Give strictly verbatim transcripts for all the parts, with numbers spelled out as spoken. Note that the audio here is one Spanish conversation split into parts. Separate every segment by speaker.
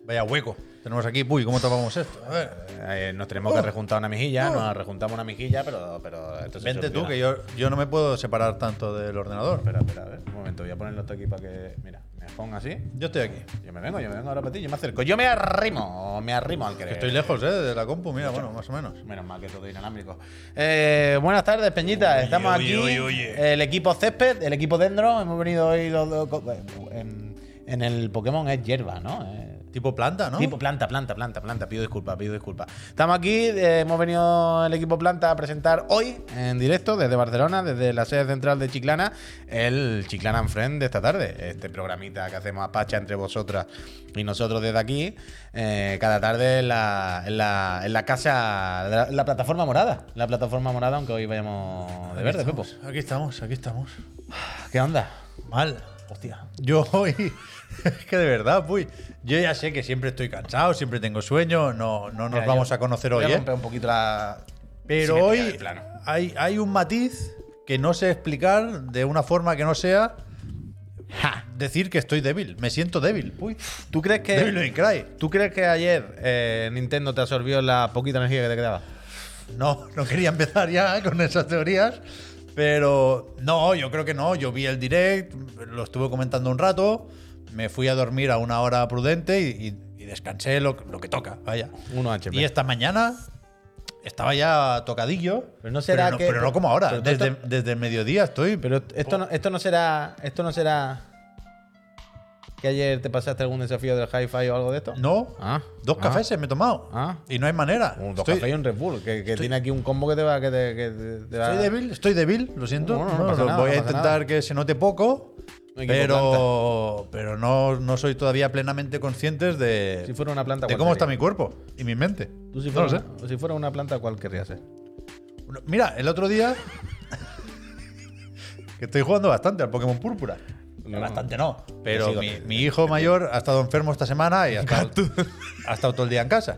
Speaker 1: Vaya hueco. Tenemos aquí, uy, ¿cómo tapamos esto? A ver.
Speaker 2: Eh, nos tenemos que
Speaker 1: Oh.
Speaker 2: rejuntar una mejilla,
Speaker 1: Oh.
Speaker 2: nos rejuntamos una mejilla, pero, pero esto se
Speaker 1: Vente tú,
Speaker 2: soluciona.
Speaker 1: que yo, yo no me puedo separar tanto del ordenador.
Speaker 2: Espera, espera, a ver, un momento, voy a ponerlo esto aquí para que. Mira, me ponga así.
Speaker 1: Yo estoy aquí.
Speaker 2: Yo me vengo, yo me vengo ahora para ti, yo me acerco. Yo me arrimo, me arrimo al querer.
Speaker 1: Estoy lejos, ¿eh? De la compu, mira, bueno, más o menos.
Speaker 2: Menos mal que todo inalámbrico. Eh, buenas tardes, Peñita.
Speaker 1: Oye,
Speaker 2: Estamos
Speaker 1: oye,
Speaker 2: aquí.
Speaker 1: oye, oye.
Speaker 2: El equipo Césped, el equipo Dendro. Hemos venido hoy los dos. co- En, en el Pokémon es hierba, ¿no? Eh,
Speaker 1: Tipo planta, ¿no?
Speaker 2: Tipo planta, planta, planta, planta. Pido disculpas, pido disculpas. Estamos aquí, eh, hemos venido el equipo planta a presentar hoy en directo desde Barcelona, desde la sede central de Chiclana, el Chiclana and Friend de esta tarde. Este programita que hacemos a pacha entre vosotras y nosotros desde aquí, eh, cada tarde en la, en la, en la casa, de la, en la plataforma morada. La plataforma morada, aunque hoy vayamos de verde,
Speaker 1: Aquí
Speaker 2: Pepo.
Speaker 1: estamos, aquí estamos, aquí estamos.
Speaker 2: ¿Qué onda?
Speaker 1: Mal.
Speaker 2: Hostia.
Speaker 1: Yo hoy, es que de verdad, uy, yo ya sé que siempre estoy cansado, siempre tengo sueño, no, no nos
Speaker 2: Mira,
Speaker 1: vamos
Speaker 2: yo
Speaker 1: a conocer
Speaker 2: voy
Speaker 1: hoy,
Speaker 2: a
Speaker 1: ¿eh?
Speaker 2: romper un poquito la.
Speaker 1: Pero
Speaker 2: simetría
Speaker 1: hoy
Speaker 2: del plano.
Speaker 1: hay, hay un matiz que no sé explicar de una forma que no sea
Speaker 2: Ja.
Speaker 1: decir que estoy débil. Me siento débil, uy.
Speaker 2: ¿Tú crees que.
Speaker 1: Débil y cry.
Speaker 2: ¿Tú crees que ayer eh, Nintendo te absorbió la poquita energía que te quedaba?
Speaker 1: No, no quería empezar ya con esas teorías, pero no, yo creo que no. Yo vi el direct, lo estuve comentando un rato, me fui a dormir a una hora prudente y, y- y descansé lo, lo que toca, vaya.
Speaker 2: Uno H P.
Speaker 1: Y esta mañana estaba ya tocadillo,
Speaker 2: Pero no será
Speaker 1: no,
Speaker 2: que-
Speaker 1: pero no como ahora.
Speaker 2: pero
Speaker 1: Desde,
Speaker 2: esto-
Speaker 1: desde el mediodía estoy.
Speaker 2: Pero esto no, esto no será. Esto no será. ¿Que ayer te pasaste algún desafío del hi-fi o algo de esto?
Speaker 1: No,
Speaker 2: Ah.
Speaker 1: dos
Speaker 2: ah,
Speaker 1: cafés me he tomado.
Speaker 2: Ah.
Speaker 1: Y no hay manera.
Speaker 2: Un, dos
Speaker 1: Estoy-
Speaker 2: cafés y un Red Bull. Que, que tiene aquí un combo que te va. Que te, que te- te va-
Speaker 1: Estoy débil, estoy débil, lo siento.
Speaker 2: No, no, no
Speaker 1: No,
Speaker 2: pasa
Speaker 1: lo
Speaker 2: nada,
Speaker 1: voy
Speaker 2: no
Speaker 1: a
Speaker 2: pasa
Speaker 1: intentar
Speaker 2: nada.
Speaker 1: que se note poco,
Speaker 2: Equipo
Speaker 1: pero, pero no, no soy todavía plenamente conscientes de,
Speaker 2: Si fuera una planta,
Speaker 1: de
Speaker 2: ¿cuál
Speaker 1: cómo está
Speaker 2: sería?
Speaker 1: mi cuerpo y mi mente.
Speaker 2: Tú si
Speaker 1: no
Speaker 2: fuera,
Speaker 1: lo sé.
Speaker 2: una, si fuera una planta, ¿cuál querrías ser?
Speaker 1: Mira, el otro día que estoy jugando bastante al Pokémon Púrpura.
Speaker 2: No.
Speaker 1: Bastante no, pero
Speaker 2: sigo,
Speaker 1: mi,
Speaker 2: te-
Speaker 1: mi hijo mayor ha estado enfermo esta semana y ha estado, ha estado todo el día en casa.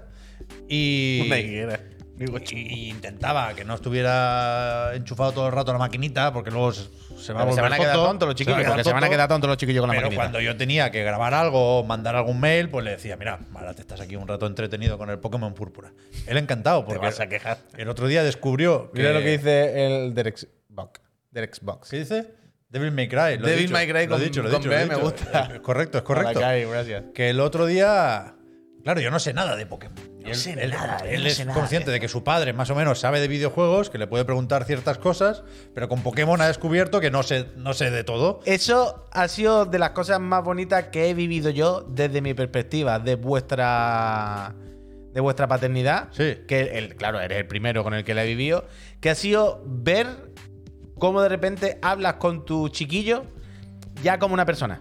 Speaker 1: Y,
Speaker 2: Una higuera. Digo,
Speaker 1: y- y intentaba que no estuviera enchufado todo el rato a la maquinita, porque luego se, se va a
Speaker 2: Pero se
Speaker 1: volver
Speaker 2: van a quedar
Speaker 1: tonto,
Speaker 2: tontos los
Speaker 1: se va a
Speaker 2: chiquillos.
Speaker 1: quedar
Speaker 2: Porque se van a
Speaker 1: tonto.
Speaker 2: quedar tontos los chiquillos con la
Speaker 1: Pero
Speaker 2: maquinita.
Speaker 1: cuando yo tenía que grabar algo o mandar algún mail, pues le decía, mira, ahora te estás aquí un rato entretenido con el Pokémon Púrpura. Él encantado, porque
Speaker 2: vas a quejar.
Speaker 1: el otro día descubrió
Speaker 2: Mira lo que dice el del Xbox. Del Xbox.
Speaker 1: ¿Qué dice? Devil May Cry. Lo he
Speaker 2: Devil
Speaker 1: dicho,
Speaker 2: May Cry
Speaker 1: lo he
Speaker 2: con-
Speaker 1: dicho, lo he
Speaker 2: con
Speaker 1: dicho,
Speaker 2: B,
Speaker 1: lo he
Speaker 2: me
Speaker 1: dicho.
Speaker 2: gusta.
Speaker 1: Es correcto, es correcto.
Speaker 2: Hola, Kai, gracias.
Speaker 1: Que el otro día. Claro, yo no sé nada de Pokémon.
Speaker 2: No sé nada, yo
Speaker 1: Él
Speaker 2: no
Speaker 1: es
Speaker 2: sé nada.
Speaker 1: consciente de que su padre más o menos sabe de videojuegos, que le puede preguntar ciertas cosas, pero con Pokémon ha descubierto que no sé, no sé de todo.
Speaker 2: Eso ha sido de las cosas más bonitas que he vivido yo desde mi perspectiva, de vuestra de vuestra paternidad.
Speaker 1: Sí.
Speaker 2: Que el, claro, eres el primero con el que la he vivido. Que ha sido ver cómo de repente hablas con tu chiquillo ya como una persona.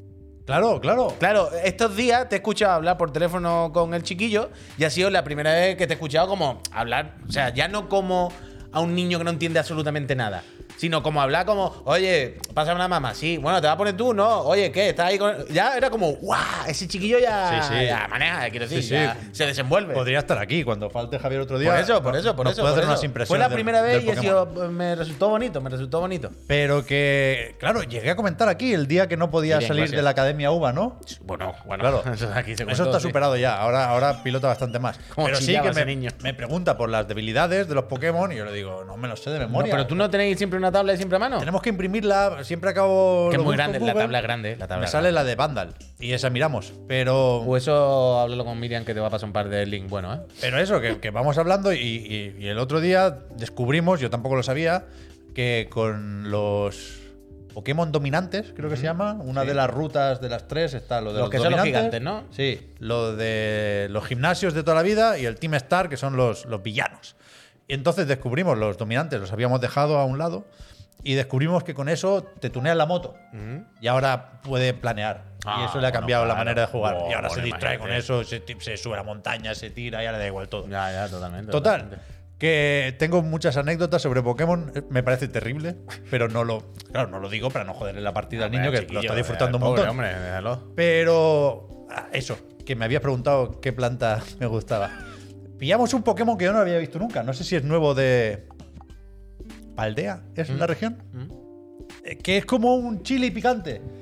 Speaker 1: Claro, claro.
Speaker 2: Claro, estos días te he escuchado hablar por teléfono con el chiquillo y ha sido la primera vez que te he escuchado como hablar, o sea, ya no como a un niño que no entiende absolutamente nada, sino como hablar como, oye, pásame una mamá, sí, bueno, te vas a poner tú, ¿no? Oye, ¿qué? ¿Estás ahí con...? Ya era como, ¡guau! Ese chiquillo ya,
Speaker 1: Sí, sí.
Speaker 2: ya maneja, quiero decir,
Speaker 1: Sí, sí.
Speaker 2: ya se desenvuelve.
Speaker 1: Podría estar aquí cuando falte Javier otro día.
Speaker 2: Por eso, por eso, por
Speaker 1: nos
Speaker 2: eso.
Speaker 1: puede
Speaker 2: por
Speaker 1: hacer
Speaker 2: eso.
Speaker 1: unas impresiones
Speaker 2: Fue la
Speaker 1: del-
Speaker 2: primera vez
Speaker 1: del
Speaker 2: y ha
Speaker 1: Pokémon.
Speaker 2: sido, me resultó bonito, me resultó bonito.
Speaker 1: Pero que, claro, llegué a comentar aquí el día que no podía
Speaker 2: Bien,
Speaker 1: salir
Speaker 2: gracias.
Speaker 1: de la Academia UVA, ¿no?
Speaker 2: Bueno, bueno,
Speaker 1: Claro,
Speaker 2: eso aquí se
Speaker 1: eso
Speaker 2: contó,
Speaker 1: está
Speaker 2: sí.
Speaker 1: superado ya. Ahora, ahora pilota bastante más.
Speaker 2: Cómo
Speaker 1: Pero sí
Speaker 2: chillaba
Speaker 1: que
Speaker 2: ese
Speaker 1: me,
Speaker 2: niño.
Speaker 1: me pregunta por las debilidades de los Pokémon y yo le digo, no me los sé de
Speaker 2: No,
Speaker 1: memoria.
Speaker 2: pero tú no tenéis siempre una tabla y siempre a mano.
Speaker 1: Tenemos que imprimirla, siempre acabo.
Speaker 2: Que es
Speaker 1: lo
Speaker 2: muy
Speaker 1: busco en
Speaker 2: grande, la
Speaker 1: Google,
Speaker 2: tabla es grande, la tabla
Speaker 1: Me
Speaker 2: es
Speaker 1: sale la de Vandal y esa miramos. Pero,
Speaker 2: O eso, háblalo con Miriam que te va a pasar un par de links buenos, ¿eh?
Speaker 1: pero eso, que, que vamos hablando y, y- y el otro día descubrimos, yo tampoco lo sabía, que con los Pokémon dominantes, creo que se llama, una
Speaker 2: Sí.
Speaker 1: de las rutas de las tres está lo de
Speaker 2: Los
Speaker 1: los,
Speaker 2: que son los
Speaker 1: dominantes.
Speaker 2: gigantes, ¿no?
Speaker 1: Sí, lo de los gimnasios de toda la vida y el Team Star, que son los, los villanos. Y entonces descubrimos los dominantes, los habíamos dejado a un lado y descubrimos que con eso te tuneas la moto y ahora puede planear.
Speaker 2: Ah,
Speaker 1: y eso le ha
Speaker 2: bueno,
Speaker 1: cambiado la
Speaker 2: claro.
Speaker 1: manera de jugar.
Speaker 2: Oh,
Speaker 1: y ahora se
Speaker 2: bueno,
Speaker 1: distrae con
Speaker 2: imagínate.
Speaker 1: eso, se, ti- se sube a la montaña, se tira y ahora le da igual todo.
Speaker 2: Ya, ya, totalmente.
Speaker 1: Total,
Speaker 2: totalmente.
Speaker 1: que tengo muchas anécdotas sobre Pokémon, eh, me parece terrible, pero no lo, claro, no lo digo para no joderle la partida al niño
Speaker 2: Hombre,
Speaker 1: que
Speaker 2: chiquillo,
Speaker 1: lo está disfrutando un
Speaker 2: pobre
Speaker 1: montón.
Speaker 2: Hombre, déjalo.
Speaker 1: Pero ah, eso, que me habías preguntado qué planta me gustaba. Pillamos un Pokémon que yo no había visto nunca, no sé si es nuevo de Paldea, ¿es la región?
Speaker 2: Mm.
Speaker 1: Eh, Que es como un chili picante.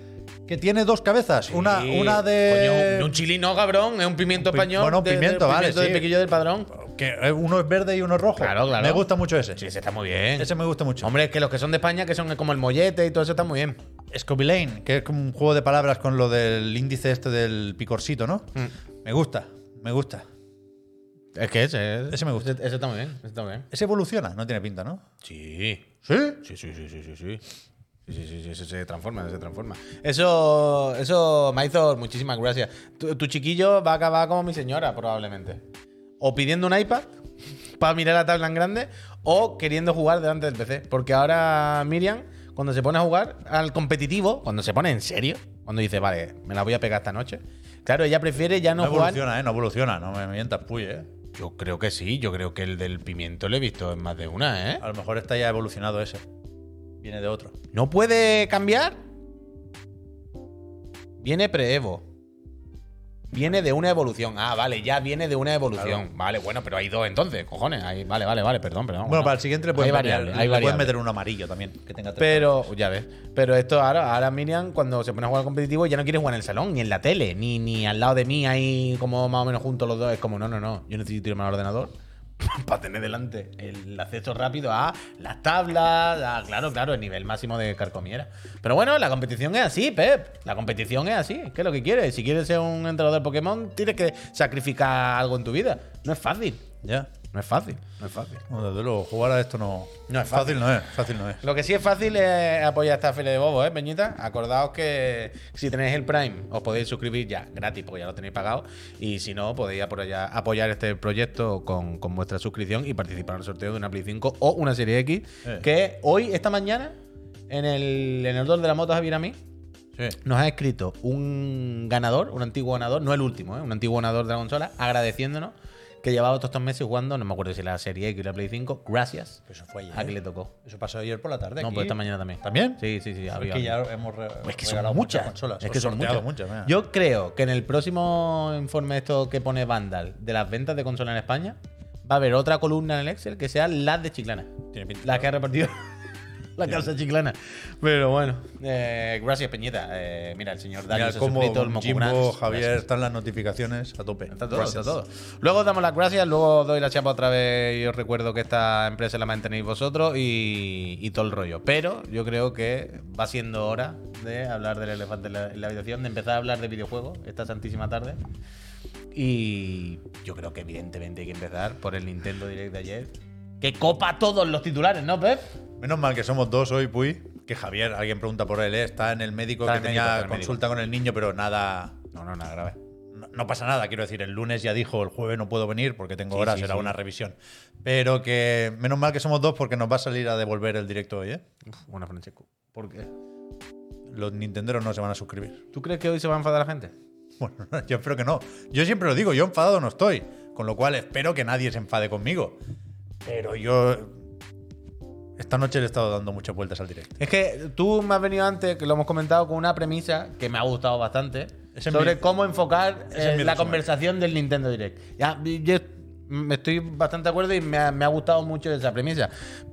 Speaker 1: que tiene dos cabezas.
Speaker 2: Sí.
Speaker 1: Una, una de.
Speaker 2: Coño, un chili no, cabrón. Es un pimiento
Speaker 1: Un pi-
Speaker 2: español.
Speaker 1: bueno,
Speaker 2: de-
Speaker 1: pimiento,
Speaker 2: de,
Speaker 1: vale,
Speaker 2: pimiento
Speaker 1: sí.
Speaker 2: de piquillo del Padrón.
Speaker 1: Que uno es verde y uno es rojo.
Speaker 2: Claro, claro.
Speaker 1: Me gusta mucho ese.
Speaker 2: Sí, ese está muy bien.
Speaker 1: Ese me gusta mucho.
Speaker 2: Hombre, es que los que son de España, que son como el mollete y todo eso, está muy bien.
Speaker 1: Scooby Lane, que es como un juego de palabras con lo del índice este del picorcito, ¿no?
Speaker 2: Mm.
Speaker 1: Me gusta, me gusta.
Speaker 2: Es que ese,
Speaker 1: Ese me gusta.
Speaker 2: Ese, ese está muy bien. Ese está muy bien.
Speaker 1: Ese evoluciona, no tiene pinta, ¿no?
Speaker 2: Sí.
Speaker 1: ¿Sí?
Speaker 2: Sí, sí, sí, sí, sí, sí. Sí, sí, sí, sí, eso se transforma, se transforma. Eso, eso, Maizor, muchísimas gracias. Tu, tu chiquillo va a acabar como mi señora, probablemente. O pidiendo un iPad para mirar la tabla en grande, o queriendo jugar delante del P C. Porque ahora Miriam, cuando se pone a jugar al competitivo, cuando se pone en serio, cuando dice, vale, me la voy a pegar esta noche, claro, ella prefiere ya no,
Speaker 1: No
Speaker 2: jugar.
Speaker 1: evoluciona, ¿eh? No evoluciona, no me mientas, puy, ¿eh?
Speaker 2: Yo creo que sí, yo creo que el del pimiento lo he visto en más de una, ¿eh?
Speaker 1: A lo mejor está ya evolucionado ese. Viene de otro.
Speaker 2: ¿No puede cambiar? Viene pre-evo. Viene de una evolución. Ah, vale, ya viene de una evolución.
Speaker 1: Claro.
Speaker 2: Vale, bueno, pero hay dos entonces, cojones. Hay- vale, vale, vale, perdón, perdón.
Speaker 1: Bueno, para el siguiente le puedes
Speaker 2: hay
Speaker 1: meter,
Speaker 2: variable,
Speaker 1: le
Speaker 2: hay
Speaker 1: puedes
Speaker 2: variable.
Speaker 1: meter un amarillo también, que tenga tres
Speaker 2: Pero, ya ves. Pero esto ahora, ahora Miriam, cuando se pone a jugar competitivo, ya no quiere jugar en el salón, ni en la tele, ni, ni al lado de mí, ahí como más o menos juntos los dos. Es como, no, no, no. Yo necesito irme al ordenador para tener delante el acceso rápido a las tablas, a, claro, claro, el nivel máximo de carcomiera. Pero bueno, la competición es así, Pep. La competición es así. ¿Qué es lo que quieres? Si quieres ser un entrenador de Pokémon, tienes que sacrificar algo en tu vida. No es fácil.
Speaker 1: Ya.
Speaker 2: No es fácil. No es fácil.
Speaker 1: No, desde luego, jugar a esto no.
Speaker 2: No es fácil.
Speaker 1: no es, fácil no es.
Speaker 2: Lo que sí es fácil es apoyar esta feria de bobos, ¿eh, Peñita? Acordaos que si tenéis el Prime os podéis suscribir ya gratis porque ya lo tenéis pagado. Y si no, podéis apoyar, apoyar este proyecto con, con vuestra suscripción y participar en el sorteo de una Play cinco o una Serie X.
Speaker 1: Eh.
Speaker 2: Que hoy, esta mañana, en el, en el dos de la moto Javier a mí,
Speaker 1: Sí.
Speaker 2: nos ha escrito un ganador, un antiguo ganador, no el último, ¿eh? Un antiguo ganador de la consola, agradeciéndonos que llevaba todos estos meses jugando, no me acuerdo si la Serie X o la Play cinco, gracias
Speaker 1: Pero eso fue ayer.
Speaker 2: a que le tocó.
Speaker 1: Eso pasó ayer por la tarde.
Speaker 2: No,
Speaker 1: aquí.
Speaker 2: pues esta mañana también.
Speaker 1: ¿También?
Speaker 2: Sí, sí, sí.
Speaker 1: Es
Speaker 2: había-
Speaker 1: que ya hemos re-
Speaker 2: Es que son
Speaker 1: regalado
Speaker 2: muchas.
Speaker 1: consolas.
Speaker 2: Es que
Speaker 1: O
Speaker 2: son
Speaker 1: sorteado
Speaker 2: muchas.
Speaker 1: mira.
Speaker 2: Yo creo que en el próximo informe esto que pone Vandal de las ventas de consolas en España, va a haber otra columna en el Excel que sea las de Chiclana.
Speaker 1: Tiene pinta.
Speaker 2: Las que ha repartido la casa Chiclana. Pero bueno, eh, gracias, Peñita. Eh, mira, el señor Dario
Speaker 1: Mira
Speaker 2: se ha
Speaker 1: cómo
Speaker 2: suscrito, el
Speaker 1: Jimbo,
Speaker 2: Mocugrans.
Speaker 1: Javier,
Speaker 2: Gracias.
Speaker 1: están las notificaciones a tope.
Speaker 2: Está todo,
Speaker 1: Gracias.
Speaker 2: está todo. Luego os damos las gracias, luego doy la chapa otra vez y os recuerdo que esta empresa la mantenéis vosotros y, y todo el rollo. Pero yo creo que va siendo hora de hablar del elefante en la, en la habitación, de empezar a hablar de videojuegos esta santísima tarde. Y yo creo que evidentemente hay que empezar por el Nintendo Direct de ayer, que copa todos los titulares, ¿no, Pep?
Speaker 1: Menos mal que somos dos hoy, Puy. Que Javier, alguien pregunta por él, ¿eh? Está en el médico
Speaker 2: Está
Speaker 1: que
Speaker 2: en el
Speaker 1: tenía
Speaker 2: médico, está en el
Speaker 1: consulta con el niño, pero nada.
Speaker 2: No, no, nada grave.
Speaker 1: No, no pasa nada, quiero decir, el lunes ya dijo, el jueves no puedo venir porque tengo
Speaker 2: Sí,
Speaker 1: horas,
Speaker 2: sí,
Speaker 1: será
Speaker 2: sí.
Speaker 1: una revisión. Pero que menos mal que somos dos porque nos va a salir a devolver el directo hoy, ¿eh?
Speaker 2: Uf, buena, Francesco. ¿Por qué?
Speaker 1: Los nintenderos no se van a suscribir.
Speaker 2: ¿Tú crees que hoy se va a enfadar la gente?
Speaker 1: Bueno, yo espero que no. Yo siempre lo digo, yo enfadado no estoy. Con lo cual espero que nadie se enfade conmigo. Pero yo esta noche le he estado dando muchas vueltas al directo.
Speaker 2: Es que tú me has venido antes, que lo hemos comentado, con una premisa que me ha gustado bastante
Speaker 1: Ese es
Speaker 2: sobre
Speaker 1: mi-
Speaker 2: cómo enfocar
Speaker 1: ese es
Speaker 2: eh,
Speaker 1: mi
Speaker 2: la
Speaker 1: resumen.
Speaker 2: conversación del Nintendo Direct. Ya, yo me estoy bastante de acuerdo y me ha, me ha gustado mucho esa premisa.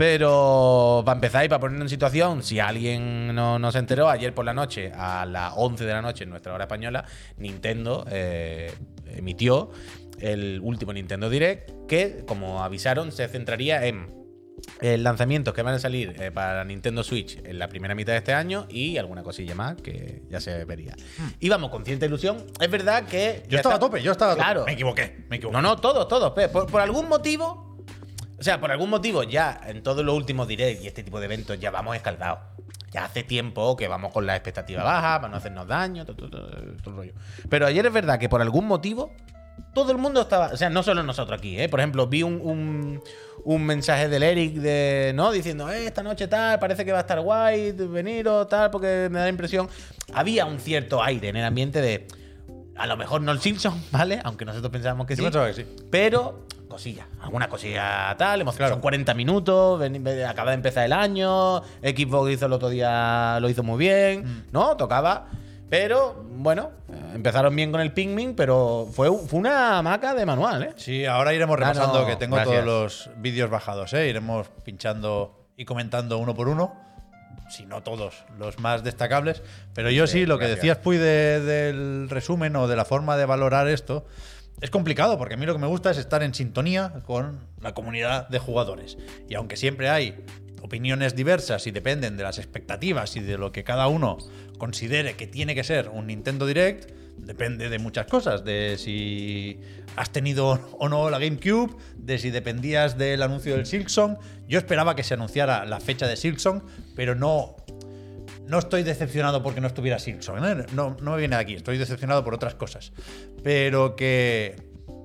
Speaker 2: Pero para empezar y para ponernos en situación, si alguien no, no se enteró, ayer por la noche, a las once de la noche en nuestra hora española, Nintendo eh, emitió el último Nintendo Direct que, como avisaron, se centraría en eh, lanzamientos que van a salir eh, para Nintendo Switch en la primera mitad de este año y alguna cosilla más que ya se vería. Íbamos con cierta ilusión. Es verdad que...
Speaker 1: Yo
Speaker 2: ya
Speaker 1: estaba a
Speaker 2: está-
Speaker 1: tope, yo estaba a tope.
Speaker 2: Claro.
Speaker 1: Me equivoqué, me equivoqué.
Speaker 2: No, no, todos, todos. Pe. Por, por algún motivo... O sea, por algún motivo ya en todos los últimos direct y este tipo de eventos ya vamos escaldados. Ya hace tiempo que vamos con la expectativa baja para no hacernos daño, todo, todo, todo, todo el rollo. Pero ayer es verdad que por algún motivo todo el mundo estaba, o sea, no solo nosotros aquí, ¿eh? Por ejemplo, vi un, un, un mensaje del Eric de, ¿no? Diciendo, eh, esta noche tal, parece que va a estar guay, veniros, tal, porque me da la impresión. Había un cierto aire en el ambiente de, a lo mejor no el Simpson, ¿vale? Aunque nosotros pensábamos que
Speaker 1: Yo
Speaker 2: sí.
Speaker 1: pensaba que sí.
Speaker 2: Pero cosillas, alguna cosilla tal, hemos
Speaker 1: Claro.
Speaker 2: son cuarenta minutos, ven- ven- acaba de empezar el año, Xbox hizo el otro día, lo hizo muy bien, ¿no? Tocaba. Pero, bueno, eh, empezaron bien con el Pikmin, pero fue, fue una hamaca de manual, ¿eh?
Speaker 1: Sí, ahora iremos
Speaker 2: Ah,
Speaker 1: repasando
Speaker 2: no,
Speaker 1: que tengo
Speaker 2: gracias.
Speaker 1: todos los vídeos bajados, ¿eh? Iremos pinchando y comentando uno por uno. si no todos, los más destacables. Pero yo sí,
Speaker 2: Sí,
Speaker 1: lo que
Speaker 2: gracias.
Speaker 1: decías, Puy, de- del resumen o de la forma de valorar esto, es complicado, porque a mí lo que me gusta es estar en sintonía con la comunidad de jugadores. Y aunque siempre hay opiniones diversas y dependen de las expectativas y de lo que cada uno considere que tiene que ser un Nintendo Direct, depende de muchas cosas, de si has tenido o no la GameCube, de si dependías del anuncio del Silksong. Yo esperaba que se anunciara la fecha de Silksong, pero no, no estoy decepcionado porque no estuviera Silksong, ¿eh? No, no me viene de aquí, estoy decepcionado por otras cosas. Pero que,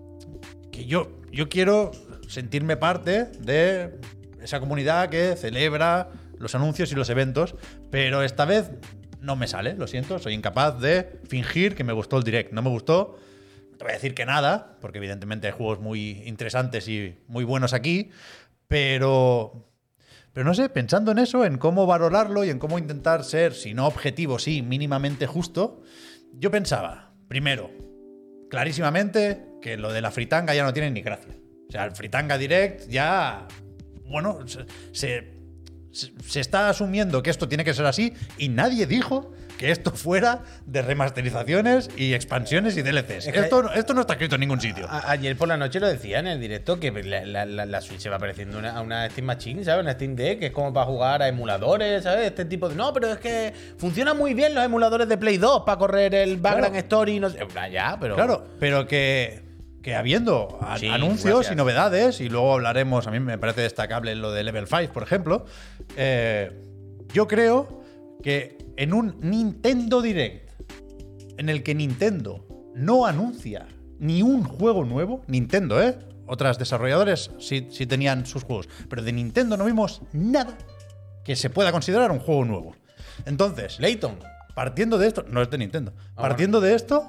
Speaker 1: que yo, yo quiero sentirme parte de esa comunidad que celebra los anuncios y los eventos, pero esta vez no me sale, lo siento, soy incapaz de fingir que me gustó el Direct. No me gustó, no te voy a decir que nada, porque evidentemente hay juegos muy interesantes y muy buenos aquí, pero... Pero no sé, pensando en eso, en cómo valorarlo y en cómo intentar ser, si no objetivo, sí, mínimamente justo, yo pensaba, primero, clarísimamente, que lo de la fritanga ya no tiene ni gracia. O sea, el fritanga Direct ya, bueno, se, se, se está asumiendo que esto tiene que ser así y nadie dijo que esto fuera de remasterizaciones y expansiones y D L Cs.
Speaker 2: Es que-
Speaker 1: esto, esto no está escrito en ningún sitio.
Speaker 2: A- ayer por la noche lo decía en el directo que la, la, la, la Switch se va pareciendo una, a una Steam Machine, ¿sabes? Una Steam Deck, que es como para jugar a emuladores, ¿sabes? Este tipo de... No, pero es que funcionan muy bien los emuladores de Play dos para correr el Background
Speaker 1: Claro.
Speaker 2: Story, no sé... Ah, ya, pero...
Speaker 1: Claro, pero que, que habiendo a-
Speaker 2: Sí,
Speaker 1: anuncios
Speaker 2: gracias.
Speaker 1: y novedades, y luego hablaremos, a mí me parece destacable lo de Level cinco, por ejemplo, eh, yo creo que en un Nintendo Direct en el que Nintendo no anuncia ni un juego nuevo, Nintendo, ¿eh? Otras desarrolladores sí, sí tenían sus juegos, pero de Nintendo no vimos nada que se pueda considerar un juego nuevo. Entonces,
Speaker 2: Layton.
Speaker 1: partiendo de esto, no es de Nintendo,
Speaker 2: Ah,
Speaker 1: partiendo de esto,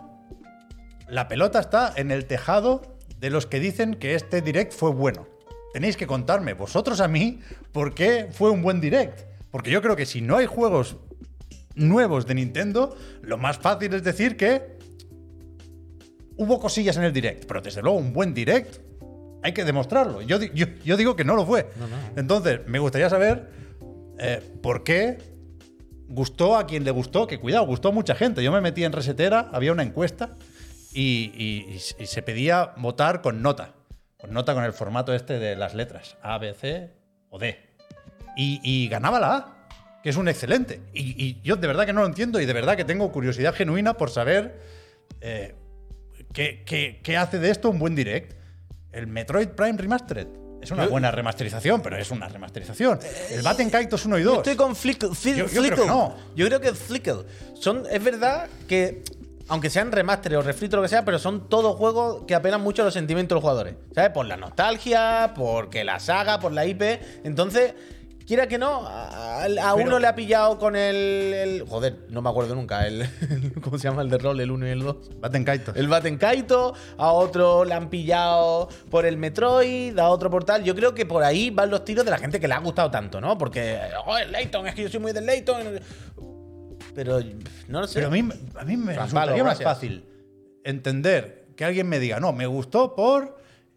Speaker 1: la pelota está en el tejado de los que dicen que este Direct fue bueno. Tenéis que contarme vosotros a mí por qué fue un buen Direct. Porque yo creo que si no hay juegos nuevos de Nintendo, lo más fácil es decir que hubo cosillas en el Direct. Pero desde luego un buen Direct hay que demostrarlo. Yo, di- yo, yo digo que no lo fue. Entonces, me gustaría saber eh, por qué gustó a quien le gustó, que cuidado, gustó a mucha gente. Yo me metí en Resetera, había una encuesta y, y- y- y se pedía votar con nota. Con nota con el formato este de las letras, A, B, C o D. Y, y ganaba la A, que es un excelente. Y, y yo de verdad que no lo entiendo y de verdad que tengo curiosidad genuina por saber eh, qué, qué- qué hace de esto un buen Direct. El Metroid Prime Remastered. Es una
Speaker 2: Yo-
Speaker 1: buena remasterización, pero es una remasterización. El Batten Kaitos uno y dos.
Speaker 2: Yo estoy con Flickle. Fli-
Speaker 1: Yo- yo creo
Speaker 2: Flickle.
Speaker 1: que no.
Speaker 2: Yo creo que Flickle. Son, es verdad que, aunque sean remaster o refrito o lo que sea, pero son todos juegos que apelan mucho a los sentimientos de los jugadores. ¿Sabes? Por la nostalgia, porque la saga, por la I P. Entonces, quiera que no, a, a
Speaker 1: Pero-
Speaker 2: uno le ha pillado con el, el- Joder, no me acuerdo nunca. El, el- ¿Cómo se llama el de rol? El uno y el dos.
Speaker 1: Batten Kaitos.
Speaker 2: El Batten Kaito, a otro le han pillado por el Metroid, a otro por tal. Yo creo que por ahí van los tiros de la gente que le ha gustado tanto, ¿no? Porque, oh, el Layton, es que yo soy muy del Layton. Pero, no lo sé.
Speaker 1: Pero a mí, a mí me
Speaker 2: Juan
Speaker 1: resultaría
Speaker 2: Pablo,
Speaker 1: más
Speaker 2: gracias.
Speaker 1: fácil entender que alguien me diga, no, me gustó por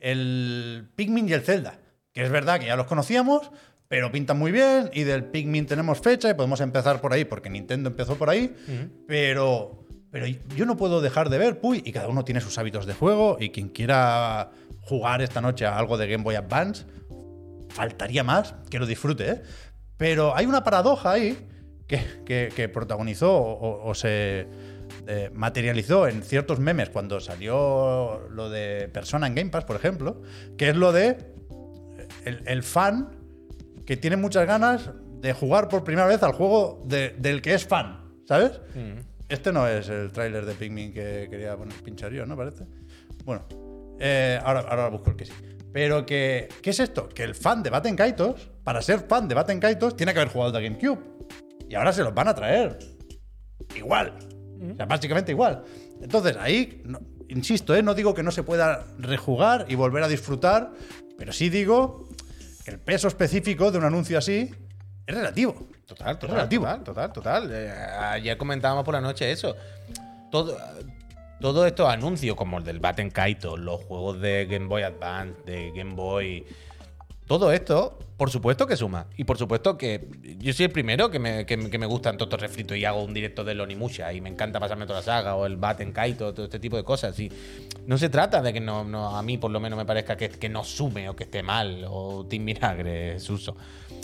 Speaker 1: el Pikmin y el Zelda. Que es verdad que ya los conocíamos, pero pintan muy bien y del Pikmin tenemos fecha y podemos empezar por ahí porque Nintendo empezó por ahí. Pero, pero yo no puedo dejar de ver, puy, y cada uno tiene sus hábitos de juego y quien quiera jugar esta noche a algo de Game Boy Advance, faltaría más que lo disfrute, ¿eh? Pero hay una paradoja ahí que, que- que protagonizó o, o se eh, materializó en ciertos memes cuando salió lo de Persona en Game Pass, por ejemplo, que es lo de el, el fan que tiene muchas ganas de jugar por primera vez al juego de- del que es fan, ¿sabes? Este no es el tráiler de Pikmin que quería poner pinchar yo, ¿no? Parece. Bueno, eh, ahora, ahora busco el que sí. Pero que, ¿qué es esto? Que el fan de Batten Kaitos, para ser fan de Batten Kaitos, tiene que haber jugado de GameCube. Y ahora se los van a traer. Igual. O sea, básicamente igual. Entonces, ahí, no- insisto, ¿eh? No digo que no se pueda rejugar y volver a disfrutar, pero sí digo que el peso específico de un anuncio así es relativo.
Speaker 2: Total,
Speaker 1: Es
Speaker 2: total,
Speaker 1: relativo.
Speaker 2: total, total, total. Eh, ayer comentábamos por la noche eso. Todo, todos estos anuncios, como el del Batten Kaito, los juegos de Game Boy Advance, de Game Boy, Todo esto, por supuesto que suma. Y por supuesto que yo soy el primero que me, que, que me gustan todos estos refritos y hago un directo de Onimusha y me encanta pasarme toda la saga o el Baten Kaito, todo este tipo de cosas. Y no se trata de que no, no a mí por lo menos me parezca que, que no sume o que esté mal o Team Vinagre es uso.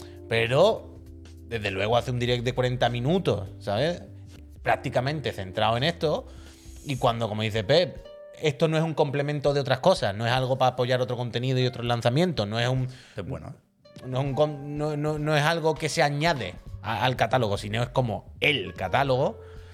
Speaker 2: Pero desde luego hace un direct de cuarenta minutos, ¿sabes? Prácticamente centrado en esto. Y cuando, como dice Pep, esto no es un complemento de otras cosas, no es algo para apoyar otro contenido y otros lanzamientos, no es un...
Speaker 1: Es bueno.
Speaker 2: No es, un, no, no, no es algo que se añade a, al catálogo, sino es como el catálogo.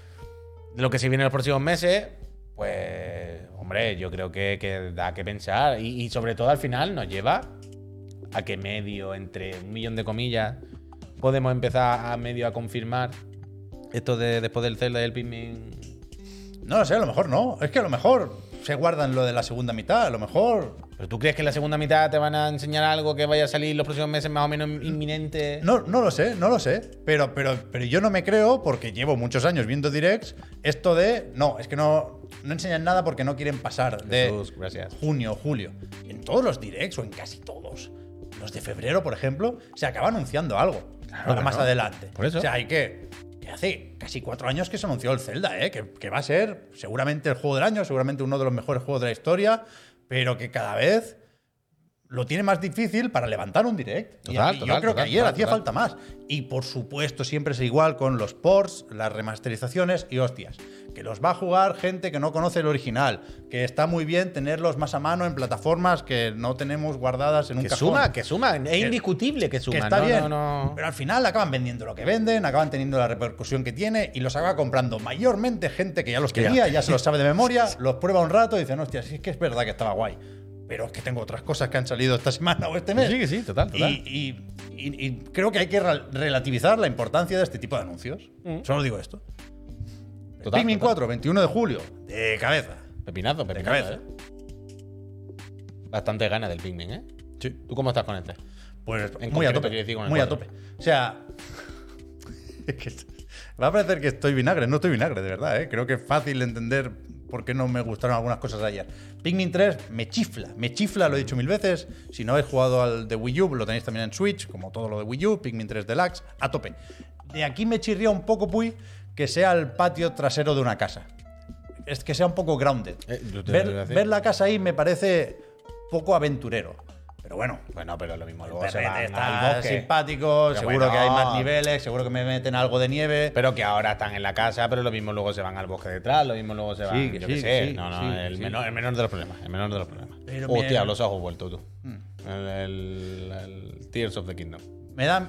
Speaker 2: De lo que se viene en los próximos meses, pues, hombre, yo creo que, que da que pensar. Y, y sobre todo al final nos lleva a que medio, entre un millón de comillas, podemos empezar a medio a confirmar esto de después del Zelda y el Pikmin.
Speaker 1: No lo sé, a lo mejor no. Es que a lo mejor se guardan lo de la segunda mitad, a lo mejor...
Speaker 2: ¿Pero tú crees que en la segunda mitad te van a enseñar algo que vaya a salir los próximos meses más o menos inminente?
Speaker 1: No, no lo sé, no lo sé. Pero, pero, pero yo no me creo, porque llevo muchos años viendo directs, esto de... No, es que no, no enseñan nada porque no quieren pasar de
Speaker 2: Jesús, gracias.
Speaker 1: junio o julio. En todos los directs, o en casi todos, los de febrero, por ejemplo, se acaba anunciando algo.
Speaker 2: Claro,
Speaker 1: para más
Speaker 2: claro.
Speaker 1: adelante.
Speaker 2: Por eso.
Speaker 1: O sea, hay que... que hace casi cuatro años que se anunció el Zelda, ¿eh? que, que va a ser seguramente el juego del año, seguramente uno de los mejores juegos de la historia, pero que cada vez lo tiene más difícil para levantar un direct.
Speaker 2: Total,
Speaker 1: y, y
Speaker 2: total,
Speaker 1: yo creo
Speaker 2: total,
Speaker 1: que ayer
Speaker 2: total,
Speaker 1: hacía
Speaker 2: total.
Speaker 1: falta más. Y por supuesto siempre es igual con los ports, las remasterizaciones y hostias. Que los va a jugar gente que no conoce el original, que está muy bien tenerlos más a mano en plataformas que no tenemos guardadas en un
Speaker 2: Que
Speaker 1: cajón.
Speaker 2: suma, que suma. Es
Speaker 1: Que-
Speaker 2: indiscutible que suma.
Speaker 1: Que está
Speaker 2: no,
Speaker 1: bien,
Speaker 2: no, no.
Speaker 1: pero al final acaban vendiendo lo que venden, acaban teniendo la repercusión que tiene y los acaba comprando mayormente gente que ya los
Speaker 2: Que ya.
Speaker 1: tenía, ya se los sabe de memoria, los prueba un rato y dicen, hostia, sí es que es verdad que estaba guay, pero es que tengo otras cosas que han salido esta semana o este mes.
Speaker 2: Sí, que sí, total, total.
Speaker 1: Y, y- y- y creo que hay que re- relativizar la importancia de este tipo de anuncios.
Speaker 2: Mm.
Speaker 1: Solo digo esto.
Speaker 2: Total,
Speaker 1: Pikmin
Speaker 2: total.
Speaker 1: cuatro, veintiuno de julio, de cabeza.
Speaker 2: Pepinazo,
Speaker 1: De
Speaker 2: pepinazo.
Speaker 1: cabeza.
Speaker 2: ¿eh? Bastante ganas del Pikmin, ¿eh?
Speaker 1: Sí.
Speaker 2: ¿Tú cómo estás con este?
Speaker 1: Pues
Speaker 2: En
Speaker 1: muy a
Speaker 2: concreto,
Speaker 1: tope.
Speaker 2: quiero decir, con el
Speaker 1: Muy a
Speaker 2: cuatro.
Speaker 1: tope. O sea, es que est- va a parecer que estoy vinagre. No estoy vinagre, de verdad. ¿eh? Creo que es fácil entender por qué no me gustaron algunas cosas de ayer. Pikmin tres me chifla. Me chifla, lo he dicho mil veces. Si no habéis jugado al de Wii U, lo tenéis también en Switch, como todo lo de Wii U. Pikmin tres Deluxe, a tope. De aquí me chirría un poco, Puy, que sea el patio trasero de una casa. Es que sea un poco grounded.
Speaker 2: Eh, yo te
Speaker 1: ver,
Speaker 2: lo iba a decir.
Speaker 1: ver la casa ahí me parece poco aventurero. Pero bueno,
Speaker 2: Bueno, pero lo mismo
Speaker 1: el
Speaker 2: luego se
Speaker 1: perrete
Speaker 2: van
Speaker 1: está
Speaker 2: al bosque.
Speaker 1: simpático,
Speaker 2: Pero
Speaker 1: seguro
Speaker 2: bueno.
Speaker 1: que hay más niveles, seguro que me meten algo de nieve.
Speaker 2: Pero que ahora están en la casa, pero lo mismo luego se van al bosque detrás, lo mismo luego se van,
Speaker 1: que
Speaker 2: yo
Speaker 1: sí,
Speaker 2: qué
Speaker 1: que
Speaker 2: sé.
Speaker 1: sí,
Speaker 2: no, no,
Speaker 1: sí,
Speaker 2: el,
Speaker 1: sí.
Speaker 2: menor, el menor de los problemas, el menor de los problemas.
Speaker 1: Pero
Speaker 2: Hostia,
Speaker 1: me-
Speaker 2: los ojos vueltos tú. El, el- el Tears of the Kingdom.
Speaker 1: Me da,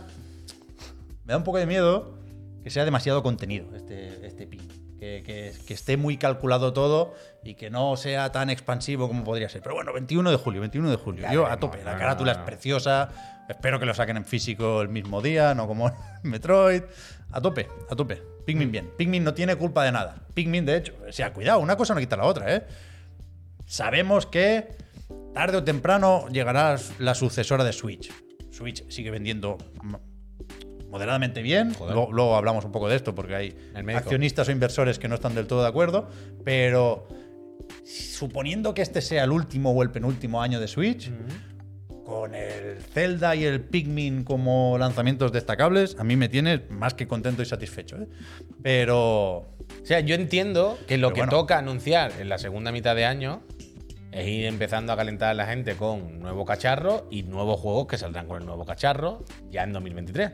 Speaker 1: me da un poco de miedo que sea demasiado contenido este, este pi. Que, que- que esté muy calculado todo y que no sea tan expansivo como podría ser. Pero bueno, veintiuno de julio, veintiuno de julio.
Speaker 2: Ya
Speaker 1: Yo
Speaker 2: veremos,
Speaker 1: a tope. La
Speaker 2: no,
Speaker 1: carátula
Speaker 2: no, no.
Speaker 1: es preciosa. Espero que lo saquen en físico el mismo día, no como en Metroid. A tope, a tope.
Speaker 2: Mm.
Speaker 1: Pikmin bien. Pikmin no tiene culpa de nada. Pikmin, de hecho, o sea, cuidado, una cosa no quita la otra, ¿eh? Sabemos que tarde o temprano llegará la sucesora de Switch. Switch sigue vendiendo m- moderadamente bien.
Speaker 2: Joder.
Speaker 1: Luego, luego hablamos un poco de esto porque hay
Speaker 2: El médico.
Speaker 1: accionistas o inversores que no están del todo de acuerdo. Pero suponiendo que este sea el último o el penúltimo año de Switch, con el Zelda y el Pikmin como lanzamientos destacables, a mí me tiene más que contento y satisfecho. ¿eh? Pero
Speaker 2: O sea, yo entiendo que lo
Speaker 1: Pero
Speaker 2: que
Speaker 1: bueno.
Speaker 2: toca anunciar en la segunda mitad de año es ir empezando a calentar a la gente con nuevo cacharro y nuevos juegos que saldrán con el nuevo cacharro ya en dos mil veintitrés.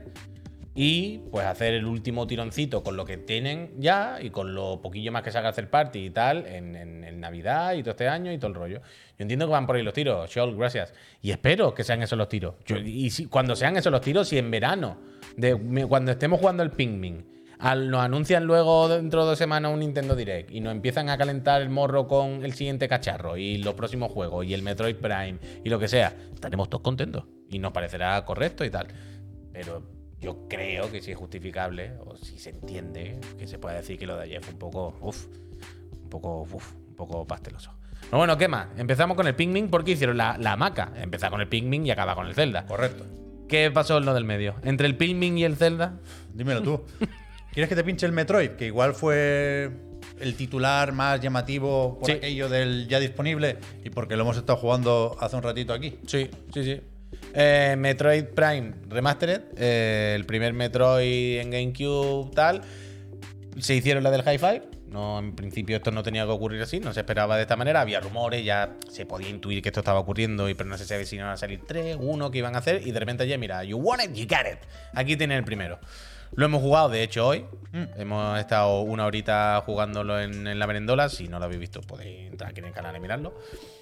Speaker 2: Y pues hacer el último tironcito con lo que tienen ya y con lo poquillo más que salga hacer party y tal en, en- en Navidad y todo este año y todo el rollo. Yo entiendo que van por ahí los tiros, Shoal, gracias. Y espero que sean esos los tiros. Yo- y si, cuando sean esos los tiros, si en verano, de, me- cuando estemos jugando el Pikmin, al- nos anuncian luego dentro de dos semanas un Nintendo Direct y nos empiezan a calentar el morro con el siguiente cacharro y los próximos juegos y el Metroid Prime y lo que sea, estaremos todos contentos y nos parecerá correcto y tal. Pero yo creo que si es justificable o si se entiende que se puede decir que lo de ayer fue un poco, uff, un poco, uf, un poco pasteloso. Pero bueno, ¿qué más? Empezamos con el Pikmin porque hicieron la, la hamaca. Empezar con el Pikmin y acaba con el Zelda.
Speaker 1: correcto.
Speaker 2: ¿Qué pasó en lo del medio? ¿Entre el Pikmin y el Zelda?
Speaker 1: Dímelo tú. ¿Quieres que te pinche el Metroid? Que igual fue el titular más llamativo por
Speaker 2: Sí.
Speaker 1: aquello del ya disponible y porque lo hemos estado jugando hace un ratito aquí.
Speaker 2: Sí, sí, sí. Eh, Metroid Prime Remastered, eh, el primer Metroid en GameCube, tal. Se hicieron la del Hi-Fi. No, en principio esto no tenía que ocurrir así, no se esperaba de esta manera. Había rumores, ya se podía intuir que esto estaba ocurriendo, y pero no se sabía si iban a salir tres, uno, que iban a hacer. Y de repente ya, mira, you want it, you get it. Aquí tienen el primero. Lo hemos jugado, de hecho, hoy. Mm. Hemos estado una horita jugándolo en, en la merendola. Si no lo habéis visto, podéis entrar aquí en el canal y mirarlo.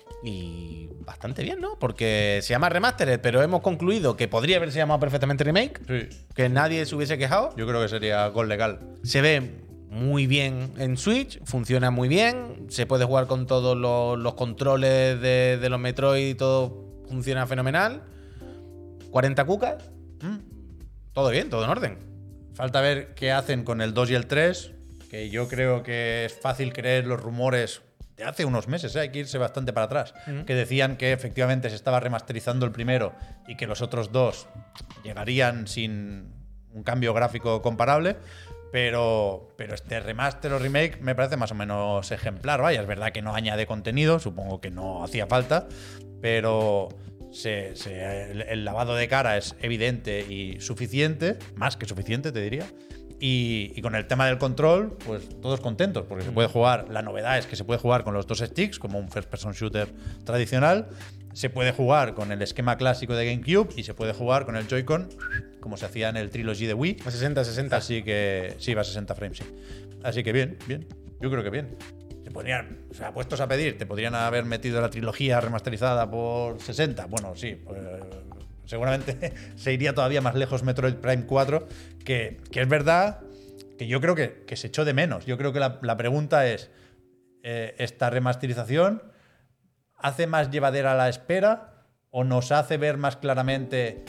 Speaker 2: Y bastante bien, ¿no? Porque se llama Remastered, pero hemos concluido que podría haberse llamado perfectamente Remake.
Speaker 1: Sí.
Speaker 2: Que nadie se hubiese quejado.
Speaker 1: Yo creo que sería gol legal.
Speaker 2: Se ve muy bien en Switch, funciona muy bien, se puede jugar con todos los, los controles de, de los Metroid y todo funciona fenomenal. cuarenta cucas, mm. todo bien, todo en orden.
Speaker 1: Falta ver qué hacen con el dos y el tres, que yo creo que es fácil creer los rumores de hace unos meses, ¿eh? Hay que irse bastante para atrás, mm. que decían que efectivamente se estaba remasterizando el primero y que los otros dos llegarían sin un cambio gráfico comparable. Pero, pero este remaster o remake me parece más o menos ejemplar. Vaya, es verdad que no añade contenido, supongo que no hacía falta, pero se, se, el, el lavado de cara es evidente y suficiente, más que suficiente, te diría. Y, y con el tema del control, pues todos contentos, porque se puede jugar. La novedad es que se puede jugar con los dos sticks, como un first-person shooter tradicional. Se puede jugar con el esquema clásico de GameCube y se puede jugar con el Joy-Con, como se hacía en el Trilogy de Wii.
Speaker 2: A sesenta, sesenta.
Speaker 1: Así que sí, va a sesenta frames, sí. Así que bien, bien. Yo creo que bien. Te podrían, o sea, puestos a pedir, te podrían haber metido la trilogía remasterizada por sesenta. Bueno, sí, pues seguramente se iría todavía más lejos Metroid Prime cuatro, que, que es verdad que yo creo que, que se echó de menos. Yo creo que la, la pregunta es, eh, ¿esta remasterización hace más llevadera la espera o nos hace ver más claramente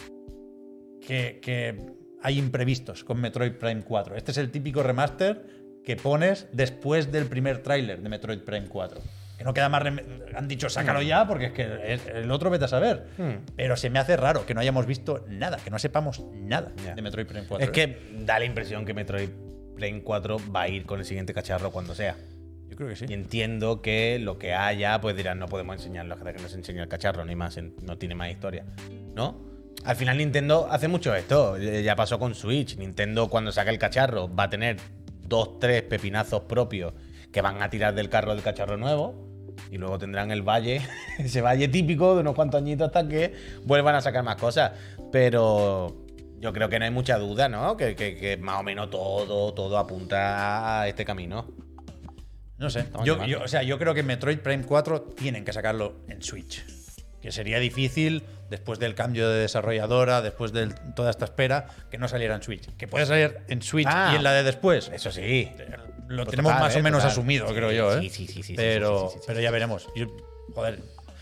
Speaker 1: que, que hay imprevistos con Metroid Prime cuatro? Este es el típico remaster que pones después del primer tráiler de Metroid Prime cuatro. Que no queda más... Han dicho, sácalo ya, porque es que el otro vete a saber. Hmm. Pero se me hace raro que no hayamos visto nada, que no sepamos nada yeah. de Metroid Prime cuatro.
Speaker 2: Es ¿eh? que da la impresión que Metroid Prime cuatro va a ir con el siguiente cacharro cuando sea.
Speaker 1: Yo creo que sí.
Speaker 2: Y entiendo que lo que haya, pues dirán, no podemos enseñarlo hasta que nos enseñe el cacharro, ni más, no tiene más historia, ¿no? Al final Nintendo hace mucho esto, ya pasó con Switch. Nintendo cuando saca el cacharro va a tener dos, tres pepinazos propios que van a tirar del carro del cacharro nuevo, y luego tendrán el valle, ese valle típico de unos cuantos añitos hasta que vuelvan a sacar más cosas. Pero yo creo que no hay mucha duda, ¿no? Que, que, que más o menos todo, todo apunta a este camino.
Speaker 1: No sé, yo, yo, o sea, yo creo que Metroid Prime cuatro tienen que sacarlo en Switch. Que sería difícil, después del cambio de desarrolladora, después de toda esta espera, que no saliera en Switch. Que puede salir en Switch ah, y en la de después.
Speaker 2: Eso sí.
Speaker 1: Lo pues tenemos total, más eh, o menos total. asumido,
Speaker 2: sí,
Speaker 1: creo yo, ¿eh?
Speaker 2: Sí, sí, sí. sí
Speaker 1: pero,
Speaker 2: sí, sí, sí,
Speaker 1: pero ya veremos. Yo, joder,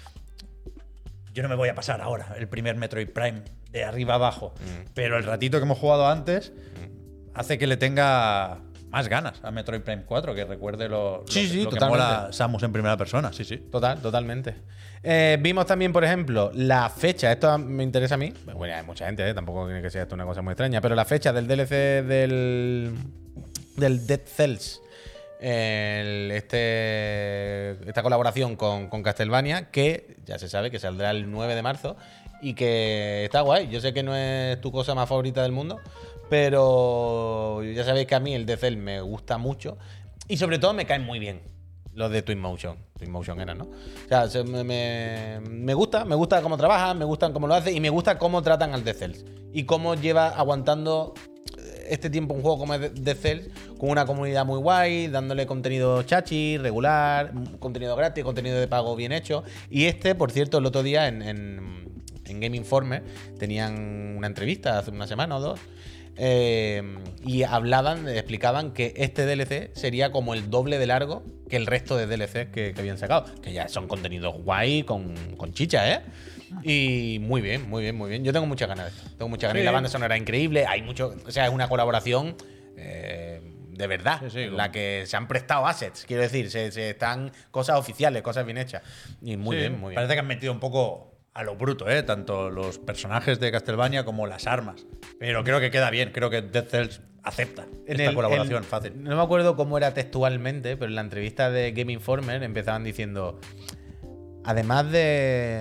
Speaker 1: yo no me voy a pasar ahora el primer Metroid Prime de arriba abajo. Mm. Pero el ratito que hemos jugado antes mm. hace que le tenga más ganas a Metroid Prime cuatro, que recuerde lo,
Speaker 2: sí,
Speaker 1: lo,
Speaker 2: sí,
Speaker 1: lo que
Speaker 2: totalmente.
Speaker 1: mola Samus en primera persona. Sí, sí.
Speaker 2: Total, totalmente. Eh, vimos también, por ejemplo, la fecha. Esto me interesa a mí. Bueno, hay mucha gente, ¿eh? Tampoco tiene que ser esto una cosa muy extraña. Pero la fecha del D L C del, del Dead Cells. El, este, esta colaboración con, con Castlevania, que ya se sabe que saldrá el nueve de marzo y que está guay. Yo sé que no es tu cosa más favorita del mundo, pero ya sabéis que a mí el Dead Cells me gusta mucho y sobre todo me caen muy bien los de Twinmotion. Twinmotion eran, ¿no? O sea, me, me, me gusta, me gusta cómo trabajan, me gustan cómo lo hacen y me gusta cómo tratan al Dead Cells y cómo lleva aguantando este tiempo un juego como Dead Cells con una comunidad muy guay, dándole contenido chachi, regular, contenido gratis, contenido de pago bien hecho. Y este, por cierto, el otro día en, en, en Game Informer tenían una entrevista hace una semana o dos eh, y hablaban, explicaban que este D L C sería como el doble de largo que el resto de D L Cs que, que habían sacado, que ya son contenidos guay con, con chicha, ¿eh? Y muy bien, muy bien, muy bien. Yo tengo muchas ganas de esto. Tengo muchas ganas. Sí. Y la banda sonora increíble. Hay mucho. O sea, es una colaboración eh, de verdad. Sí, sí, en la que se han prestado assets. Quiero decir, se, se están cosas oficiales, cosas bien hechas. Y muy sí, bien, muy bien.
Speaker 1: Parece que han metido un poco a lo bruto, ¿eh? Tanto los personajes de Castlevania como las armas. Pero creo que queda bien. Creo que Dead Cells acepta en esta el, colaboración el, fácil.
Speaker 2: No me acuerdo cómo era textualmente, pero en la entrevista de Game Informer empezaban diciendo. Además de.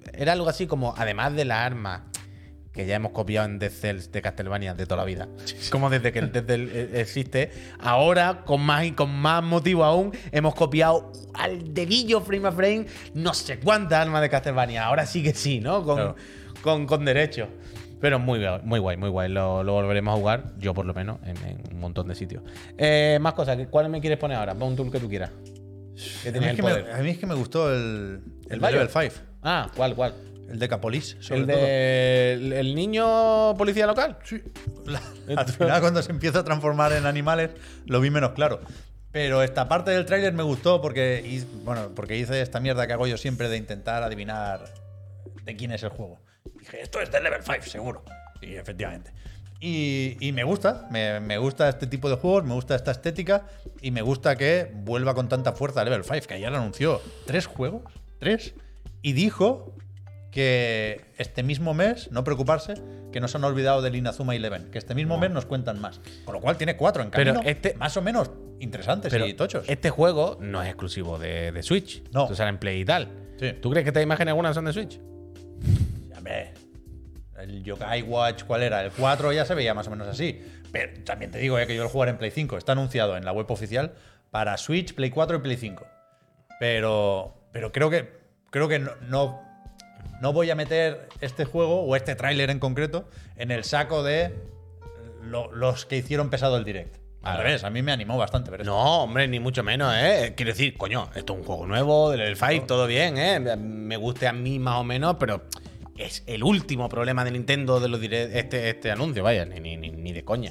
Speaker 2: era algo así como, además de las armas que ya hemos copiado en Dead Cells de Castlevania de toda la vida, como desde que el Dead Cell existe, ahora con más y con más motivo aún hemos copiado al dedillo frame a frame no sé cuántas armas de Castlevania. Ahora sí que sí, ¿no? Con,
Speaker 1: Claro.
Speaker 2: con, con derecho. Pero muy, guay, muy guay, muy guay. Lo, lo volveremos a jugar, yo por lo menos, en, en un montón de sitios. Eh, más cosas, ¿cuál me quieres poner ahora? Pon un tool que tú quieras. Que
Speaker 1: A mí,
Speaker 2: tienes
Speaker 1: es
Speaker 2: el
Speaker 1: que
Speaker 2: poder.
Speaker 1: me, a mí es que me gustó el, el,
Speaker 2: ¿El
Speaker 1: de
Speaker 2: Bayo?
Speaker 1: Level cinco.
Speaker 2: Ah, ¿cuál, cuál?
Speaker 1: El de Capolis, sobre
Speaker 2: ¿El
Speaker 1: todo.
Speaker 2: de el, el niño policía local?
Speaker 1: Sí. La- al final, cuando se empieza a transformar en animales, lo vi menos claro. Pero esta parte del tráiler me gustó porque, hi- bueno, porque hice esta mierda que hago yo siempre de intentar adivinar de quién es el juego. Dije, esto es de Level cinco, seguro. Y efectivamente. Y, y me gusta, me, me gusta este tipo de juegos, me gusta esta estética y me gusta que vuelva con tanta fuerza Level cinco, que ayer anunció tres juegos, tres, y dijo que este mismo mes, no preocuparse, que no se han olvidado del Inazuma Eleven, que este mismo mes nos cuentan más. Con lo cual tiene cuatro en
Speaker 2: Pero
Speaker 1: camino,
Speaker 2: este-
Speaker 1: más o menos interesantes
Speaker 2: Pero
Speaker 1: y tochos.
Speaker 2: este juego no es exclusivo de, de Switch.
Speaker 1: No.
Speaker 2: Esto sale en Play y tal.
Speaker 1: Sí.
Speaker 2: ¿Tú crees que estas imágenes algunas son de Switch?
Speaker 1: Hombre, el Yokai Watch, ¿cuál era? El cuatro ya se veía más o menos así. Pero también te digo eh, que yo lo jugaré en Play cinco. Está anunciado en la web oficial para Switch, Play cuatro y Play cinco. Pero, pero creo que, creo que no, no, no voy a meter este juego o este tráiler en concreto en el saco de lo- los que hicieron pesado el direct. Al
Speaker 2: Vale.
Speaker 1: revés, a mí me animó bastante ver esto.
Speaker 2: No, hombre, ni mucho menos, ¿eh? Quiero decir, coño, esto es un juego nuevo, del Level cinco, todo bien, ¿eh? Me guste a mí más o menos, pero es el último problema de Nintendo de los direct, este, este anuncio, vaya, ni, ni, ni, ni de coña.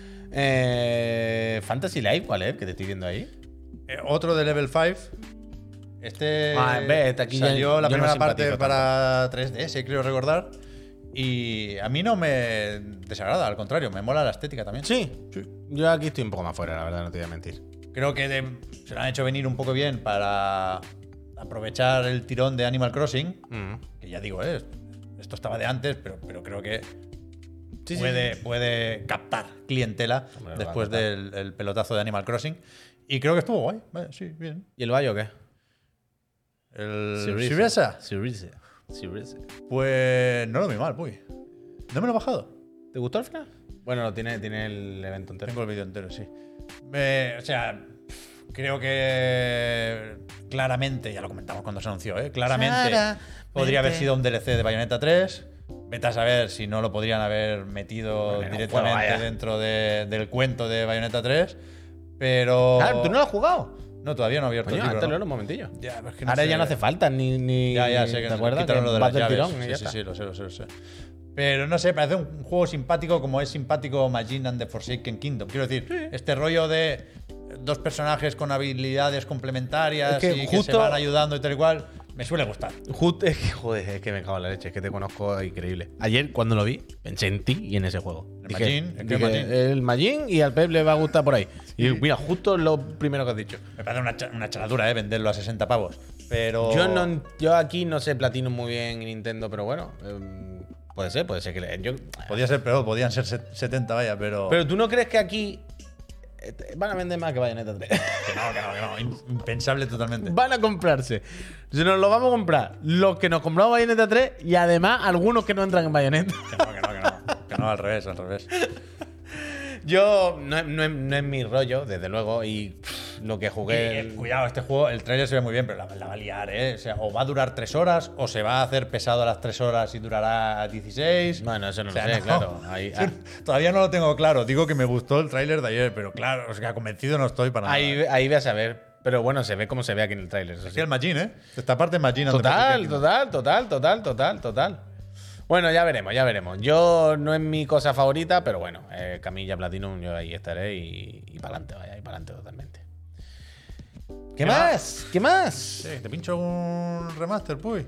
Speaker 2: Eh, Fantasy Life, ¿cuál es? Que te estoy viendo ahí.
Speaker 1: Eh, otro de Level cinco. Este
Speaker 2: Ah, ve, este aquí ya-
Speaker 1: salió la
Speaker 2: yo no
Speaker 1: primera
Speaker 2: simpatizo
Speaker 1: parte para tres D S, creo recordar. Y a mí no me desagrada, al contrario, me mola la estética también.
Speaker 2: Sí.
Speaker 1: Sí.
Speaker 2: Yo aquí estoy un poco más fuera, la verdad, no te voy a mentir.
Speaker 1: Creo que de- se lo han hecho venir un poco bien para aprovechar el tirón de Animal Crossing.
Speaker 2: Mm.
Speaker 1: Que ya digo, eh, esto estaba de antes, pero, pero creo que
Speaker 2: Sí, sí,
Speaker 1: puede,
Speaker 2: sí.
Speaker 1: puede captar clientela
Speaker 2: Hombre, lo va a
Speaker 1: después
Speaker 2: captar.
Speaker 1: del el pelotazo de Animal Crossing. Y creo que estuvo guay. Vale, sí, bien.
Speaker 2: ¿Y el Bayo qué?
Speaker 1: El
Speaker 2: Sirisa.
Speaker 1: Sirisa,
Speaker 2: Sirisa. Sirisa.
Speaker 1: pues no lo vi mal, puy. No me lo he bajado.
Speaker 2: ¿Te gustó al final? Bueno, tiene, tiene el evento entero.
Speaker 1: Tengo el vídeo entero, sí. Me- o sea, creo que claramente, ya lo comentamos cuando se anunció, ¿eh? claramente
Speaker 2: Claramente.
Speaker 1: podría haber sido un D L C de Bayonetta tres. Vete a saber si no lo podrían haber metido
Speaker 2: Bueno, en un
Speaker 1: directamente
Speaker 2: juego, vaya.
Speaker 1: dentro de- del cuento de Bayonetta tres. Pero.
Speaker 2: Claro, ¿tú no lo has jugado?
Speaker 1: No, todavía no he abierto
Speaker 2: Coño,
Speaker 1: el libro.
Speaker 2: antes
Speaker 1: ¿no?
Speaker 2: lo un momentillo.
Speaker 1: Ya, pero es que no
Speaker 2: Ahora
Speaker 1: sé.
Speaker 2: ya no hace falta ni. ni
Speaker 1: Ya, ya, sé que
Speaker 2: ¿Te acuerdas?
Speaker 1: quitaron
Speaker 2: Que
Speaker 1: lo de
Speaker 2: vas
Speaker 1: las
Speaker 2: del
Speaker 1: llaves.
Speaker 2: tirón y
Speaker 1: sí,
Speaker 2: ya
Speaker 1: sí,
Speaker 2: está.
Speaker 1: sí, lo sé, lo sé, lo sé. Pero no sé, parece un juego simpático como es simpático Majin and the Forsaken Kingdom. Quiero decir, este rollo de dos personajes con habilidades complementarias
Speaker 2: Es que
Speaker 1: y que se
Speaker 2: justo-
Speaker 1: van ayudando y tal y cual, me suele gustar.
Speaker 2: Justo, es que, joder, es que me cago en la leche, es que te conozco increíble. Ayer, cuando lo vi, pensé en ti y en ese juego.
Speaker 1: El
Speaker 2: Dije-
Speaker 1: Majin, es que
Speaker 2: dije,
Speaker 1: el Majin.
Speaker 2: el Majin y al Pep le va a gustar por ahí. Y mira, justo lo primero que has dicho.
Speaker 1: Me parece una, cha- una chaladura, ¿eh? Venderlo a sesenta pavos. Pero.
Speaker 2: Yo, no, yo aquí no sé Platinum muy bien y Nintendo, pero bueno, em, puede ser, puede ser que le. Yo,
Speaker 1: Podía ser peor, podían ser set- setenta, vaya, pero.
Speaker 2: pero tú no crees que aquí eh, van a vender más que Bayonetta tres.
Speaker 1: Que no, que no, que no. im- Impensable totalmente.
Speaker 2: Van a comprarse. Si nos lo vamos a comprar, los que nos compramos Bayonetta tres y además algunos que no entran en Bayonetta.
Speaker 1: Que no, que no, que no. Que no, al revés, al revés.
Speaker 2: Yo no, es- no es- no es mi rollo, desde luego, y pff, lo que
Speaker 1: Y,
Speaker 2: jugué.
Speaker 1: eh,
Speaker 2: el-
Speaker 1: cuidado, este juego, el trailer se ve muy bien, pero la, la va a liar, ¿eh? O sea, o va a durar tres horas, o se va a hacer pesado a las tres horas y durará dieciséis.
Speaker 2: Bueno, eso no
Speaker 1: O sea,
Speaker 2: lo sé,
Speaker 1: no.
Speaker 2: claro. Ahí, ah,
Speaker 1: Todavía no lo tengo claro. Digo que me gustó el tráiler de ayer, pero claro, o sea, convencido no estoy para
Speaker 2: ahí,
Speaker 1: nada.
Speaker 2: ahí vas a ver. Pero bueno, se ve como se ve aquí en el tráiler. eso sí.
Speaker 1: Sí, el Majin, ¿eh? Esta parte es Majin. and the
Speaker 2: Total,
Speaker 1: Forsaken Kingdom.
Speaker 2: total, total, total, total, total. Bueno, ya veremos, ya veremos. Yo no es mi cosa favorita, pero bueno, eh, Camilla Platinum, yo ahí estaré y, y para adelante, vaya, y para adelante totalmente. ¿Qué,
Speaker 1: ¿Qué
Speaker 2: más? ¿Qué más?
Speaker 1: Sí, te pincho un remaster, puy.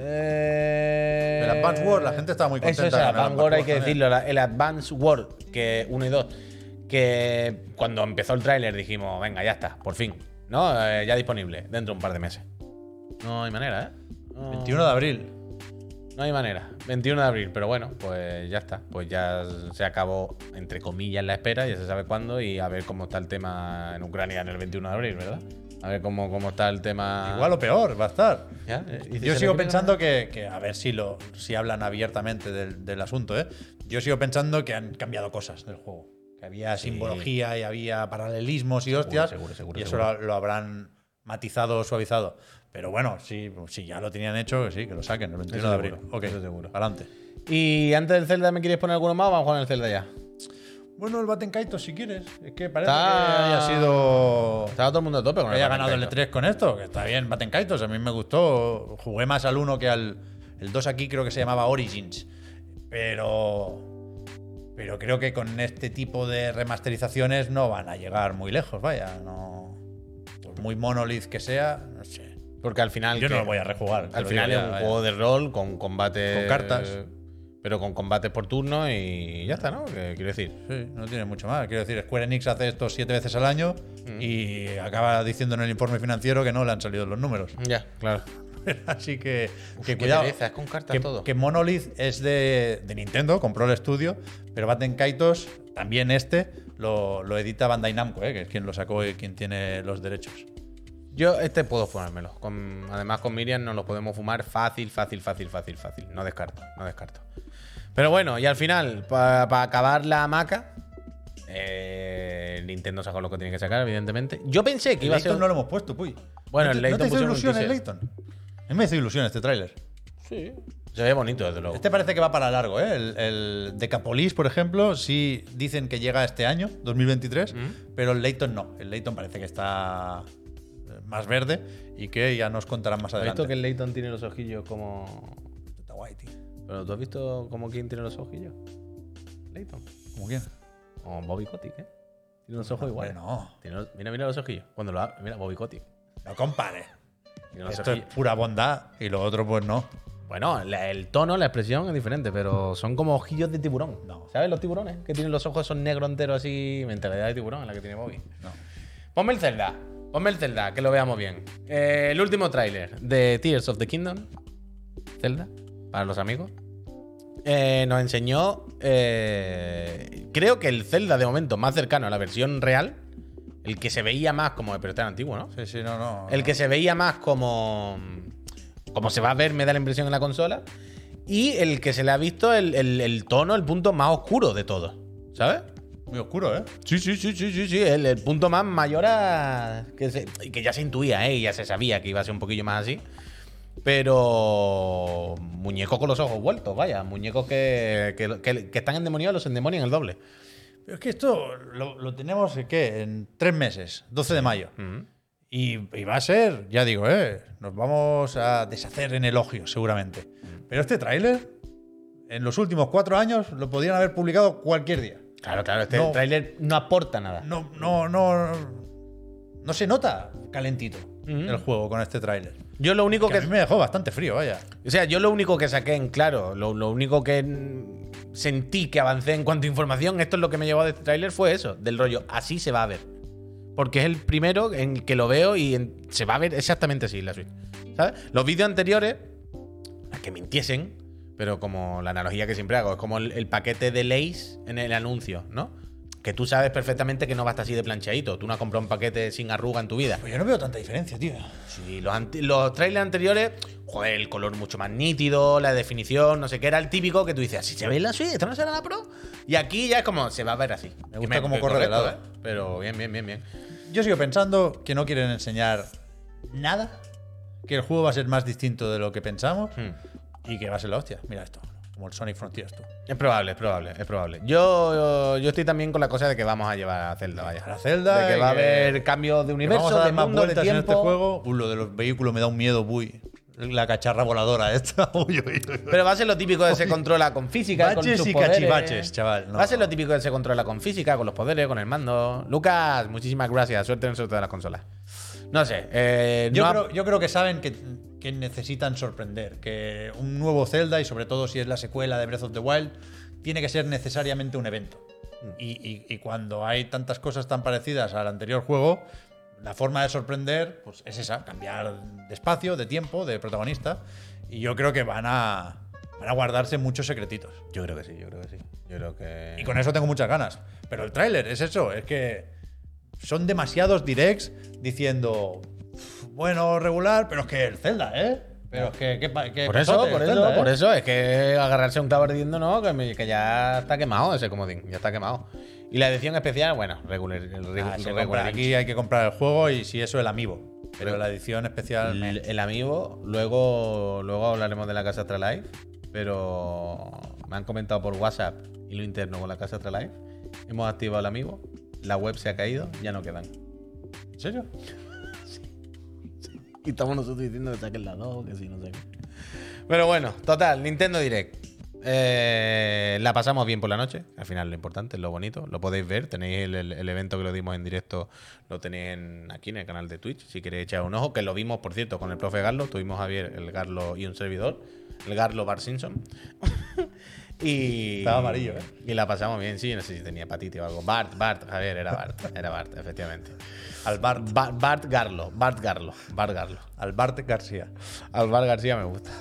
Speaker 2: Eh...
Speaker 1: El Advance Wars, la gente estaba muy contenta
Speaker 2: Eso es, el
Speaker 1: con el
Speaker 2: Advance
Speaker 1: Advance
Speaker 2: Wars hay
Speaker 1: Wars
Speaker 2: que
Speaker 1: también.
Speaker 2: decirlo. la- El Advance Wars, que uno y dos, que cuando empezó el tráiler dijimos, venga, ya está, por fin. ¿No? Eh, ya disponible, dentro de un par de meses. No hay manera, ¿eh? No-
Speaker 1: veintiuno de abril.
Speaker 2: No hay manera. veintiuno de abril, pero bueno, pues ya está. Pues ya se acabó, entre comillas, la espera, ya se sabe cuándo y a ver cómo está el tema en Ucrania en el veintiuno de abril, ¿verdad? A ver cómo, cómo está el tema.
Speaker 1: Igual o peor va a estar.
Speaker 2: ¿Ya? ¿Y si
Speaker 1: Yo
Speaker 2: se
Speaker 1: sigo
Speaker 2: le pide
Speaker 1: pensando
Speaker 2: una-
Speaker 1: que, que a ver si lo si hablan abiertamente del, del asunto, ¿eh? Yo sigo pensando que han cambiado cosas del juego. Que había
Speaker 2: Sí.
Speaker 1: simbología y había paralelismos y hostias.
Speaker 2: seguro, seguro,
Speaker 1: y eso
Speaker 2: seguro.
Speaker 1: lo, lo habrán matizado o suavizado. Pero bueno, sí, si ya lo tenían hecho, que sí, que lo saquen el veintiuno de abril.
Speaker 2: seguro,
Speaker 1: Ok,
Speaker 2: eso seguro.
Speaker 1: adelante.
Speaker 2: Y antes del Zelda, ¿me quieres poner alguno más o vamos a jugar en el Zelda ya?
Speaker 1: Bueno, el Batten Kaitos, si quieres. Es que parece
Speaker 2: Está-
Speaker 1: que haya sido.
Speaker 2: Estaba todo el mundo a tope con
Speaker 1: Que
Speaker 2: el
Speaker 1: haya
Speaker 2: Batten
Speaker 1: ganado el E
Speaker 2: Kaitos.
Speaker 1: tres con esto, que está bien, Batten Kaitos. A mí me gustó. Jugué más al uno que al. El dos aquí creo que se llamaba Origins. Pero. Pero creo que con este tipo de remasterizaciones no van a llegar muy lejos, vaya. No. Por muy Monolith que sea, no sé.
Speaker 2: Porque al final.
Speaker 1: Yo no
Speaker 2: ¿qué?
Speaker 1: lo voy a rejugar. te
Speaker 2: Al
Speaker 1: lo
Speaker 2: final
Speaker 1: digo
Speaker 2: es
Speaker 1: ya,
Speaker 2: un
Speaker 1: vaya.
Speaker 2: juego de rol con combate.
Speaker 1: Con cartas.
Speaker 2: Pero con combates por turno y ya está, ¿no? Que quiero decir.
Speaker 1: Sí, no tiene mucho más. Quiero decir, Square Enix hace esto siete veces al año y acaba diciendo en el informe financiero que no le han salido los números.
Speaker 2: Ya, claro.
Speaker 1: Así que, que
Speaker 2: qué
Speaker 1: cuidado.
Speaker 2: pereza, es con cartas
Speaker 1: que,
Speaker 2: todo.
Speaker 1: que Monolith es de, de Nintendo, compró el estudio, pero Batten Kaitos, también este, lo, lo edita Bandai Namco, ¿eh? Que es quien lo sacó y quien tiene los derechos.
Speaker 2: Yo este puedo fumármelo. Con, además con Miriam nos lo podemos fumar fácil, fácil, fácil, fácil, fácil. No descarto, no descarto. Pero bueno, y al final, para acabar la hamaca, eh, Nintendo sacó lo que tiene que sacar, evidentemente. Yo pensé que
Speaker 1: El
Speaker 2: iba a ser...
Speaker 1: Layton no lo hemos puesto, puy.
Speaker 2: Bueno,
Speaker 1: ¿No
Speaker 2: el
Speaker 1: te, ¿no
Speaker 2: Layton
Speaker 1: te hizo
Speaker 2: pusieron un
Speaker 1: ilusión el
Speaker 2: teaser.
Speaker 1: Layton? A mí me hizo ilusión este tráiler.
Speaker 2: Sí. Se ve bonito, desde luego.
Speaker 1: Este parece que va para largo, ¿eh? El, el Decapolis, por ejemplo, sí dicen que llega este año, dos mil veintitrés, pero el Layton no. El Layton parece que está más verde y que ya nos contarán más
Speaker 2: ¿Has
Speaker 1: adelante.
Speaker 2: visto que el Layton tiene los ojillos como...
Speaker 1: Está guay, tío.
Speaker 2: ¿Pero tú has visto cómo quién tiene los ojillos? Layton.
Speaker 1: ¿Cómo quién?
Speaker 2: O Bobby Kotick, ¿eh? Tiene los ojos iguales.
Speaker 1: No,
Speaker 2: Tiene los- mira, mira los ojillos. Cuando lo abre, mira, Bobby Kotick.
Speaker 1: no compare.
Speaker 2: Tiene los
Speaker 1: Esto es
Speaker 2: ojillos.
Speaker 1: pura bondad y lo otro, pues no.
Speaker 2: Bueno, la- el tono, la expresión es diferente, pero son como ojillos de tiburón.
Speaker 1: No.
Speaker 2: ¿Sabes los tiburones? Que tienen los ojos, son negros enteros así, mentalidad de tiburón, la que tiene Bobby.
Speaker 1: No.
Speaker 2: Ponme el Zelda. Ponme el Zelda, que lo veamos bien. Eh, el último tráiler de Tears of the Kingdom. Zelda, para los amigos. Eh, nos enseñó, eh, creo que el Zelda de momento más cercano a la versión real. El que se veía más como... Pero está antiguo, ¿no?
Speaker 1: Sí, sí, no, no.
Speaker 2: El
Speaker 1: no.
Speaker 2: que se veía más como... Como se va a ver, me da la impresión en la consola. Y el que se le ha visto el, el- el tono, el punto más oscuro de todo. ¿Sabes?
Speaker 1: Muy oscuro, ¿eh?
Speaker 2: Sí, sí, sí, sí, sí, sí. El, el punto más mayor a. Que, se- que ya se intuía, ¿eh? Y ya se sabía que iba a ser un poquillo más así. Pero. Muñecos con los ojos vueltos, vaya. Muñecos que, que, que- que están endemoniados, los endemonian el doble.
Speaker 1: Pero es que esto lo, lo tenemos, ¿qué? En tres meses, doce de mayo.
Speaker 2: Ujú.
Speaker 1: Y, y va a ser, ya digo, ¿eh? Nos vamos a deshacer en elogios, seguramente. Pero este tráiler, en los últimos cuatro años, lo podrían haber publicado cualquier día.
Speaker 2: Claro, claro. Este
Speaker 1: No.
Speaker 2: tráiler no aporta nada.
Speaker 1: No, no, no. No se nota calentito
Speaker 2: Ujú.
Speaker 1: el juego con este tráiler.
Speaker 2: Yo lo único
Speaker 1: Que
Speaker 2: que.
Speaker 1: a mí me dejó bastante frío, vaya.
Speaker 2: O sea, yo lo único que saqué en claro, lo, lo único que mm, sentí que avancé en cuanto a información, esto es lo que me llevó de este tráiler, fue eso, del rollo, así se va a ver. Porque es el primero en que lo veo y en- se va a ver exactamente así en la Switch. ¿Sabes? Los vídeos anteriores, a que mintiesen, pero como la analogía que siempre hago, es como el, el paquete de Lays en el anuncio, ¿no? Que tú sabes perfectamente que no va a estar así de planchadito. Tú no has comprado un paquete sin arruga en tu vida.
Speaker 1: Pues yo no veo tanta diferencia, tío.
Speaker 2: Sí, los, anti- los trailers anteriores, joder, el color mucho más nítido, la definición, no sé qué, era el típico que tú dices, así se ve en la Switch, esto no será la Pro. Y aquí ya es como, se va a ver así.
Speaker 1: Me gusta cómo corre de
Speaker 2: correcto,
Speaker 1: lado.
Speaker 2: ¿eh? Pero bien, bien, bien, bien.
Speaker 1: Yo sigo pensando que no quieren enseñar nada, que el juego va a ser más distinto de lo que pensamos
Speaker 2: Hmm.
Speaker 1: y que va a ser la hostia. Mira esto, como el Sonic Frontiers, tú.
Speaker 2: Es probable, es probable, es probable. Yo, yo estoy también con la cosa de que vamos a llevar a Zelda, vaya.
Speaker 1: A Zelda
Speaker 2: De que
Speaker 1: y
Speaker 2: va a
Speaker 1: que-
Speaker 2: haber cambios de
Speaker 1: Que
Speaker 2: universo,
Speaker 1: vamos a dar
Speaker 2: de
Speaker 1: más
Speaker 2: mundo, de
Speaker 1: vueltas en
Speaker 2: tiempo.
Speaker 1: este juego. Uh, lo de los vehículos me da un miedo, uy. La cacharra voladora esta. Uy, uy, uy.
Speaker 2: Pero va a ser lo típico de se controla con física, con
Speaker 1: Baches
Speaker 2: sus
Speaker 1: y
Speaker 2: poderes.
Speaker 1: cachivaches, chaval. No.
Speaker 2: Va a ser lo típico de se controla con física, con los poderes, con el mando. Lucas, muchísimas gracias. Suerte en suerte de las consolas. No sé. Eh,
Speaker 1: Yo,
Speaker 2: no ha-
Speaker 1: creo, yo creo que saben que, que necesitan sorprender. Que un nuevo Zelda, y sobre todo si es la secuela de Breath of the Wild, tiene que ser necesariamente un evento. Y, y- y cuando hay tantas cosas tan parecidas al anterior juego, la forma de sorprender pues, es esa: cambiar de espacio, de tiempo, de protagonista. Y yo creo que van a, van a guardarse muchos secretitos.
Speaker 2: Yo creo que sí, yo creo que sí. Yo creo que.
Speaker 1: Y con eso tengo muchas ganas. Pero el tráiler es eso, es que son demasiados directs diciendo Bueno, regular, pero es que el Zelda, ¿eh? Pero es que, ¿qué, pa- qué
Speaker 2: Por eso,
Speaker 1: pasote
Speaker 2: por
Speaker 1: el
Speaker 2: eso,
Speaker 1: Zelda,
Speaker 2: por
Speaker 1: ¿eh?
Speaker 2: eso. Es que agarrarse a un clavo ardiendo, no, que, me- que ya está quemado ese comodín. Ya está quemado. Y la edición especial, bueno, regular. El, regu-
Speaker 1: Ah, se
Speaker 2: regular-
Speaker 1: compra- aquí hay que comprar el juego y si eso el amiibo. Pero la edición especial.
Speaker 2: El,
Speaker 1: meh.
Speaker 2: el amigo, luego, luego hablaremos de la Casa Astralife, pero me han comentado por WhatsApp y lo interno con la Casa Astralife. Hemos activado el amigo, la web se ha caído, ya no quedan.
Speaker 1: ¿En serio?
Speaker 2: Y estamos nosotros diciendo que saquen la dos, que sí, no sé qué. Pero bueno, total, Nintendo Direct. Eh, la pasamos bien por la noche. Al final lo importante es lo bonito. Lo podéis ver. Tenéis el, el- el evento que lo dimos en directo. Lo tenéis en- aquí en el canal de Twitch. Si queréis echar un ojo. Que lo vimos, por cierto, con el profe Garlo. Tuvimos a Javier, el Garlo y un servidor. El Garlo Bart Simpson. y,
Speaker 1: Estaba amarillo, ¿eh?
Speaker 2: Y la pasamos bien. Sí, no sé si tenía hepatitis o algo. Bart, Bart, Javier, era Bart. Era Bart, efectivamente.
Speaker 1: Al Bart,
Speaker 2: Ba- Bart Garlo. Bart Garlo. Bart Garlo.
Speaker 1: al Bart García.
Speaker 2: Al Bar García me gusta.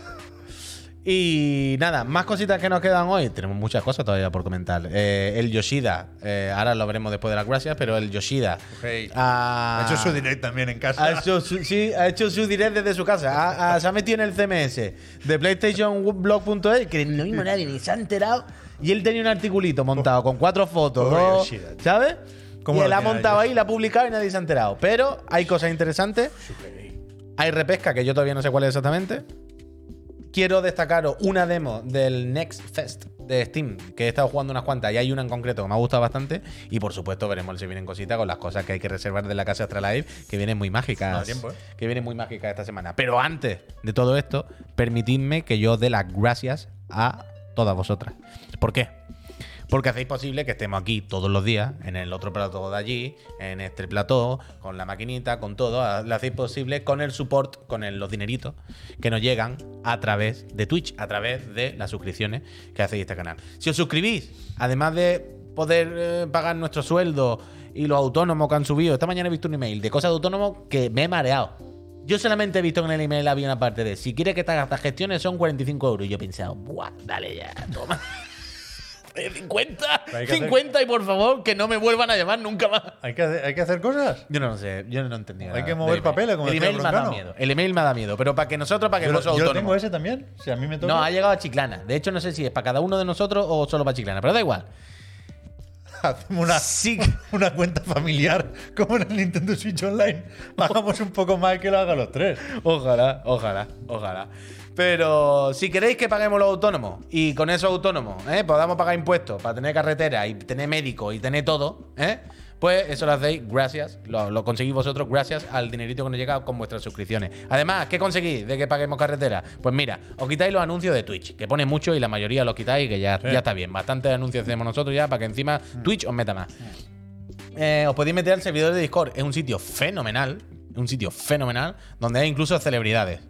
Speaker 2: Y nada, más cositas que nos quedan hoy. Tenemos muchas cosas todavía por comentar. Eh, el Yoshida, eh, ahora lo veremos después de las gracias, pero el Yoshida
Speaker 1: Hey.
Speaker 2: ha,
Speaker 1: Ha hecho su direct también en casa.
Speaker 2: ha hecho su, sí, ha hecho su direct desde su casa. Ha- ha- se ha metido en el C M S de PlayStation Blog punto es, que lo mismo nadie ni se ha enterado. Y él tenía un articulito montado con cuatro fotos,
Speaker 1: Pobre
Speaker 2: dos,
Speaker 1: Yoshida, tío.
Speaker 2: ¿sabes?
Speaker 1: ¿Cómo
Speaker 2: Y
Speaker 1: lo
Speaker 2: él ha
Speaker 1: tiene
Speaker 2: montado
Speaker 1: ahí?
Speaker 2: ahí, la ha publicado y nadie se ha enterado. Pero hay cosas interesantes. Hay repesca que yo todavía no sé cuál es exactamente. Quiero destacaros una demo del Next Fest de Steam, que he estado jugando unas cuantas y hay una en concreto que me ha gustado bastante. Y por supuesto veremos si vienen cositas con las cosas que hay que reservar de la casa Astralife, que vienen muy mágicas.
Speaker 1: No da tiempo, ¿eh?
Speaker 2: Que vienen muy mágicas esta semana. Pero antes de todo esto, permitidme que yo dé las gracias a todas vosotras. ¿Por qué? Porque hacéis posible que estemos aquí todos los días, en el otro plató de allí, en este plató, con la maquinita, con todo. Lo hacéis posible con el support, con el- los dineritos que nos llegan a través de Twitch, a través de las suscripciones que hacéis a este canal. Si os suscribís, además de poder eh, pagar nuestro sueldo y los autónomos que han subido, esta mañana he visto un email de cosas de autónomos que me he mareado. Yo solamente he visto que en el email había una parte de si quieres que te hagas estas gestiones son cuarenta y cinco euros. Y yo he pensado, ¡buah! Dale ya, toma. cincuenta,
Speaker 1: Hay que hacer-
Speaker 2: cincuenta y por favor que no me vuelvan a llamar nunca más.
Speaker 1: ¿Hay que, hacer, hay que hacer cosas.
Speaker 2: Yo no lo sé, yo no he entendido.
Speaker 1: Hay
Speaker 2: nada
Speaker 1: que mover
Speaker 2: del email.
Speaker 1: papeles, como
Speaker 2: el
Speaker 1: decía
Speaker 2: email me ha dado
Speaker 1: Broncano.
Speaker 2: miedo. El email me ha dado miedo, pero para que nosotros, para que
Speaker 1: Yo, lo-
Speaker 2: vosotros
Speaker 1: yo lo
Speaker 2: autónomos.
Speaker 1: tengo ese también. Si a mí me toca.
Speaker 2: No, ha llegado a Chiclana. De hecho, no sé si es para cada uno de nosotros o solo para Chiclana, pero da igual.
Speaker 1: Hacemos una,
Speaker 2: Sí.
Speaker 1: una cuenta familiar como en el Nintendo Switch Online. Bajamos un poco más y que lo hagan los tres.
Speaker 2: Ojalá, ojalá, ojalá. Pero si queréis que paguemos los autónomos y con esos autónomos ¿eh? podamos pagar impuestos para tener carretera y tener médico y tener todo, ¿eh? pues eso lo hacéis gracias, lo, lo conseguís vosotros gracias al dinerito que nos llega con vuestras suscripciones. Además, ¿qué conseguís de que paguemos carretera? Pues mira, os quitáis los anuncios de Twitch, que pone mucho y la mayoría los quitáis, que ya,
Speaker 1: Sí.
Speaker 2: ya está bien. Bastantes anuncios hacemos nosotros ya para que encima Twitch os meta más. Eh, os podéis meter al servidor de Discord. Es un sitio fenomenal. Un sitio fenomenal. Donde hay incluso celebridades.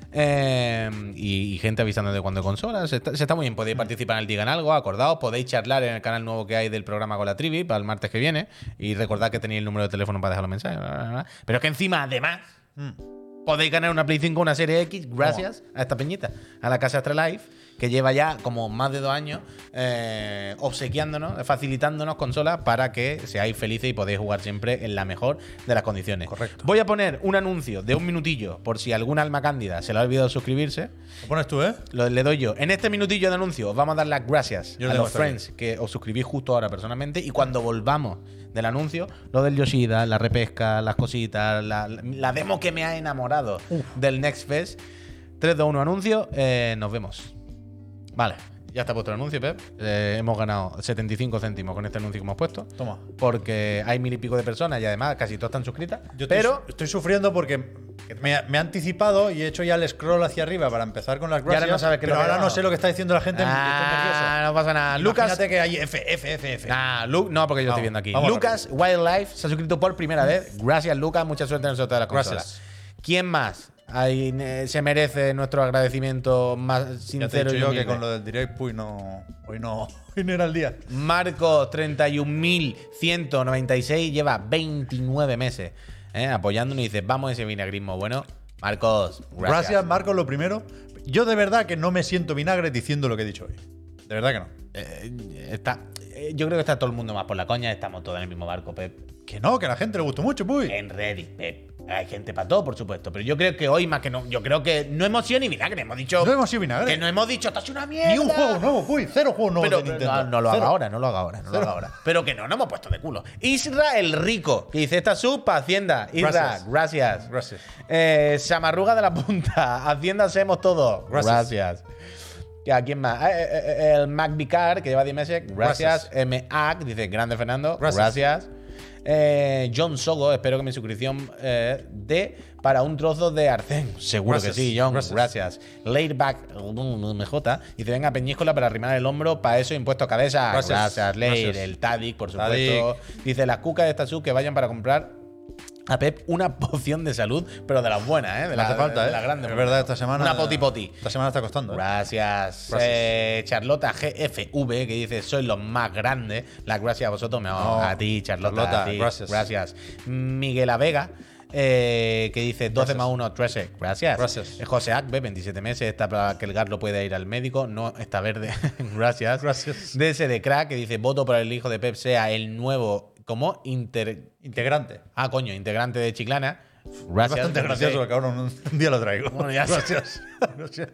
Speaker 2: Eh, y, y gente avisando de cuando hay consolas. Se está, se está muy bien. Podéis participar en el Digan Algo. Acordaos. Podéis charlar en el canal nuevo que hay del programa con la Trivi para el martes que viene. Y recordad que tenéis el número de teléfono para dejar los mensajes. Bla, bla, bla. Pero es que encima, además, podéis ganar una Play cinco, una Serie X, gracias a esta peñita, a la casa Astralife, que lleva ya como más de dos años eh, obsequiándonos, facilitándonos consolas para que seáis felices y podéis jugar siempre en la mejor de las condiciones.
Speaker 1: Correcto.
Speaker 2: Voy a poner un anuncio de un minutillo por si algún alma cándida se le ha olvidado suscribirse.
Speaker 1: Lo pones tú, ¿eh?
Speaker 2: Lo, le doy yo. En este minutillo de anuncio os vamos a dar las gracias
Speaker 1: Yo lo
Speaker 2: a
Speaker 1: tengo
Speaker 2: los
Speaker 1: hasta
Speaker 2: friends que os suscribís justo ahora personalmente. Y cuando volvamos del anuncio, lo del Yoshida, la repesca, las cositas, la, la- la demo que me ha enamorado del Next Fest. tres, dos, uno, anuncio. Eh, nos vemos. Vale, ya está puesto el anuncio, Pep. Eh, hemos ganado setenta y cinco céntimos con este anuncio que hemos puesto.
Speaker 1: Toma.
Speaker 2: Porque hay mil y pico de personas y además casi todas están suscritas.
Speaker 1: Yo estoy,
Speaker 2: pero
Speaker 1: estoy sufriendo porque me, me ha anticipado y he hecho ya el scroll hacia arriba para empezar con las
Speaker 2: ahora
Speaker 1: gracias.
Speaker 2: no sabes qué es
Speaker 1: pero
Speaker 2: lo que
Speaker 1: ahora
Speaker 2: ha
Speaker 1: no
Speaker 2: dado.
Speaker 1: sé lo que está diciendo la gente. y estoy nervioso.
Speaker 2: Ah, no pasa nada. Lucas.
Speaker 1: Imagínate que hay F, F, F, F.
Speaker 2: Nah, Lu- no, porque yo
Speaker 1: Vamos,
Speaker 2: estoy viendo aquí.
Speaker 1: vamos
Speaker 2: Lucas Wildlife se ha suscrito por primera vez. Gracias, Lucas. Mucha suerte en el sorteo de la consola.
Speaker 1: Gracias.
Speaker 2: ¿Quién más ahí, eh, se merece nuestro agradecimiento más
Speaker 1: Ya te he
Speaker 2: sincero
Speaker 1: dicho
Speaker 2: y
Speaker 1: yo
Speaker 2: humilde?
Speaker 1: que con lo del direct, pues no, hoy no, hoy no era el día.
Speaker 2: Marcos treinta y un mil ciento noventa y seis lleva veintinueve meses eh, apoyándonos y dice, vamos ese vinagrismo. Bueno, Marcos, gracias.
Speaker 1: Gracias, Marcos, lo primero. Yo de verdad que no me siento vinagre diciendo lo que he dicho hoy. De verdad que no.
Speaker 2: Eh, está, eh, yo creo que está todo el mundo más por la coña. Estamos todos en el mismo barco, Pep.
Speaker 1: Que no, que a la gente le gustó mucho, pues.
Speaker 2: En Reddit, Pep. Hay gente para todo, por supuesto. Pero yo creo que hoy más que no. Yo creo que no hemos sido ni vinagre. Hemos dicho.
Speaker 1: No hemos sido vinagre.
Speaker 2: Que no hemos dicho, esto es una mierda.
Speaker 1: Ni un juego nuevo, fui. Cero juegos nuevos
Speaker 2: Pero,
Speaker 1: de Nintendo.
Speaker 2: no, no lo haga
Speaker 1: Cero.
Speaker 2: ahora, no lo haga ahora, no lo haga ahora. Pero que no, no hemos puesto de culo. Isra el Rico, que dice esta sub para Hacienda. Isra,
Speaker 1: Gracias.
Speaker 2: gracias.
Speaker 1: Gracias.
Speaker 2: Eh, Samarruga de la punta. Hacienda hacemos todo.
Speaker 1: Gracias.
Speaker 2: Gracias. ¿Y ¿A quién más? Eh, eh, eh, el Mac Vicar, que lleva diez meses. Gracias.
Speaker 1: Gracias.
Speaker 2: M A C, dice grande Fernando.
Speaker 1: Gracias.
Speaker 2: Gracias. Eh, John Sogo, espero que mi suscripción eh, dé para un trozo de arcén. Seguro
Speaker 1: Gracias.
Speaker 2: que sí, John.
Speaker 1: Gracias.
Speaker 2: Gracias. Laidback M J dice: venga, Peñíscola para arrimar el hombro, para eso impuesto a cabeza.
Speaker 1: Gracias.
Speaker 2: Gracias, Leir.
Speaker 1: Gracias.
Speaker 2: El Tadic, por supuesto. Dice: las cucas de esta sub que vayan para comprar a Pep una poción de salud, pero de las buenas, ¿eh? De
Speaker 1: Le
Speaker 2: la,
Speaker 1: hace falta,
Speaker 2: de
Speaker 1: ¿eh?
Speaker 2: la grande.
Speaker 1: Es verdad, esta semana.
Speaker 2: Una poti poti.
Speaker 1: Esta semana está costando. ¿eh?
Speaker 2: Gracias.
Speaker 1: Gracias.
Speaker 2: Eh, Charlota G F V, que dice: sois los más grandes. Las gracias a vosotros. Me
Speaker 1: No,
Speaker 2: a ti, Charlota.
Speaker 1: Charlota,
Speaker 2: a ti.
Speaker 1: gracias.
Speaker 2: Gracias. Miguel Avega. Eh, que dice doce
Speaker 1: Gracias.
Speaker 2: más uno, trece. Gracias.
Speaker 1: Gracias.
Speaker 2: Eh, José Acbe, veintisiete meses. Está para que el Garlo pueda ir al médico. No está verde. Gracias.
Speaker 1: Gracias.
Speaker 2: D S de Crack, que dice: voto para el hijo de Pep sea el nuevo. ¿Cómo? Inter.
Speaker 1: Integrante.
Speaker 2: Ah, coño, integrante de Chiclana.
Speaker 1: Es
Speaker 2: Gracias.
Speaker 1: bastante
Speaker 2: no
Speaker 1: gracioso,
Speaker 2: sé.
Speaker 1: cabrón. Un un día lo traigo.
Speaker 2: Bueno, ya
Speaker 1: Gracias. Gracias.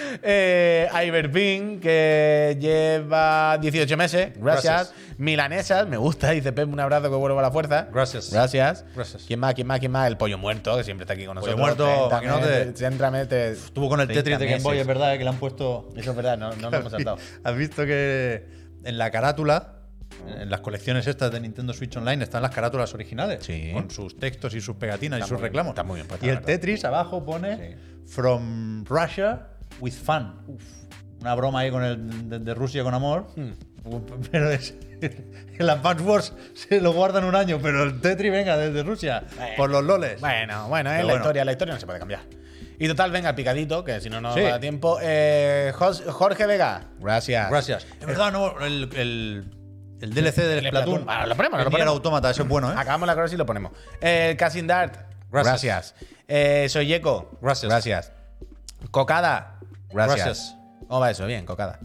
Speaker 2: Eh, Iberpin, que lleva dieciocho meses. Gracias.
Speaker 1: Gracias.
Speaker 2: Milanesas, me gusta. Dice Pep, un abrazo que vuelvo a la fuerza.
Speaker 1: Gracias.
Speaker 2: Gracias.
Speaker 1: Gracias.
Speaker 2: ¿Quién más? ¿Quién más? ¿Quién más? El pollo muerto, que siempre está aquí con
Speaker 1: Pollo
Speaker 2: nosotros.
Speaker 1: muerto,
Speaker 2: treinta
Speaker 1: maquinote.
Speaker 2: meses, treinta meses.
Speaker 1: Estuvo con el
Speaker 2: treinta
Speaker 1: Tetris de Game Boy,
Speaker 2: meses.
Speaker 1: es verdad, ¿eh? Que le han puesto.
Speaker 2: Eso es verdad, no, no lo hemos saltado.
Speaker 1: ¿Has visto que en la carátula, en las colecciones estas de Nintendo Switch Online, están las carátulas originales?
Speaker 2: Sí.
Speaker 1: Con sus textos y sus pegatinas
Speaker 2: Está
Speaker 1: y sus
Speaker 2: muy bien,
Speaker 1: reclamos.
Speaker 2: está muy bien puesta,
Speaker 1: y el
Speaker 2: la verdad.
Speaker 1: Tetris abajo pone From Russia with Fun. Uf, una broma ahí con el de, de Rusia con amor.
Speaker 2: Hmm.
Speaker 1: Pero es, el Advance Wars se lo guardan un año, pero el Tetris, venga, desde Rusia,
Speaker 2: Bueno.
Speaker 1: por los loles.
Speaker 2: Bueno, bueno, es
Speaker 1: Pero
Speaker 2: la
Speaker 1: bueno.
Speaker 2: historia. La historia no se puede cambiar. Y total, venga, el picadito, que si no, no
Speaker 1: Sí.
Speaker 2: da tiempo. Eh, Jos- Jorge Vega. Gracias.
Speaker 1: Gracias. Es verdad, no, el, el, el D L C del
Speaker 2: El
Speaker 1: Splatoon.
Speaker 2: Splatoon. Ah, lo ponemos, lo
Speaker 1: El Nier
Speaker 2: ponemos.
Speaker 1: Automata, eso es bueno, ¿eh?
Speaker 2: Acabamos la cross y lo ponemos. Eh, Cassin Dart. Gracias.
Speaker 1: Gracias.
Speaker 2: Eh, soy Yeco.
Speaker 1: Gracias.
Speaker 2: Gracias. Cocada. Gracias.
Speaker 1: Gracias.
Speaker 2: ¿Cómo va eso? Bien, Cocada.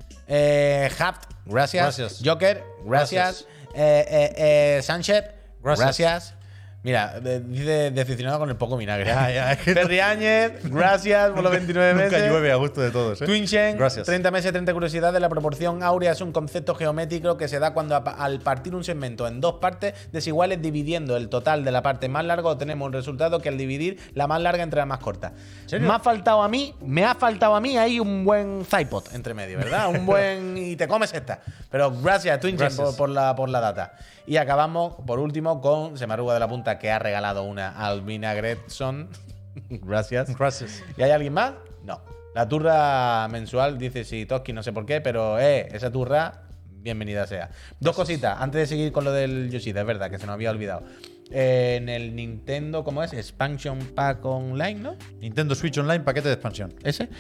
Speaker 2: Eh, Haft. Gracias.
Speaker 1: Gracias.
Speaker 2: Joker. Gracias.
Speaker 1: Gracias.
Speaker 2: Eh, eh, eh, Sánchez.
Speaker 1: Gracias.
Speaker 2: Gracias. Mira, de- dice decepcionado con el poco vinagre.
Speaker 1: Ya, ya, es que no-
Speaker 2: Ferri Áñez, gracias por los veintinueve
Speaker 1: Nunca
Speaker 2: meses.
Speaker 1: llueve a gusto de todos, ¿eh?
Speaker 2: Twinchen,
Speaker 1: Gracias.
Speaker 2: treinta meses, treinta curiosidades. La proporción áurea es un concepto geométrico que se da cuando a- al partir un segmento en dos partes desiguales dividiendo el total de la parte más larga obtenemos un resultado que al dividir la más larga entre la más corta.
Speaker 1: serio?
Speaker 2: Me ha faltado a mí, me ha faltado a mí ahí un buen Zipot entre medio, ¿verdad? Un buen y te comes esta. Pero gracias Twinchen
Speaker 1: Gracias.
Speaker 2: por, por la, por la data. Y acabamos por último con Se me arruga de la punta que ha regalado una al Vinagretson. Gracias.
Speaker 1: Gracias.
Speaker 2: ¿Y hay alguien más? No. La turra mensual dice sí, Toski, no sé por qué, pero eh, esa turra, bienvenida sea. Dos cositas, antes de seguir con lo del Yoshida, es verdad que se nos había olvidado. Eh, en el Nintendo, ¿cómo es? Expansion Pack Online, ¿no?
Speaker 1: Nintendo Switch Online, paquete de expansión.
Speaker 2: Ese.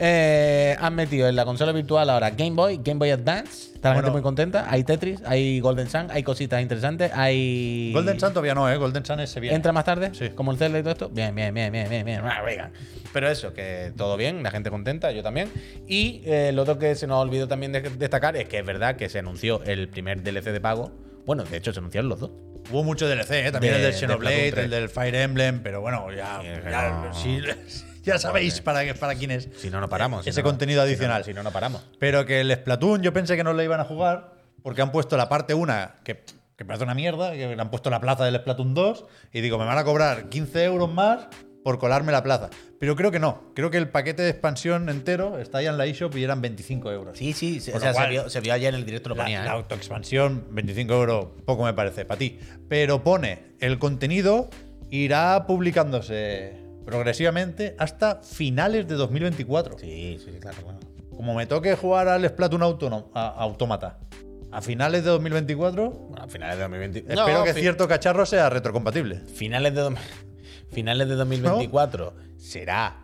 Speaker 2: Eh, han metido en la consola virtual ahora Game Boy, Game Boy Advance. Está la
Speaker 1: Bueno.
Speaker 2: gente muy contenta. Hay Tetris, hay Golden Sun, hay cositas interesantes. Hay.
Speaker 1: Golden Sun todavía no, ¿eh? Golden Sun ese viene.
Speaker 2: ¿Entra más tarde?
Speaker 1: Sí.
Speaker 2: Como el Zelda y todo esto. Bien, bien, bien, bien, bien, bien. Ah, venga. Pero eso, que todo bien, la gente contenta, yo también. Y eh, lo otro que se nos olvidó también de- destacar es que es verdad que se anunció el primer D L C de pago. Bueno, de hecho se anunciaron los dos.
Speaker 1: Hubo mucho D L C, ¿eh? También
Speaker 2: De-
Speaker 1: el del
Speaker 2: de
Speaker 1: Xenoblade,
Speaker 2: Splatoon tres.
Speaker 1: el del Fire Emblem, pero bueno, ya,
Speaker 2: Sí, es que
Speaker 1: ya,
Speaker 2: no-
Speaker 1: sí, ya sabéis para, qué- para quién es
Speaker 2: Si no, no paramos. si
Speaker 1: ese
Speaker 2: no, no-
Speaker 1: contenido
Speaker 2: si no-
Speaker 1: adicional.
Speaker 2: Si no, no paramos.
Speaker 1: Pero que el Splatoon yo pensé que no lo iban a jugar porque han puesto la parte uno que, que parece una mierda, que le han puesto la plaza del Splatoon dos y digo, me van a cobrar quince euros más por colarme la plaza. Pero creo que no. Creo que el paquete de expansión entero está ahí en la eShop y eran veinticinco euros.
Speaker 2: Sí, sí. se-
Speaker 1: Por
Speaker 2: o sea,
Speaker 1: lo cual-
Speaker 2: se, vio, se vio ayer en el directo, lo
Speaker 1: La,
Speaker 2: ponía.
Speaker 1: la
Speaker 2: ¿eh?
Speaker 1: autoexpansión, veinticinco euros, poco me parece, para ti. Pero pone, el contenido irá publicándose progresivamente hasta finales de dos mil veinticuatro.
Speaker 2: Sí, sí, sí, claro, claro.
Speaker 1: Como me toque jugar al Splatoon Autónomo- a- Autómata a finales de dos mil veinticuatro,
Speaker 2: Bueno, a finales de dos mil veinte.
Speaker 1: espero
Speaker 2: No,
Speaker 1: que
Speaker 2: fi-
Speaker 1: cierto cacharro sea retrocompatible.
Speaker 2: Finales de, dos- finales de dos mil veinticuatro será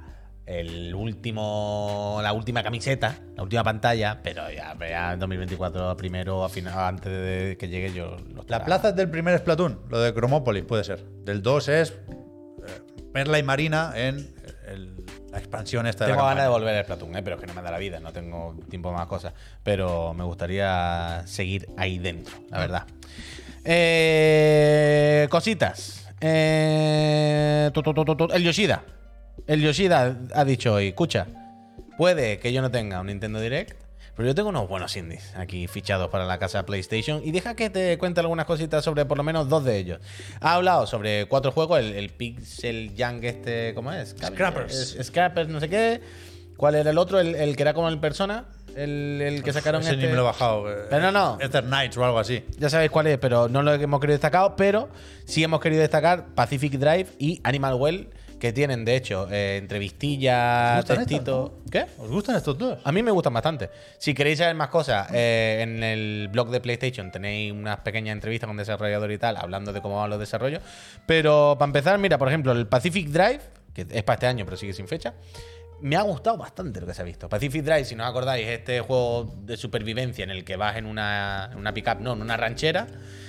Speaker 2: el último, la última camiseta, la última pantalla, pero ya, ya en dos mil veinticuatro primero, a final, antes de que llegue yo. Lo
Speaker 1: La
Speaker 2: estará.
Speaker 1: plaza es del primer Splatoon, lo de Chromópolis puede ser. Del dos es eh, Perla y Marina en el- la expansión esta de
Speaker 2: Tengo
Speaker 1: la
Speaker 2: ganas de
Speaker 1: campaña.
Speaker 2: volver al Splatoon, ¿eh? Pero es que no me da la vida, no tengo tiempo para más cosas. Pero me gustaría seguir ahí dentro, la verdad. Eh, cositas. Eh, Eh, tu, tu, tu, tu, tu. El Yoshida. El Yoshida ha dicho hoy, escucha, puede que yo no tenga un Nintendo Direct, pero yo tengo unos buenos indies aquí fichados para la casa PlayStation y deja que te cuente algunas cositas sobre por lo menos dos de ellos. Ha hablado sobre cuatro juegos, el, el Pixel Junk este, ¿cómo es?
Speaker 1: Scrappers.
Speaker 2: Es- Scrappers, no sé qué. ¿Cuál era el otro? El, el que era como el Persona, el, el que sacaron
Speaker 1: Ese
Speaker 2: este...
Speaker 1: ni me lo he bajado. eh,
Speaker 2: Pero no, no.
Speaker 1: Ether Knights o algo así.
Speaker 2: Ya sabéis cuál es, pero no lo hemos querido destacar, pero sí hemos querido destacar Pacific Drive y Animal Well, que tienen, de hecho, eh, entrevistillas,
Speaker 1: ¿Os gustan
Speaker 2: textitos.
Speaker 1: estos,
Speaker 2: ¿Qué?
Speaker 1: ¿Os gustan estos dos?
Speaker 2: A mí me gustan bastante. Si queréis saber más cosas, eh, en el blog de PlayStation tenéis unas pequeñas entrevistas con desarrolladores y tal, hablando de cómo van los desarrollos. Pero para empezar, mira, por ejemplo, el Pacific Drive, que es para este año, pero sigue sin fecha. Me ha gustado bastante lo que se ha visto. Pacific Drive, si no os acordáis, es este juego de supervivencia en el que vas en una, en una pickup, no, en una ranchera.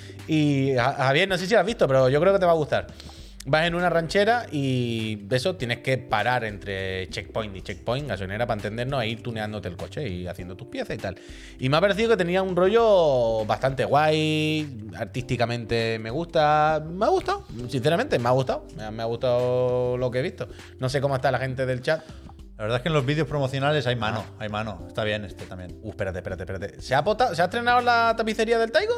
Speaker 2: Y Ja- Javier, no sé si lo has visto, pero yo creo que te va a gustar. Vas en una ranchera y eso tienes que parar entre checkpoint y checkpoint, gasolinera, para entendernos, e ir tuneándote el coche y haciendo tus piezas y tal. Y me ha parecido que tenía un rollo bastante guay, artísticamente me gusta. Me ha gustado, sinceramente, me ha gustado. Me ha, me ha gustado lo que he visto. No sé cómo está la gente del chat.
Speaker 1: La verdad es que en los vídeos promocionales hay mano, hay mano. Está bien este también.
Speaker 2: Uh, espérate, espérate, espérate. ¿Se ha, pota- ¿Se ha estrenado la tapicería del Taigo?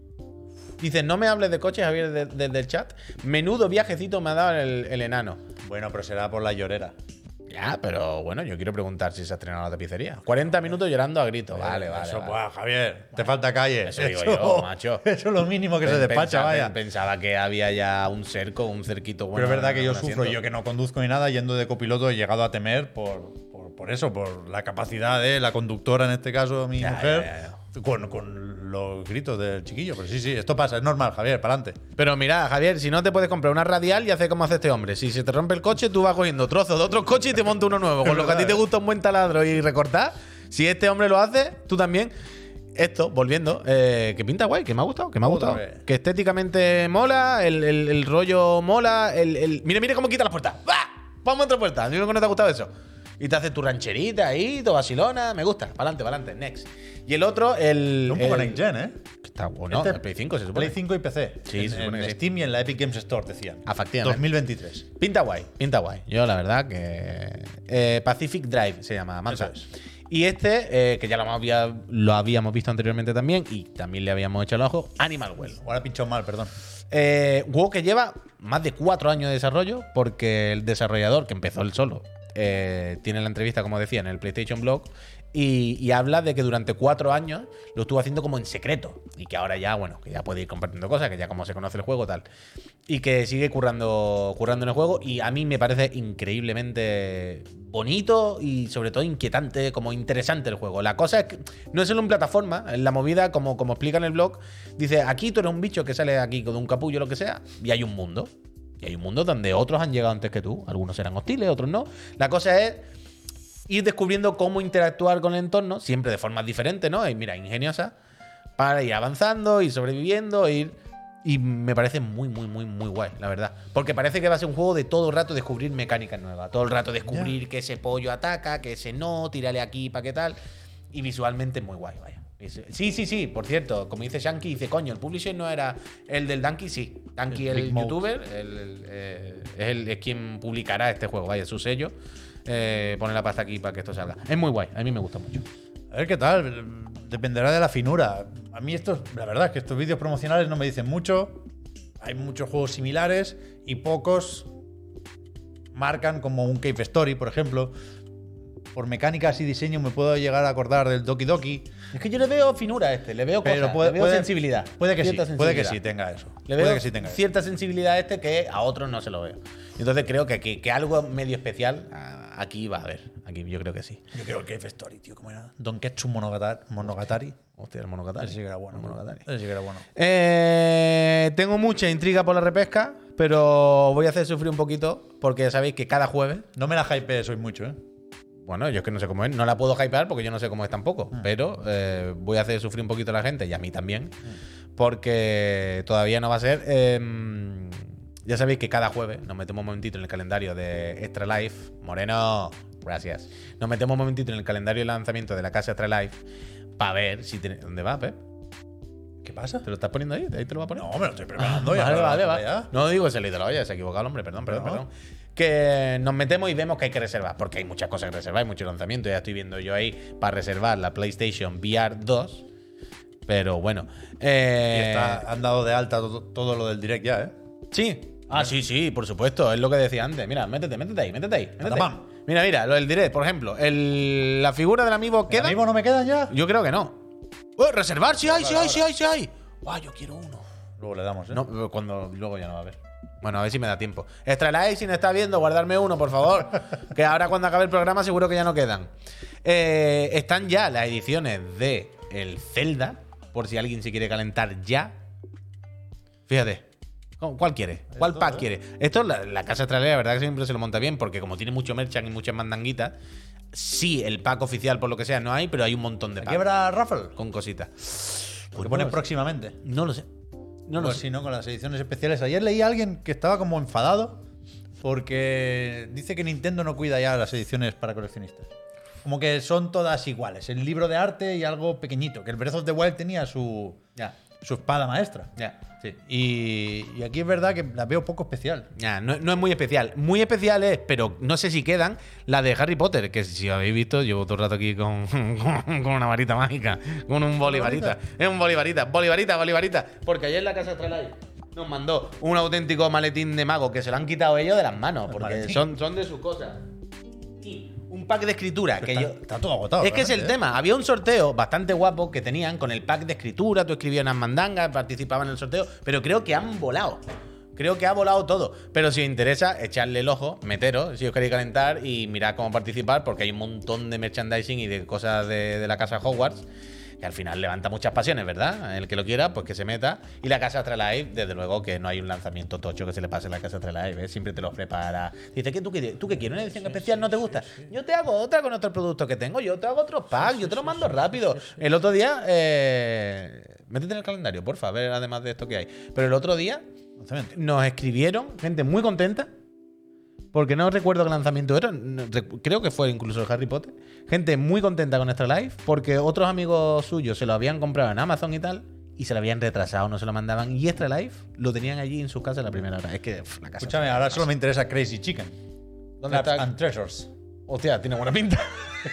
Speaker 2: Dice, no me hables de coches, Javier, desde de, del chat. Menudo viajecito me ha dado el, el enano.
Speaker 1: Bueno, pero será por la llorera.
Speaker 2: Ya, pero bueno, yo quiero preguntar si se ha estrenado la tapicería. cuarenta minutos llorando a grito. Vale, vale.
Speaker 1: Eso,
Speaker 2: vale.
Speaker 1: buah, Javier, te falta calle.
Speaker 2: Eso digo yo, macho.
Speaker 1: Eso es lo mínimo que se
Speaker 2: Pen-
Speaker 1: despacha,
Speaker 2: pensaba,
Speaker 1: vaya.
Speaker 2: Pensaba que había ya un cerco, un cerquito bueno.
Speaker 1: Pero es verdad que
Speaker 2: en
Speaker 1: yo
Speaker 2: un
Speaker 1: sufro,
Speaker 2: asiento.
Speaker 1: yo que no conduzco ni nada, yendo de copiloto he llegado a temer por, por, por eso, por la capacidad de la conductora, en este caso mi
Speaker 2: Ya,
Speaker 1: mujer,
Speaker 2: ya, ya,
Speaker 1: Con, con los gritos del chiquillo. Pero sí, sí, esto pasa, es normal, Javier, para adelante.
Speaker 2: Pero mira, Javier, si no te puedes comprar una radial y hacer como hace este hombre. Si se te rompe el coche, tú vas cogiendo trozos de otros coches y te montas uno nuevo. Con lo que a ti te gusta un buen taladro y recortar, si este hombre lo hace, tú también. Esto, volviendo, eh, que pinta guay, que me ha gustado, que me ha
Speaker 1: Otra
Speaker 2: gustado.
Speaker 1: vez.
Speaker 2: Que estéticamente mola, el, el- el rollo mola, el, el... Mira, mira cómo quita las puertas. ¡Bah! Ponme otra puerta. Digo que no te ha gustado eso. Y te haces tu rancherita ahí, tu Barcelona. Me gusta. Para adelante, para adelante. Next. Y el otro, el.
Speaker 1: Es un poco
Speaker 2: el-
Speaker 1: next gen, ¿eh?
Speaker 2: Está bueno.
Speaker 1: Este-
Speaker 2: el Play cinco se supone.
Speaker 1: Play cinco y P C.
Speaker 2: Sí,
Speaker 1: en,
Speaker 2: se supone
Speaker 1: en
Speaker 2: que sí.
Speaker 1: Steam y en la Epic Games Store, decían.
Speaker 2: Efectivamente.
Speaker 1: dos mil veintitrés.
Speaker 2: Pinta guay, pinta guay. Yo, la verdad, que. eh, Pacific Drive se llama, Mansa.
Speaker 1: Eso es.
Speaker 2: Y este, eh, que ya lo había- lo habíamos visto anteriormente también, y también le habíamos echado el ojo, Animal Well.
Speaker 1: Ahora he pinchado mal, perdón.
Speaker 2: Eh, un juego que lleva más de cuatro años de desarrollo, porque el desarrollador, que empezó él solo, eh, tiene la entrevista, como decía, en el PlayStation Blog, y, y habla de que durante cuatro años lo estuvo haciendo como en secreto, y que ahora ya, bueno, que ya puede ir compartiendo cosas, que ya como se conoce el juego, tal, y que sigue currando, currando en el juego, y a mí me parece increíblemente bonito y sobre todo inquietante, como interesante el juego. La cosa es que no es solo en plataforma, en la movida, como, como explica en el blog, dice, aquí tú eres un bicho que sale aquí con un capullo o lo que sea, y hay un mundo. Y hay un mundo donde otros han llegado antes que tú. Algunos serán hostiles, otros no. La cosa es ir descubriendo cómo interactuar con el entorno, siempre de formas diferentes, ¿no? Y mira, ingeniosas, para ir avanzando, ir sobreviviendo, ir... Y me parece muy, muy, muy, muy guay, la verdad. Porque parece que va a ser un juego de todo el rato descubrir mecánicas nuevas. Todo el rato descubrir que ese pollo ataca, que ese no, tírale aquí para qué tal. Y visualmente es muy guay, vaya. Sí, sí, sí, por cierto, como dice Shanky, dice, coño, el publisher no era el del Danky, sí. Danky,
Speaker 1: El
Speaker 2: el,
Speaker 1: Big Mouth.
Speaker 2: youtuber, el- el, eh, es, el- es quien publicará este juego, vaya, su sello. Eh, pone la pasta aquí para que esto salga. Es muy guay, a mí me gusta mucho.
Speaker 1: A ver qué tal, dependerá de la finura. A mí estos, la verdad es que estos vídeos promocionales no me dicen mucho. Hay muchos juegos similares y pocos marcan como un Cave Story, por ejemplo. Por mecánicas y diseño me puedo llegar a acordar del Doki Doki.
Speaker 2: Es que yo le veo finura a este, le veo cosas,
Speaker 1: Pero puede,
Speaker 2: le veo
Speaker 1: puede-
Speaker 2: sensibilidad.
Speaker 1: Puede que sí,
Speaker 2: cierta
Speaker 1: puede que
Speaker 2: sensibilidad.
Speaker 1: sí tenga eso.
Speaker 2: Le
Speaker 1: puede
Speaker 2: veo
Speaker 1: que sí tenga eso.
Speaker 2: cierta sensibilidad a este que a otros no se lo veo. Entonces creo que, que, que algo medio especial ah, aquí va a haber. Aquí yo creo que sí.
Speaker 1: Yo quiero el Cave Story, tío. ¿Cómo era? Don Ketsu Monogatari. Monogatari.
Speaker 2: Hostia, el Monogatari.
Speaker 1: Ese sí que era bueno.
Speaker 2: El Monogatari.
Speaker 1: Ese sí que era bueno.
Speaker 2: Eh, tengo mucha intriga por la repesca, pero voy a hacer sufrir un poquito porque ya sabéis que cada jueves,
Speaker 1: No me la hype soy mucho, ¿eh?
Speaker 2: bueno, yo es que no sé cómo es, no la puedo hypear porque yo no sé cómo es tampoco, pero eh, voy a hacer sufrir un poquito a la gente y a mí también, porque todavía no va a ser. eh, ya sabéis que cada jueves nos metemos un momentito en el calendario de Extra Life. Moreno, gracias. Nos metemos un momentito en el calendario de lanzamiento de la casa Extra Life para ver si tiene. ¿Dónde va, Pep?
Speaker 1: ¿Qué pasa?
Speaker 2: ¿Te lo estás poniendo ahí? ¿Ahí te lo va a poner?
Speaker 1: No, me lo estoy preparando. ya,
Speaker 2: Vale,
Speaker 1: pero
Speaker 2: vale,
Speaker 1: vamos
Speaker 2: vale.
Speaker 1: allá.
Speaker 2: No digo, se le la olla, se ha equivocado el hombre, perdón, perdón,
Speaker 1: No.
Speaker 2: perdón. Que nos metemos y vemos que hay que reservar, porque hay muchas cosas que reservar, hay muchos lanzamientos. Ya estoy viendo yo ahí para reservar la PlayStation V R dos. Pero bueno. Eh,
Speaker 1: Y está, han dado de alta todo, todo lo del direct ya, ¿eh?
Speaker 2: Sí. Ah, sí, sí, por supuesto. Es lo que decía antes. Mira, métete, métete ahí, métete ahí. Métete ahí.
Speaker 1: Patapam.
Speaker 2: Mira, mira, lo del direct, por ejemplo. El, la figura del amiibo queda.
Speaker 1: ¿Amigos no me quedan ya?
Speaker 2: Yo creo que no. ¡Oh, reservar! ¡Sí hay, sí hay, sí hay, sí hay! ¡Guau, yo quiero uno!
Speaker 1: Luego le damos, ¿eh?
Speaker 2: No, cuando luego ya no va a haber. Bueno, a ver si me da tiempo. Extra Life, si no está viendo, guardarme uno, por favor. Que ahora cuando acabe el programa seguro que ya no quedan. Eh, están ya las ediciones de el Zelda, por si alguien se quiere calentar ya. Fíjate. ¿Cuál quiere? ¿Cuál pack quiere? Esto, la, la casa australiana, la verdad que siempre se lo monta bien, porque como tiene mucho merchan y muchas mandanguitas, sí, el pack oficial por lo que sea no hay, pero hay un montón de
Speaker 1: ¿Aquí
Speaker 2: packs
Speaker 1: habrá raffle?
Speaker 2: con cositas.
Speaker 1: Porque
Speaker 2: no
Speaker 1: ponen
Speaker 2: lo sé.
Speaker 1: próximamente.
Speaker 2: No lo sé. No lo
Speaker 1: Pues
Speaker 2: sé.
Speaker 1: sí, ¿no? Con las ediciones especiales. Ayer leí a alguien que estaba como enfadado porque dice que Nintendo no cuida ya las ediciones para coleccionistas. Como que son todas iguales. El libro de arte y algo pequeñito. Que el Breath of the Wild tenía su,
Speaker 2: Ya,
Speaker 1: su espada maestra.
Speaker 2: ya, sí.
Speaker 1: Y, y aquí es verdad que la veo poco especial.
Speaker 2: Ya, no, no es muy especial. Muy especial es, pero no sé si quedan, la de Harry Potter, que si habéis visto, llevo todo el rato aquí con, con, con una varita mágica, con un bolivarita. Es un bolivarita, bolivarita, bolivarita. Porque ayer la Casa Astralife nos mandó un auténtico maletín de mago que se lo han quitado ellos de las manos, porque
Speaker 1: maletín.
Speaker 2: son, son de sus cosas. Y un pack de escritura que
Speaker 1: está,
Speaker 2: yo.
Speaker 1: está todo agotado.
Speaker 2: Es que es el
Speaker 1: realmente, ¿eh?
Speaker 2: tema. Había un sorteo bastante guapo que tenían con el pack de escritura. Tú escribías unas mandangas, participabas en el sorteo. Pero creo que han volado. Creo que ha volado todo. Pero si os interesa, echarle el ojo, meteros, si os queréis calentar y mirad cómo participar, porque hay un montón de merchandising y de cosas de, de la casa Hogwarts. Que al final levanta muchas pasiones, ¿verdad? El que lo quiera, pues que se meta. Y la Casa Astralife, desde luego que no hay un lanzamiento tocho que se le pase a la Casa Astralife, ¿eh? Siempre te lo prepara. Dice, ¿qué tú, qué, ¿tú qué quieres? ¿Una edición especial? ¿No te gusta? Yo te hago otra con otros productos que tengo. Yo te hago otros packs. Yo te los mando rápido. El otro día, eh, métete en el calendario, porfa, a ver además de esto que hay. Pero el otro día
Speaker 1: Lanzamiento.
Speaker 2: nos escribieron gente muy contenta. Porque no recuerdo qué lanzamiento era. no, rec- Creo que fue incluso el Harry Potter. Gente muy contenta con Extra Life. Porque otros amigos suyos se lo habían comprado en Amazon y tal. Y se lo habían retrasado, no se lo mandaban. Y Extra Life lo tenían allí en su casa a la primera hora. Es que pff, la casa.
Speaker 1: Escúchame, ahora solo me interesa Crazy Chicken.
Speaker 2: ¿Dónde
Speaker 1: Traps
Speaker 2: está?
Speaker 1: and Treasures.
Speaker 2: Hostia, tiene buena pinta.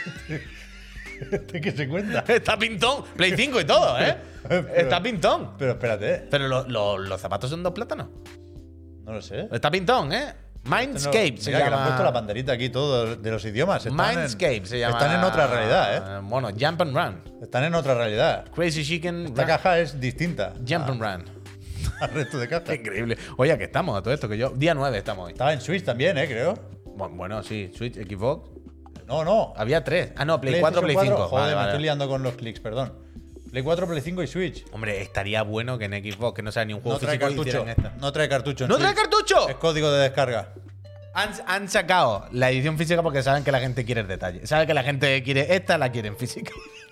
Speaker 1: ¿De qué se cuenta?
Speaker 2: Está pintón. Play cinco y todo, ¿eh? Está pintón.
Speaker 1: Pero espérate, ¿eh?
Speaker 2: Pero lo- lo- los zapatos son dos plátanos.
Speaker 1: No lo sé.
Speaker 2: Está pintón, ¿eh? Mindscape
Speaker 1: No,
Speaker 2: se
Speaker 1: mira, que le han
Speaker 2: llama.
Speaker 1: puesto la banderita aquí todo de los idiomas. Están
Speaker 2: Mindscape
Speaker 1: en,
Speaker 2: se llama.
Speaker 1: Están en otra realidad, ¿eh?
Speaker 2: Bueno, Jump and Run.
Speaker 1: Están en otra realidad.
Speaker 2: Crazy Chicken.
Speaker 1: Esta
Speaker 2: Run.
Speaker 1: caja es distinta
Speaker 2: Jump and Run.
Speaker 1: al resto de
Speaker 2: Qué
Speaker 1: cajas.
Speaker 2: increíble. Oye, ¿a qué estamos? A todo esto que yo. Día nueve estamos hoy.
Speaker 1: Estaba en Switch también, ¿eh? Creo.
Speaker 2: Bu- Bueno, sí. Switch, Xbox.
Speaker 1: No, no.
Speaker 2: Había tres. Ah, no, Play cuatro, Play
Speaker 1: PlayStation
Speaker 2: cinco.
Speaker 1: Joder,
Speaker 2: Vale,
Speaker 1: me
Speaker 2: vale.
Speaker 1: estoy liando con los clics, perdón. Play cuatro, Play cinco y Switch.
Speaker 2: Hombre, estaría bueno que en Xbox, que no sea ni un juego
Speaker 1: No trae
Speaker 2: físico,
Speaker 1: cartucho.
Speaker 2: hicieran esta.
Speaker 1: No trae cartucho. en
Speaker 2: ¡No trae
Speaker 1: Switch.
Speaker 2: cartucho!
Speaker 1: Es código de descarga.
Speaker 2: Han, han sacado la edición física porque saben que la gente quiere el detalle. Saben que la gente quiere esta, la quiere en física.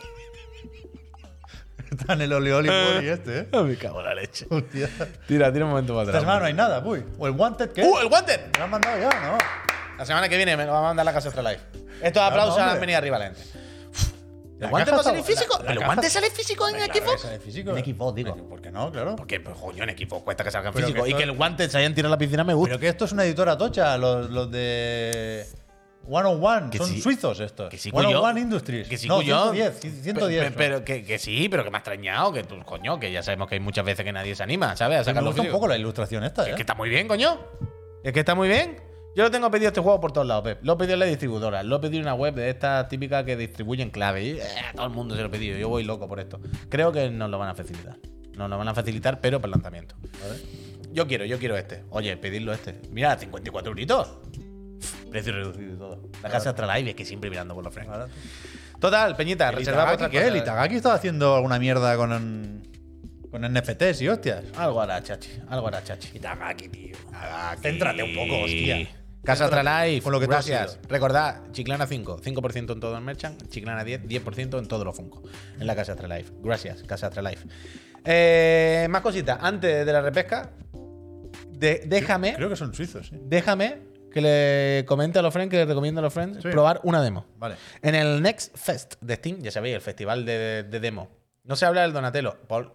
Speaker 1: Está en el Oli Oli Oli este, ¿eh?
Speaker 2: Me cago en la leche.
Speaker 1: Hostia.
Speaker 2: Tira, tira un momento para
Speaker 1: Esta
Speaker 2: atrás.
Speaker 1: semana no hay nada, uy. O el Wanted, ¿qué?
Speaker 2: ¡Uh, el Wanted!
Speaker 1: ¿Me lo han mandado ya, no?
Speaker 2: La semana que viene me lo va a mandar la casa Extra Life. Estos aplausos
Speaker 1: hombre.
Speaker 2: han venido arriba lente.
Speaker 1: La
Speaker 2: ¿El Wanted
Speaker 1: caja
Speaker 2: va a salir
Speaker 1: está-
Speaker 2: físico?
Speaker 1: la- la
Speaker 2: ¿Pero el
Speaker 1: caja-
Speaker 2: Wanted sale físico en
Speaker 1: Claro que
Speaker 2: Xbox?
Speaker 1: sale físico.
Speaker 2: En Xbox, digo.
Speaker 1: ¿Por qué no? Claro.
Speaker 2: Porque, pues, coño, en Xbox cuesta que salgan
Speaker 1: Pero
Speaker 2: físico.
Speaker 1: que
Speaker 2: Y
Speaker 1: esto-
Speaker 2: que el Wanted se hayan tirado a la piscina me gusta.
Speaker 1: Pero que esto es una editora tocha, los, los de One on One,
Speaker 2: Que
Speaker 1: son
Speaker 2: sí.
Speaker 1: suizos estos.
Speaker 2: Que sí,
Speaker 1: One
Speaker 2: cuyo.
Speaker 1: on One Industries.
Speaker 2: Que sí,
Speaker 1: no,
Speaker 2: cuyo.
Speaker 1: ciento diez, ciento diez.
Speaker 2: Pe- pe- Pero, que, que sí, pero que me ha extrañado. Que tú, coño, que ya sabemos que hay muchas veces que nadie se anima, ¿sabes? A
Speaker 1: Sí, me
Speaker 2: sacarlo
Speaker 1: gusta un
Speaker 2: físico.
Speaker 1: poco la ilustración esta, ¿eh?
Speaker 2: Es que está muy bien, coño. Es que está muy bien. Yo lo tengo pedido este juego por todos lados, Pep. Lo he pedido en la distribuidora. Lo he pedido en una web de estas típicas que distribuyen clave. Y, eh, todo el mundo se lo ha pedido. Yo voy loco por esto. Creo que nos lo van a facilitar. Nos lo van a facilitar, pero para el lanzamiento. Yo quiero, yo quiero este. Oye, pedirlo este. Mira, cincuenta y cuatro euritos. Uf, precio reducido y todo. La casa Extra Live es que siempre mirando por los frames.
Speaker 1: Barato.
Speaker 2: Total, Peñita,
Speaker 1: ¿El
Speaker 2: reserva
Speaker 1: Itagaki qué? ¿El Itagaki estaba haciendo alguna mierda con, con N F Ts y hostias?
Speaker 2: Algo hará, chachi. Algo hará, chachi.
Speaker 1: Itagaki, tío.
Speaker 2: Itagaki.
Speaker 1: Céntrate un poco, hostia.
Speaker 2: Casa Astralife,
Speaker 1: Con lo que tú has
Speaker 2: gracias.
Speaker 1: sido.
Speaker 2: Recordad, Chiclana cinco, cinco por ciento en todo el merchant, Chiclana diez, diez por ciento en todos los Funko. En la Casa Astralife. Gracias, Casa Astralife. Eh, más cositas. Antes de la repesca, de- déjame,
Speaker 1: Creo que son suizos, sí.
Speaker 2: déjame que le comente a los friends, que le recomiendo a los friends,
Speaker 1: Sí.
Speaker 2: probar una demo.
Speaker 1: Vale.
Speaker 2: En el Next Fest de Steam, ya sabéis, el festival de, de demo. No se habla del Donatello. Paul,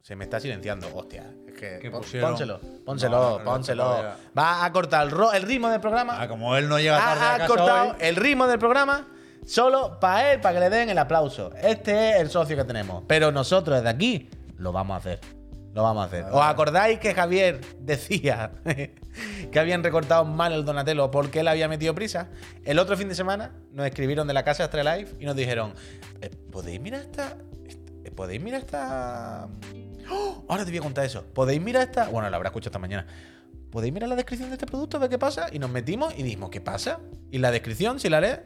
Speaker 2: Se me está silenciando. Hostia, es que.
Speaker 1: ¿Qué
Speaker 2: pon-
Speaker 1: pusieron?
Speaker 2: Pónselo, pónselo,
Speaker 1: No, no, no,
Speaker 2: pónselo.
Speaker 1: todavía.
Speaker 2: Va a cortar el, ro- el ritmo del programa.
Speaker 1: Ah, como él no llega tarde
Speaker 2: ha,
Speaker 1: a
Speaker 2: ha
Speaker 1: casa
Speaker 2: cortado
Speaker 1: hoy,
Speaker 2: el ritmo del programa solo para él, para que le den el aplauso. Este es el socio que tenemos. Pero nosotros desde aquí lo vamos a hacer. Lo vamos a hacer. ¿Os acordáis que Javier decía que habían recortado mal el Donatello porque él había metido prisa? El otro fin de semana nos escribieron de la casa Astra Live y nos dijeron: eh, ¿podéis mirar esta? esta- ¿Podéis mirar esta? ¡Oh! Ahora te voy a contar eso. ¿Podéis mirar esta? Bueno, la habrá escuchado esta mañana. ¿Podéis mirar la descripción de este producto? ¿Ver qué pasa? Y nos metimos y dijimos: ¿qué pasa? Y la descripción, si la lees.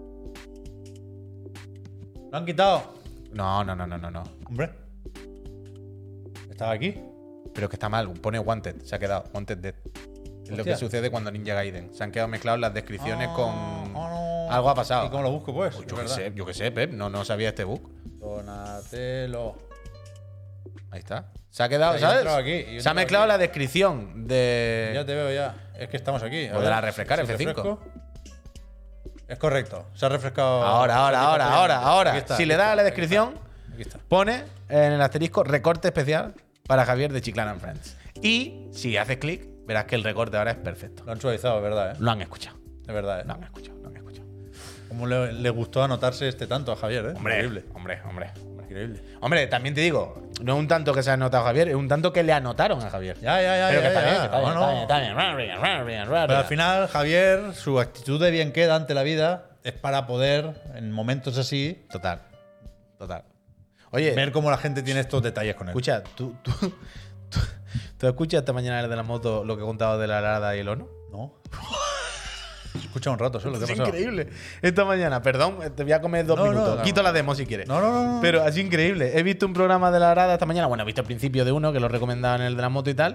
Speaker 1: ¿Lo han quitado?
Speaker 2: No, no, no, no, no, no.
Speaker 1: Hombre. ¿Estaba aquí?
Speaker 2: Pero que está mal, pone Wanted, se ha quedado, Wanted Dead. Es lo
Speaker 1: Hostia.
Speaker 2: que sucede cuando Ninja Gaiden. Se han quedado mezclados las descripciones
Speaker 1: Ah,
Speaker 2: con.
Speaker 1: ah, no.
Speaker 2: Algo ha pasado.
Speaker 1: ¿Y cómo lo busco, pues?
Speaker 2: Pues
Speaker 1: Es
Speaker 2: yo qué
Speaker 1: verdad.
Speaker 2: sé, yo qué sé, Pep, no, no sabía este bug.
Speaker 1: Donatello.
Speaker 2: Ahí está. Se ha quedado,
Speaker 1: Yo he entrado
Speaker 2: ¿sabes?
Speaker 1: aquí, yo he
Speaker 2: Se ha
Speaker 1: entrado
Speaker 2: mezclado
Speaker 1: aquí.
Speaker 2: la descripción de.
Speaker 1: Ya te veo ya. Es que estamos aquí. A
Speaker 2: Podrá
Speaker 1: ver,
Speaker 2: refrescar
Speaker 1: si
Speaker 2: F cinco.
Speaker 1: refresco. Es correcto. Se ha refrescado.
Speaker 2: Ahora, ahora,
Speaker 1: se ha
Speaker 2: ahora,
Speaker 1: quitado
Speaker 2: ahora,
Speaker 1: ya.
Speaker 2: ahora.
Speaker 1: Aquí está,
Speaker 2: Si
Speaker 1: aquí
Speaker 2: le das
Speaker 1: está,
Speaker 2: a la
Speaker 1: aquí
Speaker 2: descripción,
Speaker 1: está, Aquí está.
Speaker 2: pone en el asterisco recorte especial para Javier de Chiclana and Friends. Y si haces clic, verás que el recorte ahora es perfecto.
Speaker 1: Lo han suavizado, es verdad, ¿eh?
Speaker 2: Lo han escuchado.
Speaker 1: Es verdad, ¿eh?
Speaker 2: Lo han escuchado, lo han escuchado.
Speaker 1: ¿Cómo le, le gustó anotarse este tanto a Javier, eh?
Speaker 2: Hombre,
Speaker 1: Increíble.
Speaker 2: hombre, hombre, hombre.
Speaker 1: Increíble.
Speaker 2: Hombre, también te digo, no es un tanto que se ha anotado a Javier, es un tanto que le anotaron a Javier.
Speaker 1: Ya, ya, ya.
Speaker 2: Pero
Speaker 1: ya,
Speaker 2: que está
Speaker 1: ya.
Speaker 2: bien, que está bien,
Speaker 1: Bueno,
Speaker 2: está bien, está bien, está bien, bien, bien,
Speaker 1: Pero al final, Javier, su actitud de bien queda ante la vida es para poder, en momentos así,
Speaker 2: Total, total. Oye,
Speaker 1: ver cómo la gente tiene estos detalles con él.
Speaker 2: escucha, ¿tú, tú, tú, tú escuchas esta mañana el de la moto lo que he contado de la arada y el ono?
Speaker 1: ¿No? Escucha un rato solo, ¿qué ha
Speaker 2: Es
Speaker 1: pasado?
Speaker 2: increíble. Esta mañana, perdón, te voy a comer dos
Speaker 1: No, no,
Speaker 2: minutos.
Speaker 1: no.
Speaker 2: Quito la demo si quieres.
Speaker 1: No, no, no, no.
Speaker 2: Pero así increíble. He visto un programa de la arada esta mañana. Bueno, he visto el principio de uno que lo recomendaban en el de la moto y tal.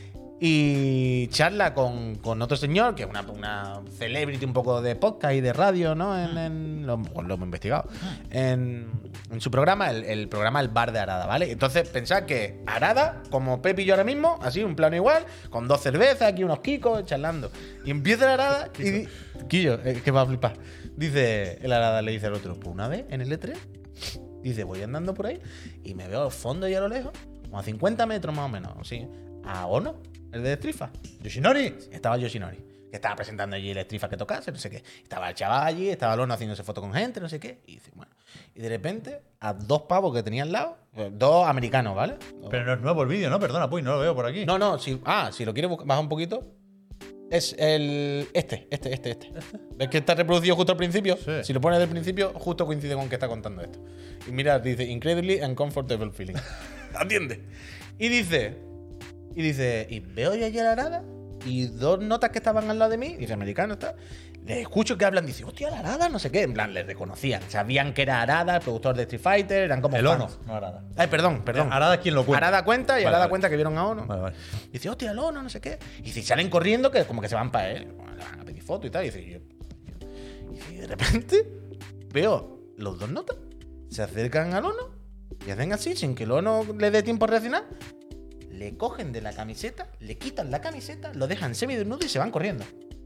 Speaker 2: Y charla con, con otro señor, que es una, una celebrity un poco de podcast y de radio, ¿no? En, en- lo, pues lo hemos investigado. En, en su programa, el, el programa El Bar de Arada, ¿vale? Entonces, pensad que Arada, como Pepi y yo ahora mismo, así, un plano igual, con dos cervezas, aquí unos kikos, charlando. Y empieza la Arada y... di- Quillo, es que va a flipar. Dice, el Arada le dice al otro, pues una vez en el E tres, dice, voy andando por ahí y me veo al fondo y a lo lejos, como a cincuenta metros más o menos, así, a Ono, el de Strifa.
Speaker 1: ¿Yoshinori?
Speaker 2: Estaba Yoshinori, que estaba presentando allí el Strifa que tocase, no sé qué. Estaba el chaval allí, estaba el Ono haciéndose foto con gente, no sé qué. Y dice, bueno. Y de repente, a dos pavos que tenía al lado, eh, dos americanos, ¿vale?
Speaker 1: Pero no es nuevo el vídeo, ¿no? Perdona, pues no lo veo por aquí.
Speaker 2: No, no, si, ah, si lo quieres buscar- bajar un poquito. Es el. Este, este, este, este. ¿Ves que está reproducido justo al principio?
Speaker 1: Sí.
Speaker 2: Si lo pones del principio, justo coincide con que está contando esto. Y mira, dice, incredibly uncomfortable feeling. Atiende. Y dice. Y dice, y veo yo allí a la arada. Y dos notas que estaban al lado de mí, dice americano, está. Les escucho que hablan, dice, hostia, la Arada, no sé qué. En plan, les reconocían. Sabían que era Arada, el productor de Street Fighter, eran como.
Speaker 1: El
Speaker 2: fans.
Speaker 1: Ono, no Arada.
Speaker 2: Ay, perdón, perdón.
Speaker 1: Arada es quien lo cuenta.
Speaker 2: Arada cuenta y
Speaker 1: Vale,
Speaker 2: Arada
Speaker 1: vale.
Speaker 2: cuenta que vieron a Ono.
Speaker 1: Vale, vale.
Speaker 2: Y dice, hostia, el Ono, no sé qué. Y si salen corriendo, que como que se van para él. Bueno, le van a pedir foto y tal. Y dice, yo, yo- y dice, y de repente veo los dos notas, se acercan al Ono y hacen así, sin que el Ono le dé tiempo a reaccionar. Le cogen de la camiseta, le quitan la camiseta, lo dejan semidesnudo y se van corriendo.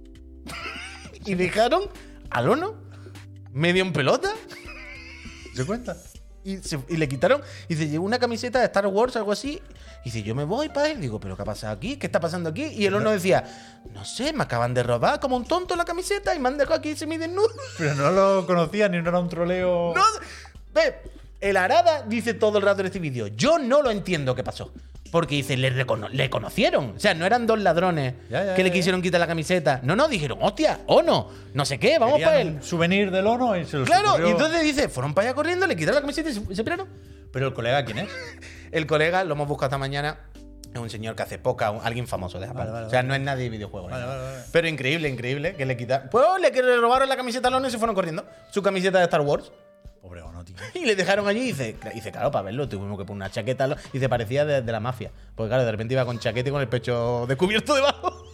Speaker 2: Y dejaron al Ono medio en pelota.
Speaker 1: ¿Se cuenta?
Speaker 2: Y, se- y le quitaron, y se llevó una camiseta de Star Wars, algo así. Y dice, yo me voy para él. Digo, ¿pero qué ha pasado aquí? ¿Qué está pasando aquí? Y el Ono decía, no sé, me acaban de robar como un tonto la camiseta y me han dejado aquí semidesnudo.
Speaker 1: Pero no lo conocía ni no era un troleo.
Speaker 2: No, ve, el Arada dice todo el rato en este vídeo, yo no lo entiendo qué pasó. Porque dice, le, recono- le conocieron. O sea, no eran dos ladrones
Speaker 1: Ya, ya,
Speaker 2: que le
Speaker 1: ya,
Speaker 2: quisieron quitar la camiseta. No, no, dijeron, hostia, Ono, no sé qué, vamos
Speaker 1: Querían
Speaker 2: para él.
Speaker 1: un souvenir del Ono y se lo
Speaker 2: Claro, y entonces dice, fueron para allá corriendo, le quitaron la camiseta y se, se piraron.
Speaker 1: Pero el colega, ¿quién es?
Speaker 2: El colega, lo hemos buscado esta mañana, es un señor que hace poca, un- alguien famoso de Japón.
Speaker 1: Vale, vale,
Speaker 2: o sea,
Speaker 1: vale.
Speaker 2: no es nadie de videojuegos.
Speaker 1: Vale,
Speaker 2: ni nada.
Speaker 1: vale, vale.
Speaker 2: Pero increíble, increíble, que le quitaron. Pues le, que le robaron la camiseta a Lono y se fueron corriendo. Su camiseta de Star Wars.
Speaker 1: Pobre Ono, tío.
Speaker 2: Y le dejaron allí y dice, y dice claro, para verlo tuvimos que poner una chaqueta. lo- Y se parecía de, de la mafia. Porque claro, de repente iba con chaqueta y con el pecho descubierto debajo.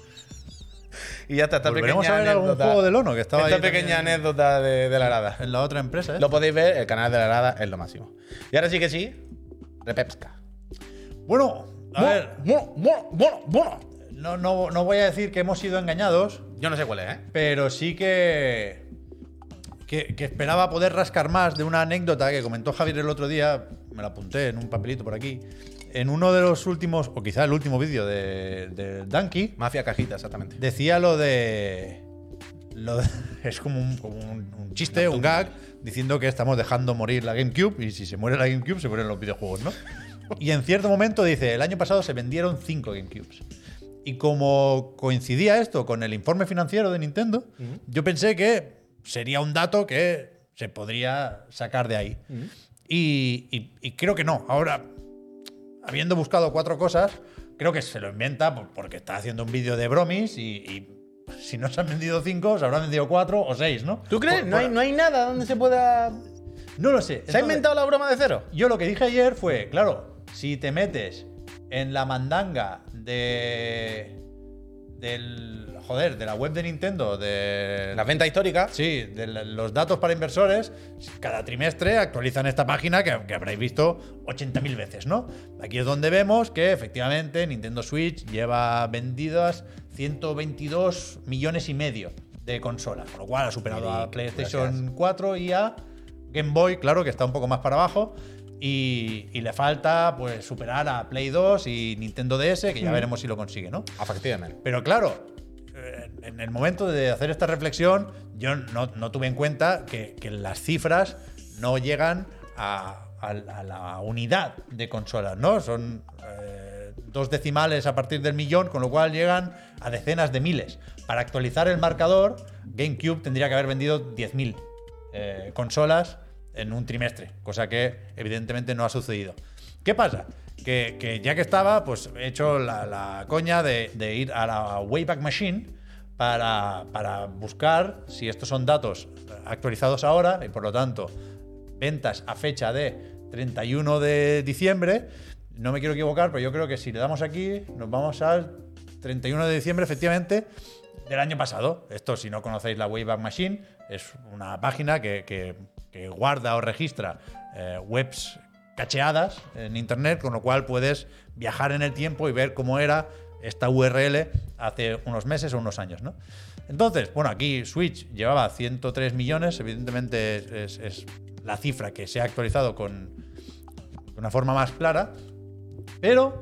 Speaker 2: Y ya está, esta
Speaker 1: Volveremos
Speaker 2: pequeña
Speaker 1: a ver algún
Speaker 2: anécdota.
Speaker 1: juego del Ono que estaba
Speaker 2: Esta
Speaker 1: ahí
Speaker 2: pequeña
Speaker 1: también
Speaker 2: anécdota de, de la Arada.
Speaker 1: en la otra empresa, ¿eh?
Speaker 2: Lo podéis ver, el canal de la Arada es lo máximo. Y ahora sí que sí, Repepska.
Speaker 1: Bueno, a
Speaker 2: Bueno,
Speaker 1: ver,
Speaker 2: bueno, bueno, bueno, bueno.
Speaker 1: no, no, no voy a decir que hemos sido engañados,
Speaker 2: Yo no sé cuál es, ¿eh?
Speaker 1: pero sí que, que, que esperaba poder rascar más de una anécdota que comentó Javier el otro día, me la apunté en un papelito por aquí, en uno de los últimos, o quizá el último vídeo de, de Dunkey,
Speaker 2: Mafia Cajita, exactamente.
Speaker 1: decía lo de. Lo de- es como un, como un- un chiste, un gag, diciendo que estamos dejando morir la GameCube y si se muere la GameCube se mueren los videojuegos, ¿no? Y en cierto momento dice: el año pasado se vendieron cinco GameCubes. Y como coincidía esto con el informe financiero de Nintendo, uh-huh. yo pensé que sería un dato que se podría sacar de ahí. Uh-huh. y, y, y creo que no. Ahora, habiendo buscado cuatro cosas, creo que se lo inventa porque está haciendo un vídeo de bromis y, y si no se han vendido cinco, se habrán vendido cuatro o seis, ¿no?
Speaker 2: ¿Tú crees?
Speaker 1: Por,
Speaker 2: ¿No,
Speaker 1: por,
Speaker 2: hay, ¿No hay nada donde se pueda...?
Speaker 1: No lo sé.
Speaker 2: ¿Se
Speaker 1: Entonces,
Speaker 2: ha inventado la broma de cero?
Speaker 1: Yo lo que dije ayer fue, claro, si te metes en la mandanga de... del... joder, de la web de Nintendo, de...
Speaker 2: ¿Las ventas históricas?
Speaker 1: Sí, de los datos para inversores, cada trimestre actualizan esta página que, que habréis visto ochenta mil veces, ¿no? Aquí es donde vemos que efectivamente Nintendo Switch lleva vendidas ciento veintidós millones y medio de consolas, con lo cual ha superado a PlayStation Gracias. cuatro y a Game Boy, claro, que está un poco más para abajo. Y, y le falta pues superar a Play dos y Nintendo D S, que ya mm. veremos si lo consigue, ¿no?
Speaker 2: Efectivamente.
Speaker 1: Pero claro, en el momento de hacer esta reflexión, yo no, no tuve en cuenta que, que las cifras no llegan a, a, a la unidad de consolas, ¿no? Son eh, dos decimales a partir del millón, con lo cual llegan a decenas de miles. Para actualizar el marcador, GameCube tendría que haber vendido diez mil eh, consolas en un trimestre, cosa que evidentemente no ha sucedido. ¿Qué pasa? Que, que ya que estaba, pues he hecho la, la coña de, de ir a la Wayback Machine para, para buscar si estos son datos actualizados ahora y por lo tanto ventas a fecha de treinta y uno de diciembre. No me quiero equivocar, pero yo creo que si le damos aquí nos vamos al treinta y uno de diciembre efectivamente del año pasado. Esto, si no conocéis la Wayback Machine, es una página que, que, que guarda o registra eh, webs cacheadas en internet, con lo cual puedes viajar en el tiempo y ver cómo era esta U R L hace unos meses o unos años, ¿no? Entonces, bueno, aquí Switch llevaba ciento tres millones, evidentemente es, es la cifra que se ha actualizado con de una forma más clara, pero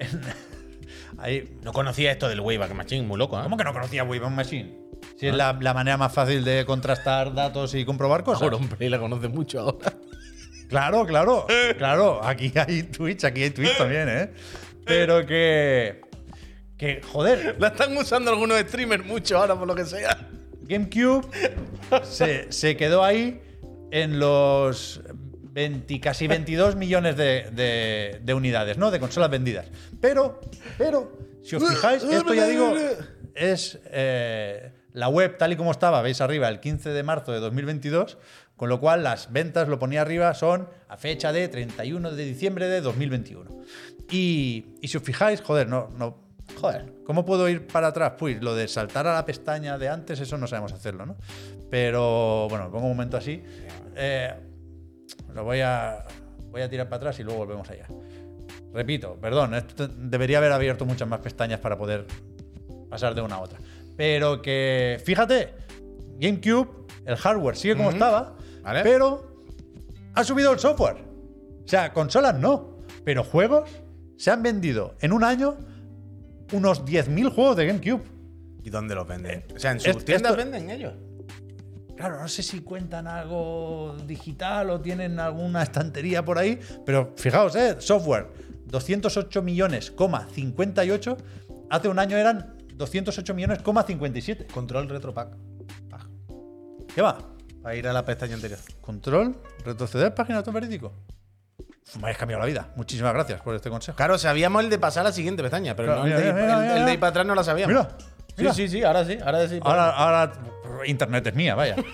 Speaker 1: ahí
Speaker 2: no conocía esto del Wayback Machine, muy loco, ¿eh?
Speaker 1: ¿Cómo que no conocía Wayback Machine? Si ¿Ah? es la, la manera más fácil de contrastar datos y comprobar cosas.
Speaker 2: Ahora, hombre, la conoce mucho ahora.
Speaker 1: Claro, claro, claro. Aquí hay Twitch, aquí hay Twitch también, ¿eh? Pero que... Que, joder...
Speaker 2: La están usando algunos streamers mucho ahora, por lo que sea.
Speaker 1: GameCube se, se quedó ahí en los veinte, casi veintidós millones de, de, de unidades, ¿no? De consolas vendidas. Pero, pero, si os fijáis, esto ya digo, es eh, la web tal y como estaba, veis arriba, el quince de marzo de dos mil veintidós, con lo cual las ventas, lo ponía arriba, son a fecha de treinta y uno de diciembre de dos mil veintiuno. Y, y si os fijáis, joder, no, no, joder, ¿cómo puedo ir para atrás? Pues lo de saltar a la pestaña de antes, eso no sabemos hacerlo, ¿no? Pero, bueno, me pongo un momento así. Eh, lo voy a, voy a tirar para atrás y luego volvemos allá. Repito, perdón, esto debería haber abierto muchas más pestañas para poder pasar de una a otra. Pero que, fíjate, GameCube, el hardware sigue como uh-huh. estaba, ¿vale? Pero ha subido el software. O sea, consolas no, pero juegos se han vendido en un año unos diez mil juegos de GameCube.
Speaker 2: ¿Y dónde los venden? O sea, en sus tiendas esto, venden ellos.
Speaker 1: Claro, no sé si cuentan algo digital o tienen alguna estantería por ahí, pero fijaos, ¿eh? Software, doscientos ocho millones, cincuenta y ocho. Hace un año eran doscientos ocho millones, cincuenta y siete.
Speaker 2: Control retropack.
Speaker 1: Ah. ¿Qué va?
Speaker 2: A ir a la pestaña anterior.
Speaker 1: Control, retroceder, página de verídico. Me habéis cambiado la vida. Muchísimas gracias por este consejo.
Speaker 2: Claro, sabíamos el de pasar a la siguiente pestaña, pero claro, no, mira, el, de, mira, mira, el, el de ir para atrás no la sabíamos.
Speaker 1: Mira, mira.
Speaker 2: Sí, sí, sí, ahora sí. Ahora sí.
Speaker 1: Ahora, ahora internet es mía, vaya.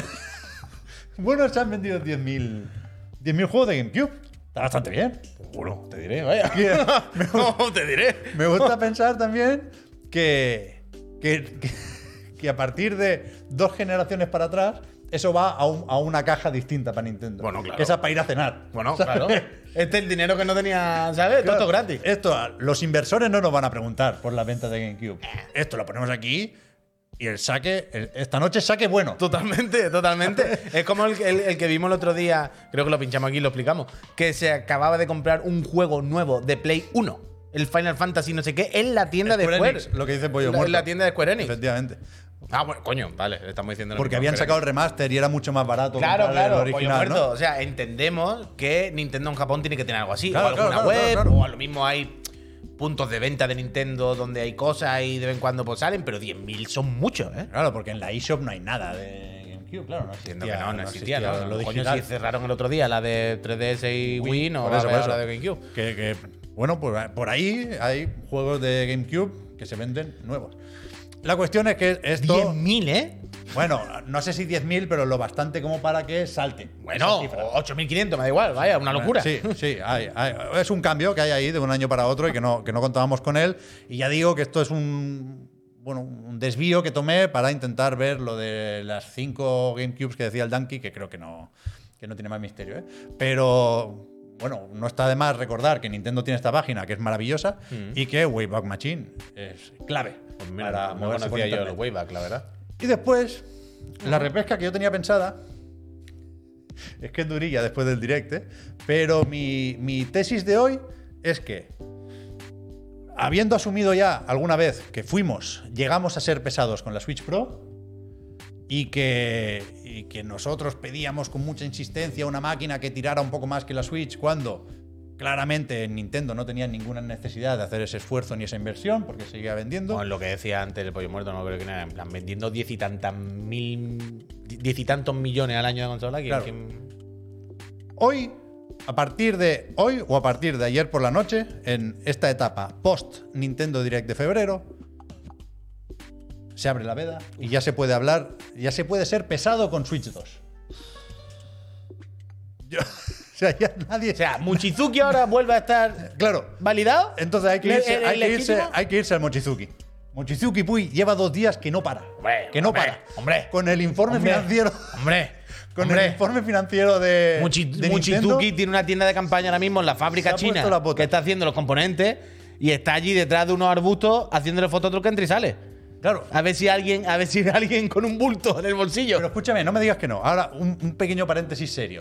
Speaker 1: Bueno, se han vendido diez mil juegos de GameCube. Está bastante bien.
Speaker 2: Bueno, te diré, vaya.
Speaker 1: me,
Speaker 2: no, te diré.
Speaker 1: Me gusta pensar también que, que, que, que a partir de dos generaciones para atrás, eso va a, un, a una caja distinta para Nintendo.
Speaker 2: Bueno, claro.
Speaker 1: Que esa para ir a cenar.
Speaker 2: Bueno, ¿sabes? Claro. Este es el dinero que no tenía, ¿sabes? Claro, todo esto gratis.
Speaker 1: Esto, los inversores no nos van a preguntar por la venta de GameCube. Esto lo ponemos aquí Y el saque, el- esta noche saque bueno.
Speaker 2: Totalmente, totalmente. Es como el, el- el que vimos el otro día, creo que lo pinchamos aquí y lo explicamos, que se acababa de comprar un juego nuevo de Play uno, el Final Fantasy no sé qué, en la tienda de
Speaker 1: Square
Speaker 2: Square.
Speaker 1: Enix, lo que dice Pollo
Speaker 2: La-
Speaker 1: Muerto.
Speaker 2: En la tienda de Square Enix.
Speaker 1: Efectivamente.
Speaker 2: Ah, bueno, coño, vale, le estamos diciendo lo
Speaker 1: Porque
Speaker 2: mismo,
Speaker 1: habían
Speaker 2: Square
Speaker 1: sacado el
Speaker 2: Enix.
Speaker 1: remaster y era mucho más barato.
Speaker 2: Claro,
Speaker 1: comprar
Speaker 2: claro,
Speaker 1: el
Speaker 2: pollo
Speaker 1: original,
Speaker 2: muerto.
Speaker 1: ¿no?
Speaker 2: O sea, entendemos que Nintendo en Japón tiene que tener algo así.
Speaker 1: Claro,
Speaker 2: o alguna
Speaker 1: claro, claro,
Speaker 2: web,
Speaker 1: claro, claro.
Speaker 2: o a lo mismo hay puntos de venta de Nintendo donde hay cosas y de vez en cuando pues salen, pero diez mil son muchos, ¿eh?
Speaker 1: Claro, porque en la eShop no hay nada de GameCube, claro. No
Speaker 2: Entiendo
Speaker 1: existía,
Speaker 2: que no, no existía. No,
Speaker 1: lo
Speaker 2: Coño,
Speaker 1: digital.
Speaker 2: si cerraron el otro día la de tres D S y Wii, no
Speaker 1: por
Speaker 2: va a
Speaker 1: eso,
Speaker 2: haber
Speaker 1: por
Speaker 2: ahora
Speaker 1: eso.
Speaker 2: de GameCube.
Speaker 1: Que, que, bueno, pues por ahí hay juegos de GameCube que se venden nuevos. La cuestión es que esto.
Speaker 2: diez mil, ¿eh?
Speaker 1: Bueno, no sé si diez mil, pero lo bastante como para que salte.
Speaker 2: Bueno,
Speaker 1: esa cifra.
Speaker 2: ocho mil quinientos, me da igual, vaya, una locura.
Speaker 1: Sí, sí, hay- hay- es un cambio que hay ahí de un año para otro y que no, que no contábamos con él. Y ya digo que esto es un, bueno, un desvío que tomé para intentar ver lo de las cinco GameCubes que decía el Donkey, que creo que no, que no tiene más misterio. ¿eh? Pero bueno, no está de más recordar que Nintendo tiene esta página que es maravillosa y que Wayback Machine es clave
Speaker 2: Pues mira,
Speaker 1: para
Speaker 2: no
Speaker 1: moverse por
Speaker 2: conocía yo
Speaker 1: internet.
Speaker 2: el Wayback, la verdad.
Speaker 1: Y después, la repesca que yo tenía pensada, es que es durilla después del direct, ¿eh? Pero mi, mi tesis de hoy es que, habiendo asumido ya alguna vez que fuimos, llegamos a ser pesados con la Switch Pro y que, y que nosotros pedíamos con mucha insistencia una máquina que tirara un poco más que la Switch cuando claramente en Nintendo no tenían ninguna necesidad de hacer ese esfuerzo ni esa inversión porque seguía vendiendo.
Speaker 2: Bueno, lo que decía antes el pollo muerto, no creo que nada. En plan, vendiendo diez y tantas mil. Diez y tantos millones al año de consola. ¿quién-
Speaker 1: Claro.
Speaker 2: quién-
Speaker 1: Hoy, a partir de hoy o a partir de ayer por la noche, en esta etapa post Nintendo Direct de febrero, se abre la veda y ya se puede hablar, ya se puede ser pesado con Switch dos. Yo- o sea, ya nadie.
Speaker 2: O sea, Mochizuki ahora vuelve a estar
Speaker 1: claro.
Speaker 2: validado.
Speaker 1: Entonces hay que
Speaker 2: ¿Le-
Speaker 1: irse,
Speaker 2: el-
Speaker 1: hay
Speaker 2: el
Speaker 1: que irse,
Speaker 2: legítimo?
Speaker 1: hay que irse al Mochizuki. Mochizuki Puy lleva dos días que no para.
Speaker 2: Hombre,
Speaker 1: que no
Speaker 2: hombre,
Speaker 1: para.
Speaker 2: hombre.
Speaker 1: Con el informe
Speaker 2: Hombre,
Speaker 1: financiero.
Speaker 2: Hombre,
Speaker 1: Con
Speaker 2: hombre.
Speaker 1: el informe financiero de.
Speaker 2: Mochi-
Speaker 1: de
Speaker 2: Mochizuki
Speaker 1: Nintendo.
Speaker 2: tiene una tienda de campaña ahora mismo en la fábrica
Speaker 1: Se ha
Speaker 2: china
Speaker 1: puesto la bota.
Speaker 2: que está haciendo los componentes y está allí detrás de unos arbustos haciéndole fotos a otro que entra y sale.
Speaker 1: Claro.
Speaker 2: A ver si alguien, a ver si alguien con un bulto en el bolsillo.
Speaker 1: Pero escúchame, no me digas que no. Ahora, un, un pequeño paréntesis serio.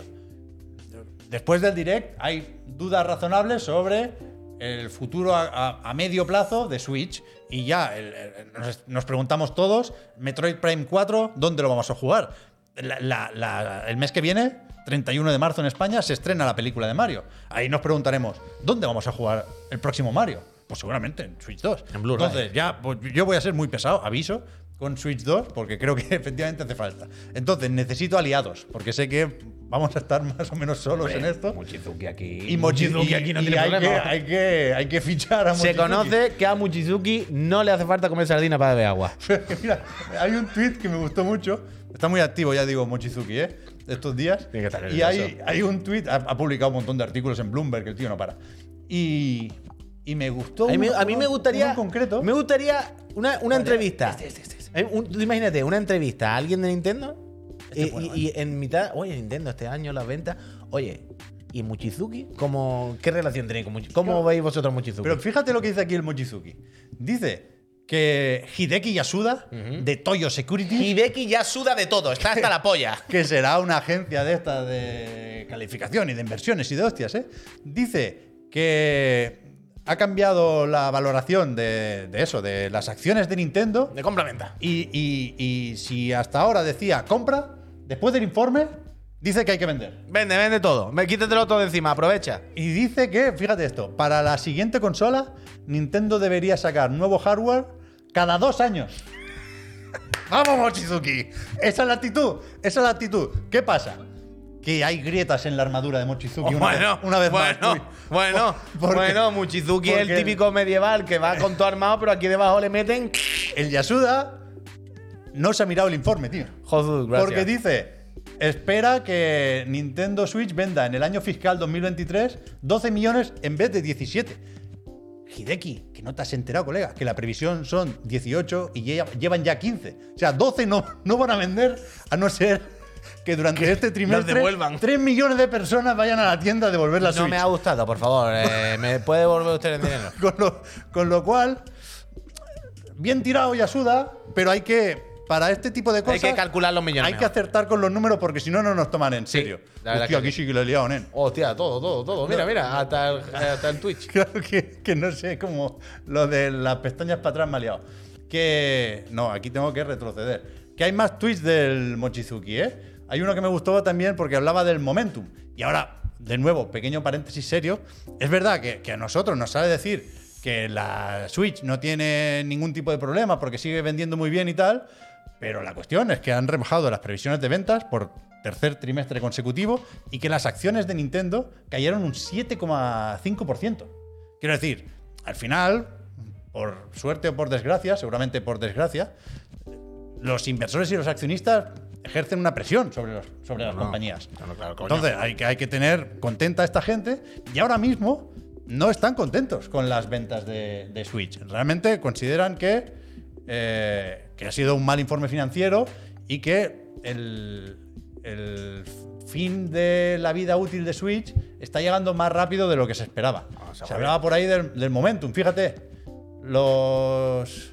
Speaker 1: Después del direct hay dudas razonables sobre el futuro a, a- a medio plazo de Switch. Y ya el- el- nos, nos preguntamos todos, Metroid Prime cuatro, ¿dónde lo vamos a jugar? La- la- la- el mes que viene, treinta y uno de marzo en España, se estrena la película de Mario. Ahí nos preguntaremos, ¿dónde vamos a jugar el próximo Mario? Pues seguramente en Switch dos.
Speaker 2: En Blu-ray.
Speaker 1: Entonces, ya, pues yo voy a ser muy pesado, aviso, con Switch dos, porque creo que efectivamente hace falta. Entonces, necesito aliados, porque sé que vamos a estar más o menos solos en esto.
Speaker 2: Mochizuki aquí.
Speaker 1: Y, Mochi-
Speaker 2: Mochizuki
Speaker 1: y-
Speaker 2: aquí no
Speaker 1: y
Speaker 2: tiene
Speaker 1: hay, que,
Speaker 2: problema.
Speaker 1: hay, que, hay que fichar a
Speaker 2: Se
Speaker 1: Mochizuki.
Speaker 2: conoce que a Mochizuki no le hace falta comer sardina para beber agua.
Speaker 1: Pero que mira, hay un tweet que me gustó mucho. Está muy activo, ya digo, Mochizuki, ¿eh? Estos días.
Speaker 2: Tiene que estar
Speaker 1: y
Speaker 2: nervioso.
Speaker 1: hay, hay un tweet, ha, ha publicado un montón de artículos en Bloomberg, que el tío no para. Y, y me gustó.
Speaker 2: A mí, me-
Speaker 1: uno-
Speaker 2: a mí me
Speaker 1: uno-
Speaker 2: gustaría.
Speaker 1: uno en concreto.
Speaker 2: Me gustaría una, una entrevista.
Speaker 1: Este, este, este, este.
Speaker 2: Eh, un- tú imagínate, una entrevista a alguien de Nintendo.
Speaker 1: Este
Speaker 2: y,
Speaker 1: es bueno,
Speaker 2: y- y en mitad, oye, Nintendo, este año las ventas. Oye, ¿y Mochizuki? ¿Cómo, ¿Qué relación tenéis con Mochizuki? ¿Cómo
Speaker 1: Claro.
Speaker 2: veis vosotros Mochizuki?
Speaker 1: Pero fíjate lo que dice aquí el Mochizuki. Dice que Hideki Yasuda, de Toyo Security,
Speaker 2: Hideki ya suda de todo, está hasta la polla.
Speaker 1: que será una agencia de estas de calificación y de inversiones y de hostias, ¿eh? Dice que ha cambiado la valoración de, de eso, de las acciones de Nintendo.
Speaker 2: De compra-venta.
Speaker 1: Y, y- y si hasta ahora decía compra, después del informe, dice que hay que vender.
Speaker 2: Vende, vende todo. Me quítatelo todo de encima, aprovecha.
Speaker 1: Y dice que, fíjate esto, para la siguiente consola, Nintendo debería sacar nuevo hardware cada dos años. ¡Vamos, Mochizuki! Esa es la actitud, esa es la actitud. ¿Qué pasa? Que hay grietas en la armadura de Mochizuki una
Speaker 2: bueno,
Speaker 1: vez, una vez
Speaker 2: bueno,
Speaker 1: más. Uy.
Speaker 2: bueno,
Speaker 1: Porque-
Speaker 2: bueno, Mochizuki es el
Speaker 1: porque-
Speaker 2: típico medieval que va con todo armado, pero aquí debajo le meten.
Speaker 1: El Yasuda no se ha mirado el informe, tío.
Speaker 2: Joder, gracias.
Speaker 1: Porque dice, espera que Nintendo Switch venda en el año fiscal dos mil veintitrés doce millones en vez de diecisiete. Hideki, que no te has enterado, colega, que la previsión son dieciocho y lle- llevan ya quince. O sea, doce no, no van a vender a no ser que durante este trimestre
Speaker 2: devuelvan.
Speaker 1: tres millones de personas vayan a la tienda a devolver la
Speaker 2: No
Speaker 1: Switch.
Speaker 2: me ha gustado, por favor. eh, ¿Me puede devolver usted el dinero?
Speaker 1: Con lo, con lo cual, bien tirado Yasuda, pero hay que para este tipo de cosas
Speaker 2: Hay que calcular los millones.
Speaker 1: hay que acertar con los números porque si no, no nos toman en serio.
Speaker 2: la verdad
Speaker 1: Hostia,
Speaker 2: que
Speaker 1: aquí
Speaker 2: sí.
Speaker 1: sí que lo he liado, nen.
Speaker 2: Hostia, todo, todo, todo. Mira, mira, hasta el, hasta el Twitch.
Speaker 1: Claro que, que no sé cómo lo de las pestañas para atrás me ha liado. Que. No, aquí tengo que retroceder. Que hay más tweets del Mochizuki, ¿eh? Hay uno que me gustó también porque hablaba del momentum. Y ahora, de nuevo, pequeño paréntesis serio. Es verdad que, que a nosotros nos sale decir que la Switch no tiene ningún tipo de problema porque sigue vendiendo muy bien y tal. Pero la cuestión es que han rebajado las previsiones de ventas por tercer trimestre consecutivo y que las acciones de Nintendo cayeron un siete coma cinco por ciento. Quiero decir, al final, por suerte o por desgracia, seguramente por desgracia, los inversores y los accionistas ejercen una presión sobre, los, sobre las
Speaker 2: No,
Speaker 1: compañías.
Speaker 2: no, claro, coño.
Speaker 1: Entonces, hay que, hay que tener contenta a esta gente y ahora mismo no están contentos con las ventas de, de Switch. Realmente consideran que, eh, que ha sido un mal informe financiero y que el, el fin de la vida útil de Switch está llegando más rápido de lo que se esperaba.
Speaker 2: Ah,
Speaker 1: se hablaba por ahí del, del momentum. Fíjate, los...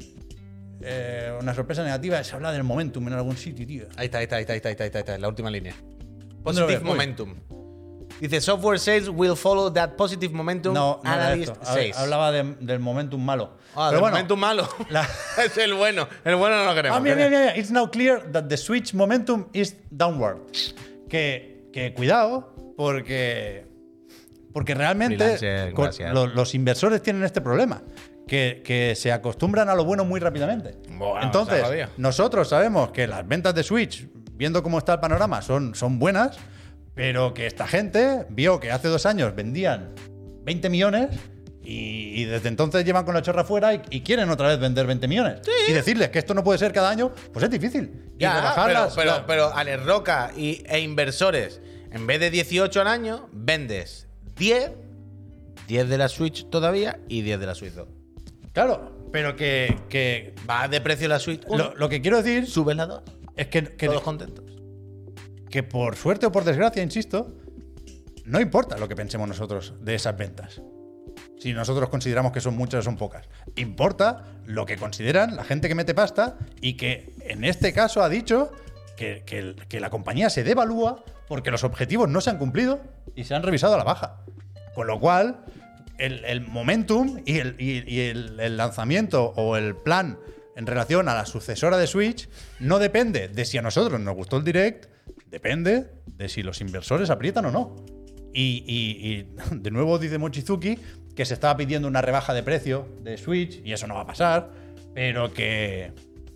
Speaker 1: Eh, una sorpresa negativa, se habla del momentum en algún sitio, tío.
Speaker 2: Ahí está, ahí está, ahí está, ahí está, ahí está, ahí está, la última línea.
Speaker 1: ¿Dónde lo
Speaker 2: Positive
Speaker 1: ves? Voy.
Speaker 2: momentum. Dice, software sales will follow that positive momentum.
Speaker 1: No, no era
Speaker 2: analyst
Speaker 1: esto.
Speaker 2: says.
Speaker 1: Hablaba de- del momentum malo.
Speaker 2: Ah,
Speaker 1: Pero
Speaker 2: del
Speaker 1: bueno,
Speaker 2: momentum malo.
Speaker 1: la-
Speaker 2: Es el bueno. El bueno no lo queremos.
Speaker 1: Ah, mira,
Speaker 2: queremos-
Speaker 1: mira, mira. It's now clear that the Switch momentum is downward. Que, que cuidado, porque, porque realmente
Speaker 2: Freelancer,
Speaker 1: con-
Speaker 2: gracias.
Speaker 1: lo- los inversores tienen este problema. Que, que se acostumbran a lo bueno muy rápidamente.
Speaker 2: Bueno,
Speaker 1: Entonces,
Speaker 2: se ha jodido.
Speaker 1: nosotros sabemos que las ventas de Switch, viendo cómo está el panorama, son, son buenas, pero que esta gente vio que hace dos años vendían veinte millones y, y desde entonces llevan con la chorra fuera y, y quieren otra vez vender veinte millones. Y decirles que esto no puede ser cada año, pues es difícil. Y
Speaker 2: Ya,
Speaker 1: rebajar
Speaker 2: pero,
Speaker 1: las-
Speaker 2: pero,
Speaker 1: la-
Speaker 2: pero Alex Roca y, e inversores, en vez de dieciocho al año, vendes diez, diez de la Switch todavía y diez de la Switch dos.
Speaker 1: Claro, pero que, que
Speaker 2: Va de precio la Switch uno,
Speaker 1: lo, lo que quiero decir
Speaker 2: subes la dos,
Speaker 1: es que, que,
Speaker 2: todos contentos.
Speaker 1: que por suerte o por desgracia, insisto, no importa lo que pensemos nosotros de esas ventas. Si nosotros consideramos que son muchas o son pocas. Importa lo que consideran la gente que mete pasta y que en este caso ha dicho que, que el- que la compañía se devalúa porque los objetivos no se han cumplido y se han revisado a la baja. Con lo cual, el, el momentum y, el, y- y el- el lanzamiento o el plan en relación a la sucesora de Switch no depende de si a nosotros nos gustó el Direct, depende de si los inversores aprietan o no. Y, y- y de nuevo dice Mochizuki que se estaba pidiendo una rebaja de precio de Switch y eso no va a pasar, pero que,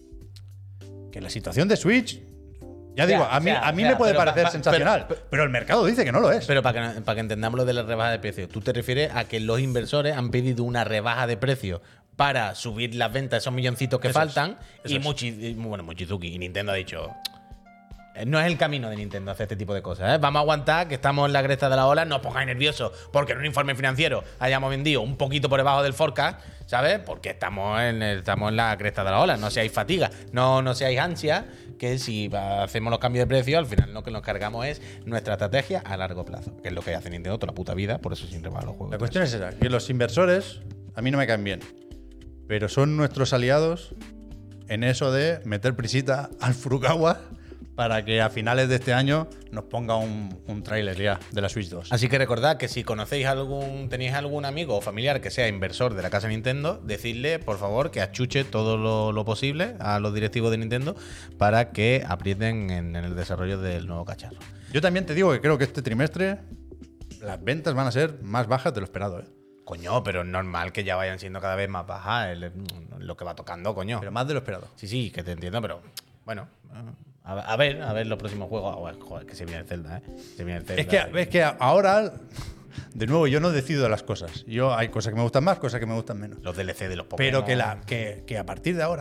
Speaker 1: que la situación de Switch, ya digo, a mí,
Speaker 2: o sea,
Speaker 1: a mí
Speaker 2: o sea,
Speaker 1: me puede
Speaker 2: pero pa-
Speaker 1: parecer
Speaker 2: pa-
Speaker 1: sensacional,
Speaker 2: pero-
Speaker 1: pero, el mercado dice que no lo es.
Speaker 2: Pero para que, para que entendamos lo de la rebaja de precio, tú te refieres a que los inversores han pedido una rebaja de precio para subir las ventas, esos milloncitos que
Speaker 1: Eso es,
Speaker 2: faltan,
Speaker 1: eso
Speaker 2: y,
Speaker 1: es.
Speaker 2: Mochi- y, bueno, Mochizuki y Nintendo ha dicho, "Eh, no es el camino de Nintendo hacer este tipo de cosas. ¿eh? Vamos a aguantar, que estamos en la cresta de la ola, no os pongáis nerviosos porque en un informe financiero hayamos vendido un poquito por debajo del forecast, ¿sabes? Porque estamos en, el- estamos en la cresta de la ola, no seáis fatiga, no, no seáis ansia, que si va- hacemos los cambios de precio, al final lo que nos cargamos es nuestra estrategia a largo plazo, que es lo que hace Nintendo toda la puta vida, por eso siempre va a los juegos.
Speaker 1: La cuestión es esa, que los inversores a mí no me caen bien, pero son nuestros aliados en eso de meter prisita al Furukawa para que a finales de este año nos ponga un, un tráiler ya de la Switch dos.
Speaker 2: Así que recordad que si conocéis algún, tenéis algún amigo o familiar que sea inversor de la casa Nintendo, decidle, por favor, que achuche todo lo, lo posible a los directivos de Nintendo para que aprieten en, en el desarrollo del nuevo cacharro.
Speaker 1: Yo también te digo que creo que este trimestre las ventas van a ser más bajas de lo esperado, ¿eh?
Speaker 2: Coño, pero es normal que ya vayan siendo cada vez más bajas el- lo que va tocando, coño.
Speaker 1: Pero más de lo esperado.
Speaker 2: Sí, sí, que te entiendo, pero bueno, a, a ver, a ver los próximos juegos. Oh, joder, que se viene el Zelda, ¿eh? Se viene el Zelda.
Speaker 1: Es que, es que ahora, de nuevo, yo no decido las cosas. Yo hay cosas que me gustan más, cosas que me gustan menos.
Speaker 2: Los D L C de los Pokémon.
Speaker 1: Pero que, la, que, que a partir de ahora,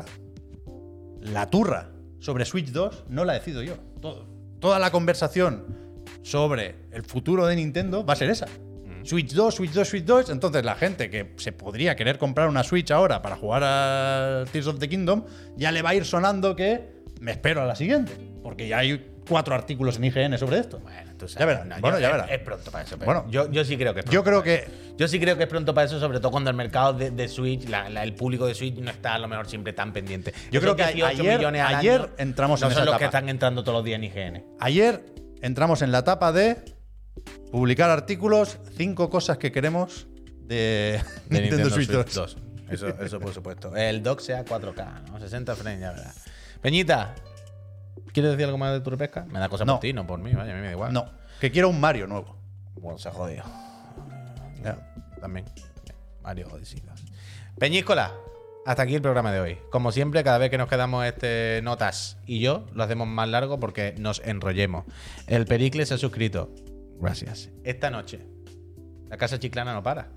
Speaker 1: la turra sobre Switch dos no la decido yo. Todo, toda la conversación sobre el futuro de Nintendo va a ser esa. Switch dos, Switch dos, Switch dos. Entonces la gente que se podría querer comprar una Switch ahora para jugar a Tears of the Kingdom, ya le va a ir sonando que me espero a la siguiente. Porque ya hay cuatro artículos en I G N sobre esto.
Speaker 2: Bueno, tú sabes.
Speaker 1: Ya verás.
Speaker 2: no,
Speaker 1: Bueno,
Speaker 2: yo-
Speaker 1: ya
Speaker 2: es-
Speaker 1: verás.
Speaker 2: Es pronto para eso. Pero
Speaker 1: Bueno,
Speaker 2: yo, yo sí creo que es pronto
Speaker 1: Yo creo
Speaker 2: para
Speaker 1: que.
Speaker 2: eso. Yo sí creo que es pronto para eso, sobre todo cuando el mercado de, de Switch, la- la- el público de Switch no está a lo mejor siempre tan pendiente.
Speaker 1: Yo creo
Speaker 2: Esos
Speaker 1: que
Speaker 2: dieciocho
Speaker 1: ayer-
Speaker 2: millones al
Speaker 1: ayer
Speaker 2: año
Speaker 1: entramos
Speaker 2: no
Speaker 1: en
Speaker 2: son
Speaker 1: esa
Speaker 2: los que
Speaker 1: etapa.
Speaker 2: están entrando todos los días en I G N.
Speaker 1: Ayer entramos en la etapa de publicar artículos, cinco cosas que queremos de,
Speaker 2: De
Speaker 1: Nintendo, Switch dos.
Speaker 2: dos. Eso, eso por supuesto. El dock sea cuatro K, ¿no? sesenta frames, ya verás. Peñita, ¿quieres decir algo más de tu repesca? Me da cosa
Speaker 1: No.
Speaker 2: por ti, no por mí, vaya, a mí me da igual.
Speaker 1: No, que quiero un Mario nuevo.
Speaker 2: Bueno, se ha jodido.
Speaker 1: Ya.
Speaker 2: También. Mario Odyssey. Peñíscola, hasta aquí el programa de hoy. Como siempre, cada vez que nos quedamos este Notas y yo, lo hacemos más largo porque nos enrollemos. El Pericles se ha suscrito. Gracias. Esta noche, la Casa Chiclana no para.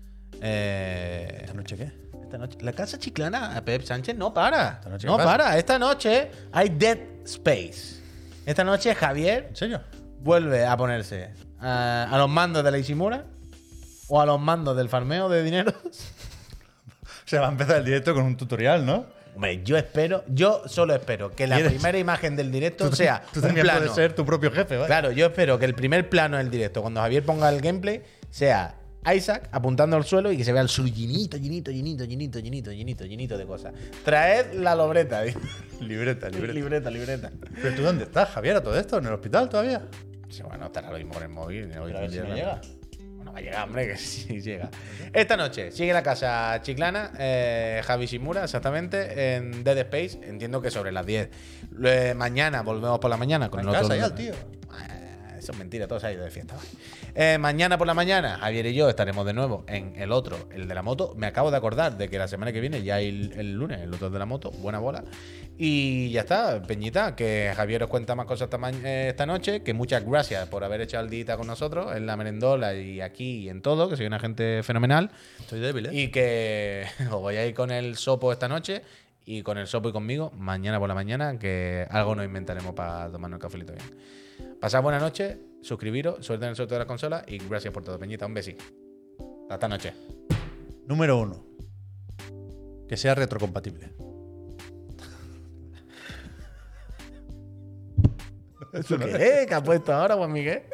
Speaker 2: Eh,
Speaker 1: ¿Esta noche qué?
Speaker 2: esta noche, la Casa Chiclana, Pep Sánchez, no para.
Speaker 1: ¿Esta noche
Speaker 2: No
Speaker 1: qué pasa?
Speaker 2: para. Esta noche hay Dead Space. Esta noche Javier
Speaker 1: ¿En serio?
Speaker 2: vuelve a ponerse a, a los mandos de la Ishimura o a los mandos del farmeo de dinero.
Speaker 1: O sea, va a empezar el directo con un tutorial, ¿no?
Speaker 2: Hombre, yo espero, yo solo espero que la
Speaker 1: ¿Quieres?
Speaker 2: primera imagen del directo sea
Speaker 1: Tú
Speaker 2: un
Speaker 1: también
Speaker 2: plano.
Speaker 1: puedes ser tu propio jefe, ¿vale?
Speaker 2: Claro, yo espero que el primer plano del directo, cuando Javier ponga el gameplay, sea Isaac apuntando al suelo y que se vea el suelo llenito, llenito, llenito, llenito, llenito, llenito, llenito de cosas. Traed la lobreta. dice.
Speaker 1: Libreta, libreta.
Speaker 2: libreta, libreta.
Speaker 1: ¿Pero tú dónde estás, Javier, a todo esto? ¿En el hospital todavía?
Speaker 2: Sí, bueno, estará lo mismo con el móvil. ¿no? Hoy
Speaker 1: Pero a ver
Speaker 2: en
Speaker 1: si
Speaker 2: día
Speaker 1: me
Speaker 2: no-
Speaker 1: llega.
Speaker 2: Bueno, va a llegar, hombre, que sí llega. Esta noche sigue la casa chiclana, eh, Javi Shimura, exactamente, en Dead Space. Entiendo que sobre las diez. Eh, mañana volvemos por la mañana con
Speaker 1: En
Speaker 2: el otro.
Speaker 1: casa ya, el tío.
Speaker 2: Eh, Eso es mentira, todos se han ido de fiesta. vale. Eh, mañana por la mañana, Javier y yo estaremos de nuevo en el otro, el de la moto. Me acabo de acordar de que la semana que viene ya hay el, el lunes, el otro de la moto. Buena bola. Y ya está, Peñita, que Javier os cuenta más cosas esta, ma- eh, esta noche. Que muchas gracias por haber echado el día con nosotros en la merendola y aquí y en todo, que soy una gente fenomenal.
Speaker 1: Estoy débil, ¿eh?
Speaker 2: Y que os vayáis con el sopo esta noche y con el sopo y conmigo mañana por la mañana, que algo nos inventaremos para tomarnos el cafelito bien. Pasad buena noche, suscribiros, suerte en el sorteo de la consola y gracias por todo, Peñita. Un besito. Hasta esta noche.
Speaker 1: Número uno. Que sea retrocompatible.
Speaker 2: ¿Eso qué es? ¿Qué ha puesto ahora, Juan Miguel?